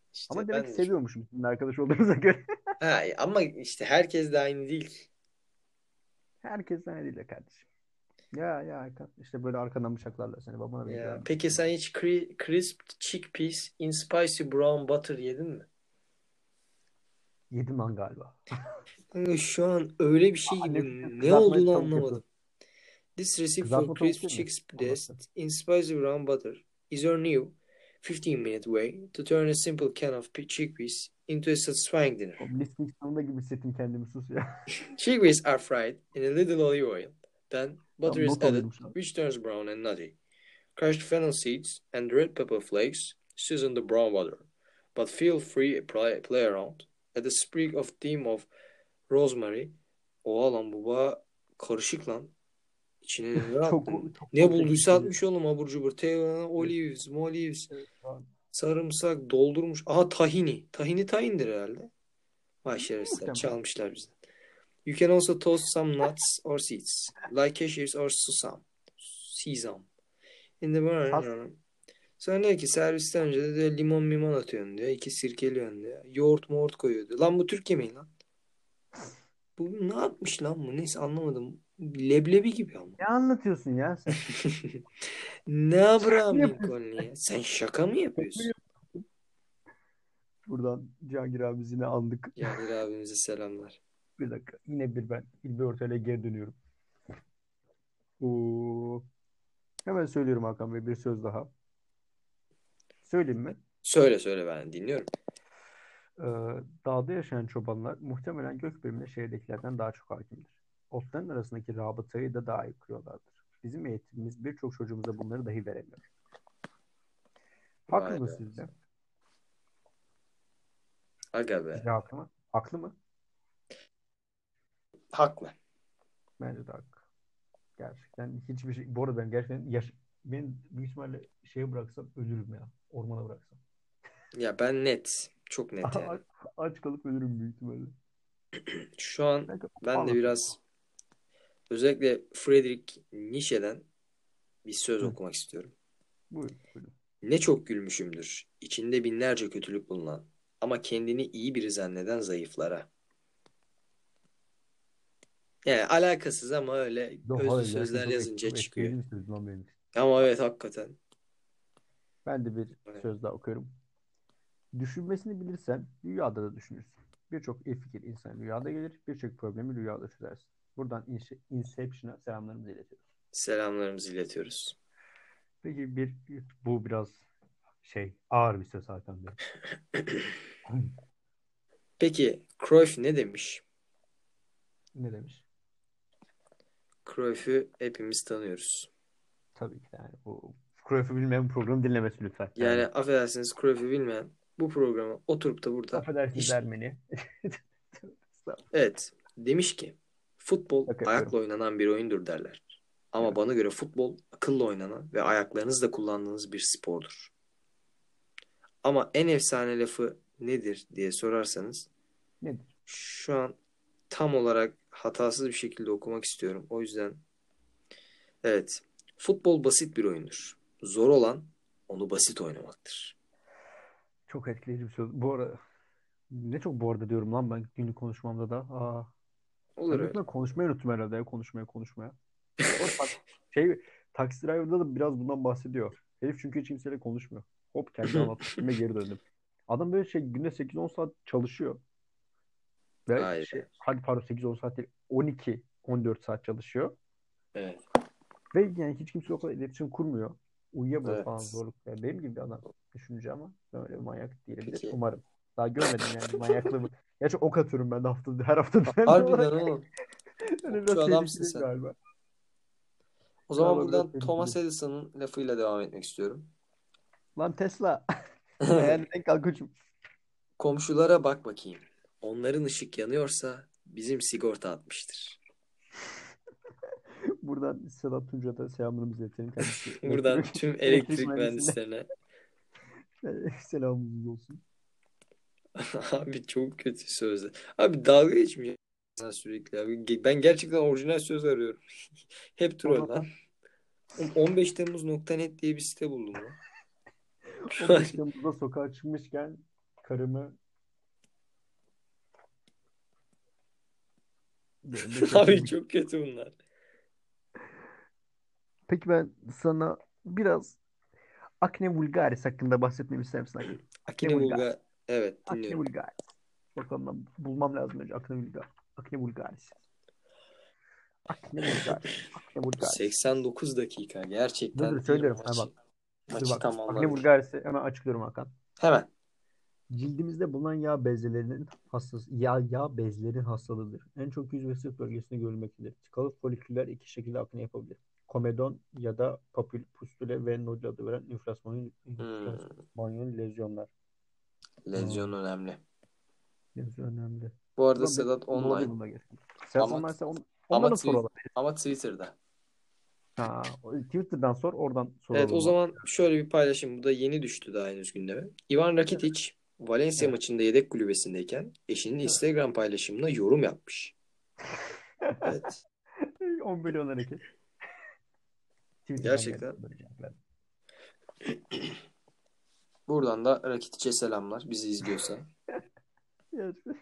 İşte Ama demek ki ben de çok. seviyormuşum sizinle arkadaş olduğumuza göre. Ha, ama işte herkes de aynı değil ki. Herkes aynı değil de kardeşim. Ya Hakan, işte böyle arkandan bıçaklarla seni babana Ya, benziyor. peki sen hiç crisped chickpeas in spicy brown butter yedin mi? Yedim lan galiba. Kanka şu an öyle bir şey Annem gibi çünkü ne kızartmayı olduğunu tavuk yapıyor. anlamadım. This recipe for Kızartma tavuk crisp değil mi? chickpeas Anlattı. in spicy brown butter is your new 15-minute way to turn a simple can of chickpeas into a satisfying dinner. O listening sonunda gibi hissettim kendimi, sus ya. Chickpeas are fried in a little olive oil. Then butter Tam is not added, alıyorum şu an. which turns brown and nutty. Crushed fennel seeds and red pepper flakes season the brown butter. But feel free to play around. Add a sprig of thyme of rosemary. Oha lan bu baya karışık lan. İçine ne Çok attın? çok Ne kompleks bir bulduysa şey. atmış oğlum abur cubur. Evet, Olives, molives, evet, tamam. sarımsak doldurmuş. Aha tahini. Tahini tahindir herhalde. Vay şerefsizler Muhtemelen. çalmışlar bizden. You can also toast some nuts or seeds. Like cashews or sesame. In the Sas. burner. Sonra diyor ki servisten önce de diyor, limon mimon atıyorsun diyor. İki sirkeliyorsun diyor. Yoğurt moğurt koyuyor diyor. Lan bu Türk yemeği lan. Bu ne yapmış lan bu? Neyse anlamadım. Leblebi gibi ama. Ne anlatıyorsun ya sen? Ne Şaka mı Abraham yapıyorsun? Lincoln ya? Sen şaka mı Şaka mı yapıyorsun? yapıyorsun? Buradan Cihangir abimizi yine andık. Cihangir abimize selamlar. Bir dakika. Yine ben İlber Ortaylı'ya geri dönüyorum. Oo. Hemen söylüyorum Hakan Bey, bir söz daha. Söyleyeyim mi? Söyle ben dinliyorum. Ee, Dağda yaşayan çobanlar muhtemelen gökbenimle şehirdekilerden daha çok hakimdir. Otların arasındaki rabıtayı da daha iyi kuruyorlardır. Bizim eğitimimiz birçok çocuğumuza bunları dahi veremiyor. Haklı Vay mı be. sizce? Aga be. Sizce haklı mı? Haklı mı? Haklı. Bence de haklı. Gerçekten hiçbir şey. Bu arada ben gerçekten ben büyük ihtimalle şeye bıraksam ölürüm ya. Ormana bıraksam. Ya ben net. Çok net yani. Aç kalıp ölürüm büyük ihtimalle. Şu an Belki ben de anlatayım. biraz özellikle Friedrich Nietzsche'den bir söz Hı, okumak istiyorum. buyurun. Ne çok gülmüşümdür. İçinde binlerce kötülük bulunan ama kendini iyi biri zanneden zayıflara. Yani alakasız ama öyle Yok, özlü hayır, gerçekten sözler çok, yazınca çok çıkıyor. etkileyici bir söz lan benim için. Ama evet hakikaten. Ben de bir Evet. söz daha okuyorum. Düşünmesini bilirsen rüyada da düşünürsün. Birçok iyi fikir insan rüyada gelir. Birçok problemi rüyada çözersin. Buradan Inception'a selamlarımızı iletiyoruz. Selamlarımızı iletiyoruz. Peki bu biraz ağır bir söz Hakan Bey. Peki Cruyff ne demiş? Ne demiş? Cruyff'u hepimiz tanıyoruz. Tabii ki de yani bu Cruyff'u bilmeyen bu programı dinlemesin lütfen. Yani affedersiniz Cruyff'u bilmeyen bu programı oturup da burada Affedersiniz hiç... Ermeni. Evet demiş ki futbol Şaka ayakla yapıyorum. oynanan bir oyundur derler. Ama Evet. bana göre futbol akılla oynanan ve ayaklarınızla kullandığınız bir spordur. Ama en efsane lafı nedir diye sorarsanız Nedir? şu an tam olarak hatasız bir şekilde okumak istiyorum. O yüzden evet, futbol basit bir oyundur. Zor olan onu basit oynamaktır. Çok etkileyici bir söz. Bu arada ne çok bu arada diyorum lan ben günlük konuşmamda da. Olur Ben büyük öyle. ihtimalle konuşmayı unuttum herhalde ya. Konuşmaya. O Taxi Driver'da da biraz bundan bahsediyor. Herif çünkü hiç kimseyle konuşmuyor. Hop, kendi anlattıklarıma geri döndüm. Adam böyle günde 8-10 saat çalışıyor. Ve Vay be. hadi pardon, 8-10 saat değil, 12-14 saat çalışıyor. Evet. Ve yani hiç kimse o kadar iletişim kurmuyor. Uyuyamıyor falan, Evet. zorluk. Yani benim gibi bir adam düşünce, ama ben öyle bir manyak değilimdir. Peki. Umarım. Daha görmedim yani manyaklığımı. Gerçi ok atıyorum ben de her hafta düzenli Harbiden olarak. oğlum. Öyle Okçu biraz adamsın tehlikeliyim sen. galiba. O zaman Galiba biraz buradan tehlikeli. Thomas Edison'ın lafıyla devam etmek istiyorum. Lan Tesla. Hayalden kalk koçum. Komşulara bak bakayım. Onların ışık yanıyorsa bizim sigorta atmıştır. Buradan Sedat Tunç'a da selamlarımızı iletelim, kendisi. Buradan tüm Elektrik elektrik mühendisliğinde mühendislerine. selamımız olsun. Abi çok kötü sözler. Abi dalga geçmiyor sürekli abi. Ben gerçekten orijinal söz arıyorum. Hep troll lan. Anlatan 15 Temmuz.net diye bir site buldum lan. Şu an 15 Temmuz'da sokağa çıkmışken karımı benim de Abi şaşırmış. çok kötü bunlar. Peki ben sana biraz Acne vulgaris hakkında bahsetmemi ister misin Akın? Acne Akine vulgaris. Bulgar. Evet, Acne dinliyorum. vulgaris. Bakalım ben bulmam lazım önce Acne vulgaris. Acne vulgaris. Acne vulgaris. Acne vulgaris. 89 dakika. Dur dur Gerçekten bir söylüyorum sana bak. Dur maçı bak. Acne tamamladık. vulgaris'i hemen açıklıyorum Hakan. Hemen. Cildimizde bulunan yağ bezlerin hastalığıdır. En çok yüz ve sırt bölgesinde görülmektedir. Tıkalı foliküller iki şekilde akne yapabilir. Komedon ya da papül, pustule ve nodül adı veren Hmm, inflamasyon lezyonlar. Aa, lezyon önemli. lezyon önemli. Bu arada Ulan benim Sedat de olabilir online. bunda gerçekten. Sen Ama onlarsa ama ondan da soru tweet olabilir. ama Twitter'da. Ha, Twitter'dan sor, oradan Evet, soralım o ama. zaman şöyle bir paylaşım. Bu da yeni düştü daha henüz gündeme. Ivan Evet. Rakitic Valencia Evet. maçında yedek kulübesindeyken eşinin Evet. Instagram paylaşımına yorum yapmış. Evet. 10 milyon hareket. Twitter'dan geldi Gerçekten. böyle cevaplar. Buradan da Rakitic'e selamlar bizi izliyorsa. Gerçekten.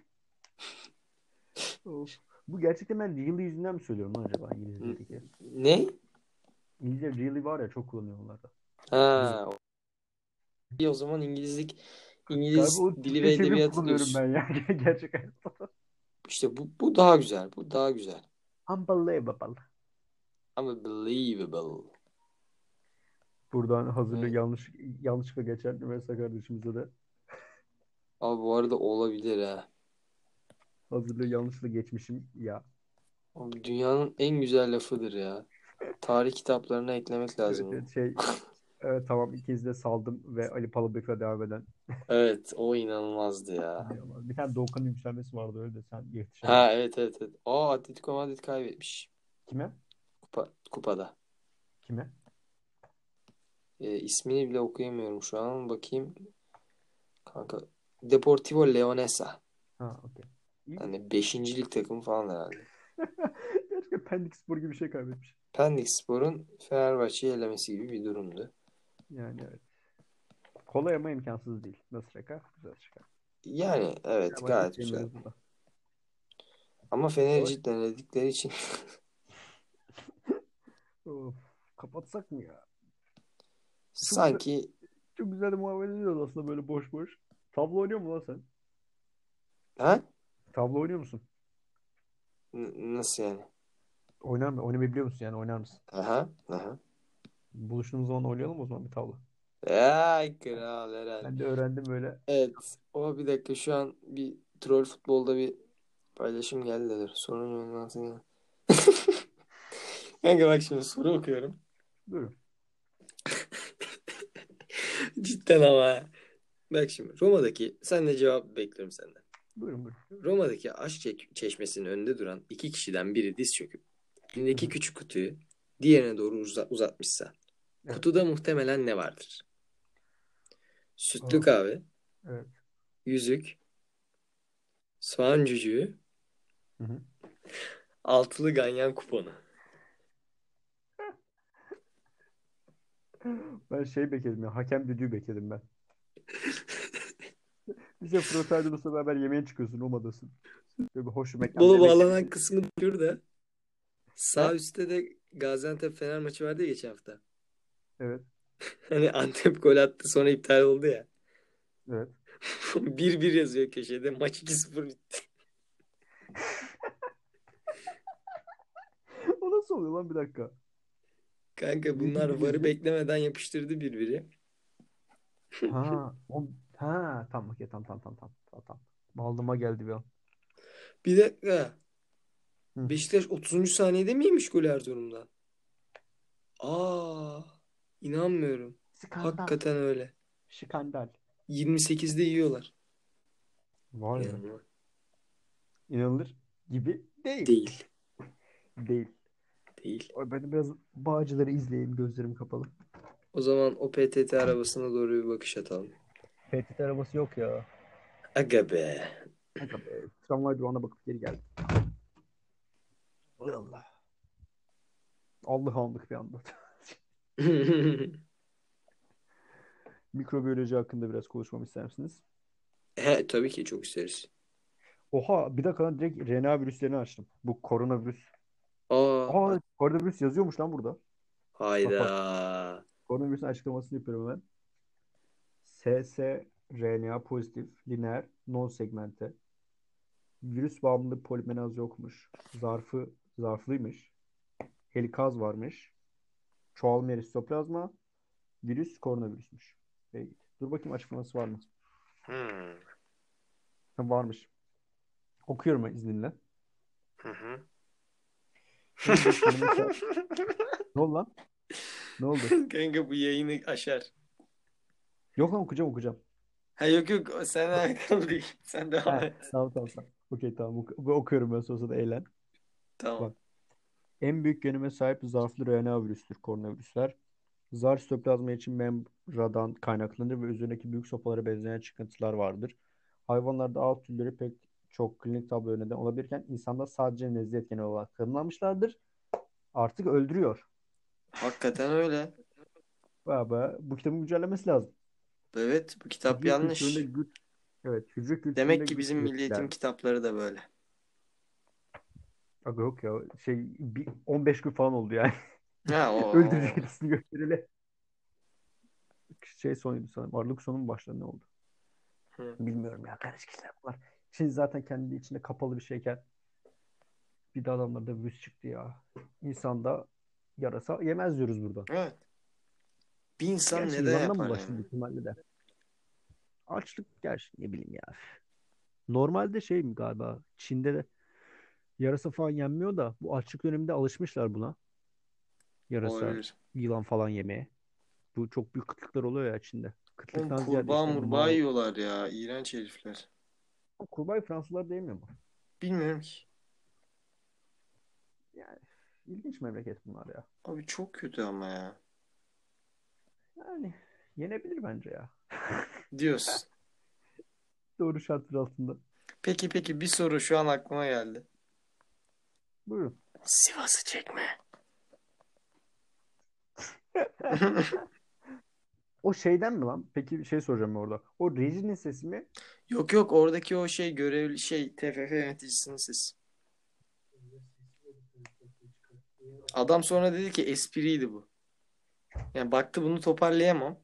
Of. Bu gerçekten ben Real yüzünden mi söylüyorum lan acaba N- İngilizce'deki? Ne? İngilizce Really var ya çok kullanıyorlar da. Real. Ha, iyi o zaman Galiba İngiliz onu dili ve Türkçe çevirip edebiyatı kullanıyorum diyorsun. ben ya. Gerçek hayatta. İşte bu daha güzel. Bu daha güzel. Unbelievable. Unbelievable. Buradan hazırlığı Evet. yanlışlıkla geçen Rümeysa kardeşimize de Abi bu arada olabilir ha. hazırlığı yanlışlıkla geçmişim ya. Abi dünyanın en güzel lafıdır ya. Tarih kitaplarına eklemek Evet, lazım evet onu. şey evet, tamam ikinizi de saldım ve Ali Palabıyık'la devam eden Evet, o inanılmazdı ya. bir tane Doğukan'ın yükselmesi vardı öyle de sen yetişemedin. Ha, evet, evet, evet. Aa, Atletico Madrid kaybetmiş. Kime? Kupada. Kime? İsmini bile okuyamıyorum şu an. Bakayım. Kanka. Deportivo Leonesa. Ha, okey. İyi. Hani beşincilik takım falan herhalde. Gerçekten Pendik Spor gibi bir şey kaybetmiş. Pendikspor'un Fenerbahçe'yi elemesi gibi bir durumdu. Yani evet. Kolay ama imkansız değil. Nasıl şaka? Güzel şaka. Yani evet, Fenerbahçe'yi gayet güzel. sevmiyoruz burada. Ama Fener'i Savaş. cidden eledikleri için Of, kapatsak mı ya? Çok güzel, sanki çok güzel de muhabbet ediyoruz aslında böyle boş boş. Tablo oynuyor mu lan sen? ha? Tablo oynuyor musun? Nasıl yani? Oynar mı? Oynamayı biliyor musun yani oynar mısın? Aha, aha. Buluştuğumuz zaman oynayalım o zaman bir tavla. Ay kral herhalde. Ben de öğrendim böyle. Evet. O bir dakika, şu an bir troll futbolda bir paylaşım geldi de dur. Sorun olmasın. Kanka bak, şimdi soru okuyorum. Buyurun. Cidden ama. Bak şimdi sen de cevap bekliyorum senden. Buyurun buyurun. Roma'daki aşk çeşmesinin önünde duran iki kişiden biri diz çöküp Hı elindeki hı. küçük kutuyu diğerine doğru uzatmışsa Evet. kutuda muhtemelen ne vardır? Sütlü Aa, kahve, evet. yüzük, soğan cücüğü, Hı hı. altılı ganyan kuponu. Ben şey bekledim ya. Hakem düdüğü bekledim ben. Bize Fırat Aydınus'la beraber yemeğe çıkıyorsun Roma'dasın. Böyle bir hoş bir mekanda Futbola yemek bağlanan yemek. kısmı şurada. He? Sağ üstte de Gaziantep Fener maçı vardı ya geçen hafta. Evet. Hani Antep gol attı sonra iptal oldu ya. Evet. 1-1 yazıyor köşede. Maç 2-0 bitti. O nasıl oluyor lan bir dakika. Kanka Ne bunlar 1-1 VAR'ı yazıyor? beklemeden yapıştırdı birbiri. Tamam okey tamam. Baldıma geldi bir an. Bir dakika. Hı. Beşiktaş 30. saniyede miymiş gol Erzurum'dan? Aa, inanmıyorum. Skandal. Hakikaten öyle. Skandal. 28'de yiyorlar. Vay be. İnanılmaz. İnanılır gibi değil. Değil. Değil. Değil. Ay, ben de biraz Bağcılar'ı izleyeyim gözlerim kapalı. O zaman o PTT arabasına doğru bir bakış atalım. Tehdit arabası yok ya. Aga be. Kanka be, tramvay durağına bakıp geri geldim. Allah. Allah'ı andık bir anda. Mikrobiyoloji hakkında biraz konuşmamı ister misiniz? He, tabii ki çok isteriz. Oha bir dakika lan direkt RNA virüslerini açtım. Bu koronavirüs. Aa, Aa koronavirüs yazıyormuş lan burada. hayda. Bak bak. Koronavirüsün açıklamasını yapıyorum hemen. ssRNA pozitif, lineer, non-segmente. Virüs bağımlı polimeraz yokmuş. Zarflıymış. Helikaz varmış. Çoğalma yeri sitoplazma. Virüs koronavirüsmüş. Hey, dur bakayım açıklaması var mı? Hmm. Ha, varmış. Okuyorum ben izninle. Hı hı. En büyük deneme sahip. Ne oldu lan? Ne oldu? Kanka bu yayını aşar. Yok lan okuyacağım. Ha yok yok, o seninle alakalı değil. Sen devam Heh, et. tamam. Okey tamam. Okuyorum ben sonrasında eğlen. Tamam. Bak. En büyük yönüme sahip zarflı RNA virüstür koronavirüsler. Zar sitoplazma için membradan kaynaklanır ve üzerindeki büyük sopalara benzeyen çıkıntılar vardır. Hayvanlarda alt türleri pek çok klinik tabloya neden olabilirken insanda sadece nezle etkeni olarak tanımlanmışlardır. Artık öldürüyor. Hakikaten öyle. Baba, bu kitabın güncellemesi lazım. Evet, bu kitap Hücre kültüründe yanlış. güç, evet, hücre Demek kültüründe ki güç bizim milliyetin ürettiler. kitapları da böyle. Aga yok ya, 15 gün falan oldu yani. Ha Öldürecek o. etkisini göstereli. Sonuydu sanırım. Aralık sonu mu başladı ne oldu? Hı. Bilmiyorum ya. Karış kişiler var. Çin zaten kendi içinde kapalı bir şeyken bir de adamlarda virüs çıktı ya. İnsanda yarasa yemez diyoruz burada. Evet. Bir insan Gerçi neden yılandan yapar bulaştı yani? büyük ihtimalle de. Açlık gerçi ne bileyim ya. Normalde şey mi galiba Çin'de de yarasa falan yenmiyor da bu açlık döneminde alışmışlar buna. Yarasa, Olabilir. yılan falan yemeye. Bu çok büyük kıtlıklar oluyor ya Çin'de. Oğlum Kıtlıktan ziyade kurbağa işte murbağa mal. yiyorlar ya. İğrenç herifler. Kurbağayı Fransızlar da yemiyor mu? Bilmiyorum ki. Yani ilginç memleket bunlar ya. Abi çok kötü ama ya. Yani yenebilir bence ya. Diyorsun. Doğru şartlar altında. Peki bir soru şu an aklıma geldi. Buyurun. Sivas'ı çekme. O şeyden mi lan? Peki bir şey soracağım ben orada. O rejinin sesi mi? Yok yok, oradaki o şey görevli şey TFF yöneticisinin sesi. Adam sonra dedi ki espriydi bu. Yani baktı bunu toparlayamam.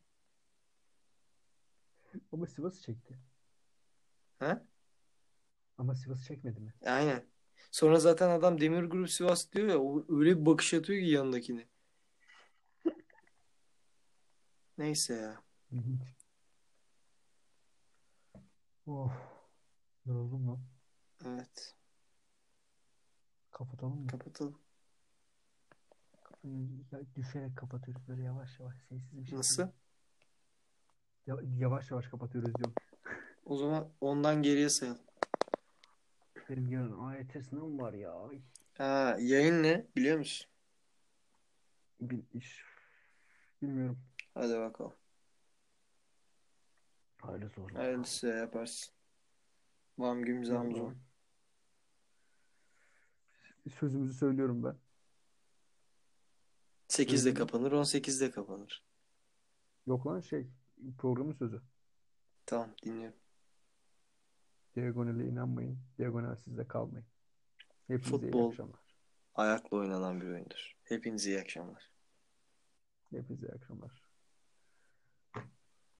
Ama Sivas'ı çekti. Ha? Ama Sivas'ı çekmedi mi? Aynen. Sonra zaten adam Demir Grup Sivas diyor ya, öyle bir bakış atıyor ki yanındakini. Neyse ya. İlginç. Oh, yoruldum lan. Evet. Kapatalım mı? Kapatalım. Ya, düşerek kapatıyoruz böyle yavaş yavaş sessiz bir şekilde. Nasıl? Yavaş yavaş kapatıyoruz diyorum. O zaman ondan geriye sayalım. Benim yarın AYT sınavım var ya. Ay, Ha, yayın ne biliyor musun? iş. Bilmiyorum. Hadi bakalım. Hayırlısı olsun bakalım. Hayırlısı yaparsın. Vam güm zamzum. Vallahi sözümüzü söylüyorum ben. 8'de Söyleyeyim. kapanır, 18'de kapanır. Yok lan programın sözü. Tamam, dinliyorum. Diagonale inanmayın. Diagonal sizde kalmayın. Hepinize iyi Futbol akşamlar. ayakla oynanan bir oyundur. Hepinize iyi akşamlar. Hepinize iyi akşamlar.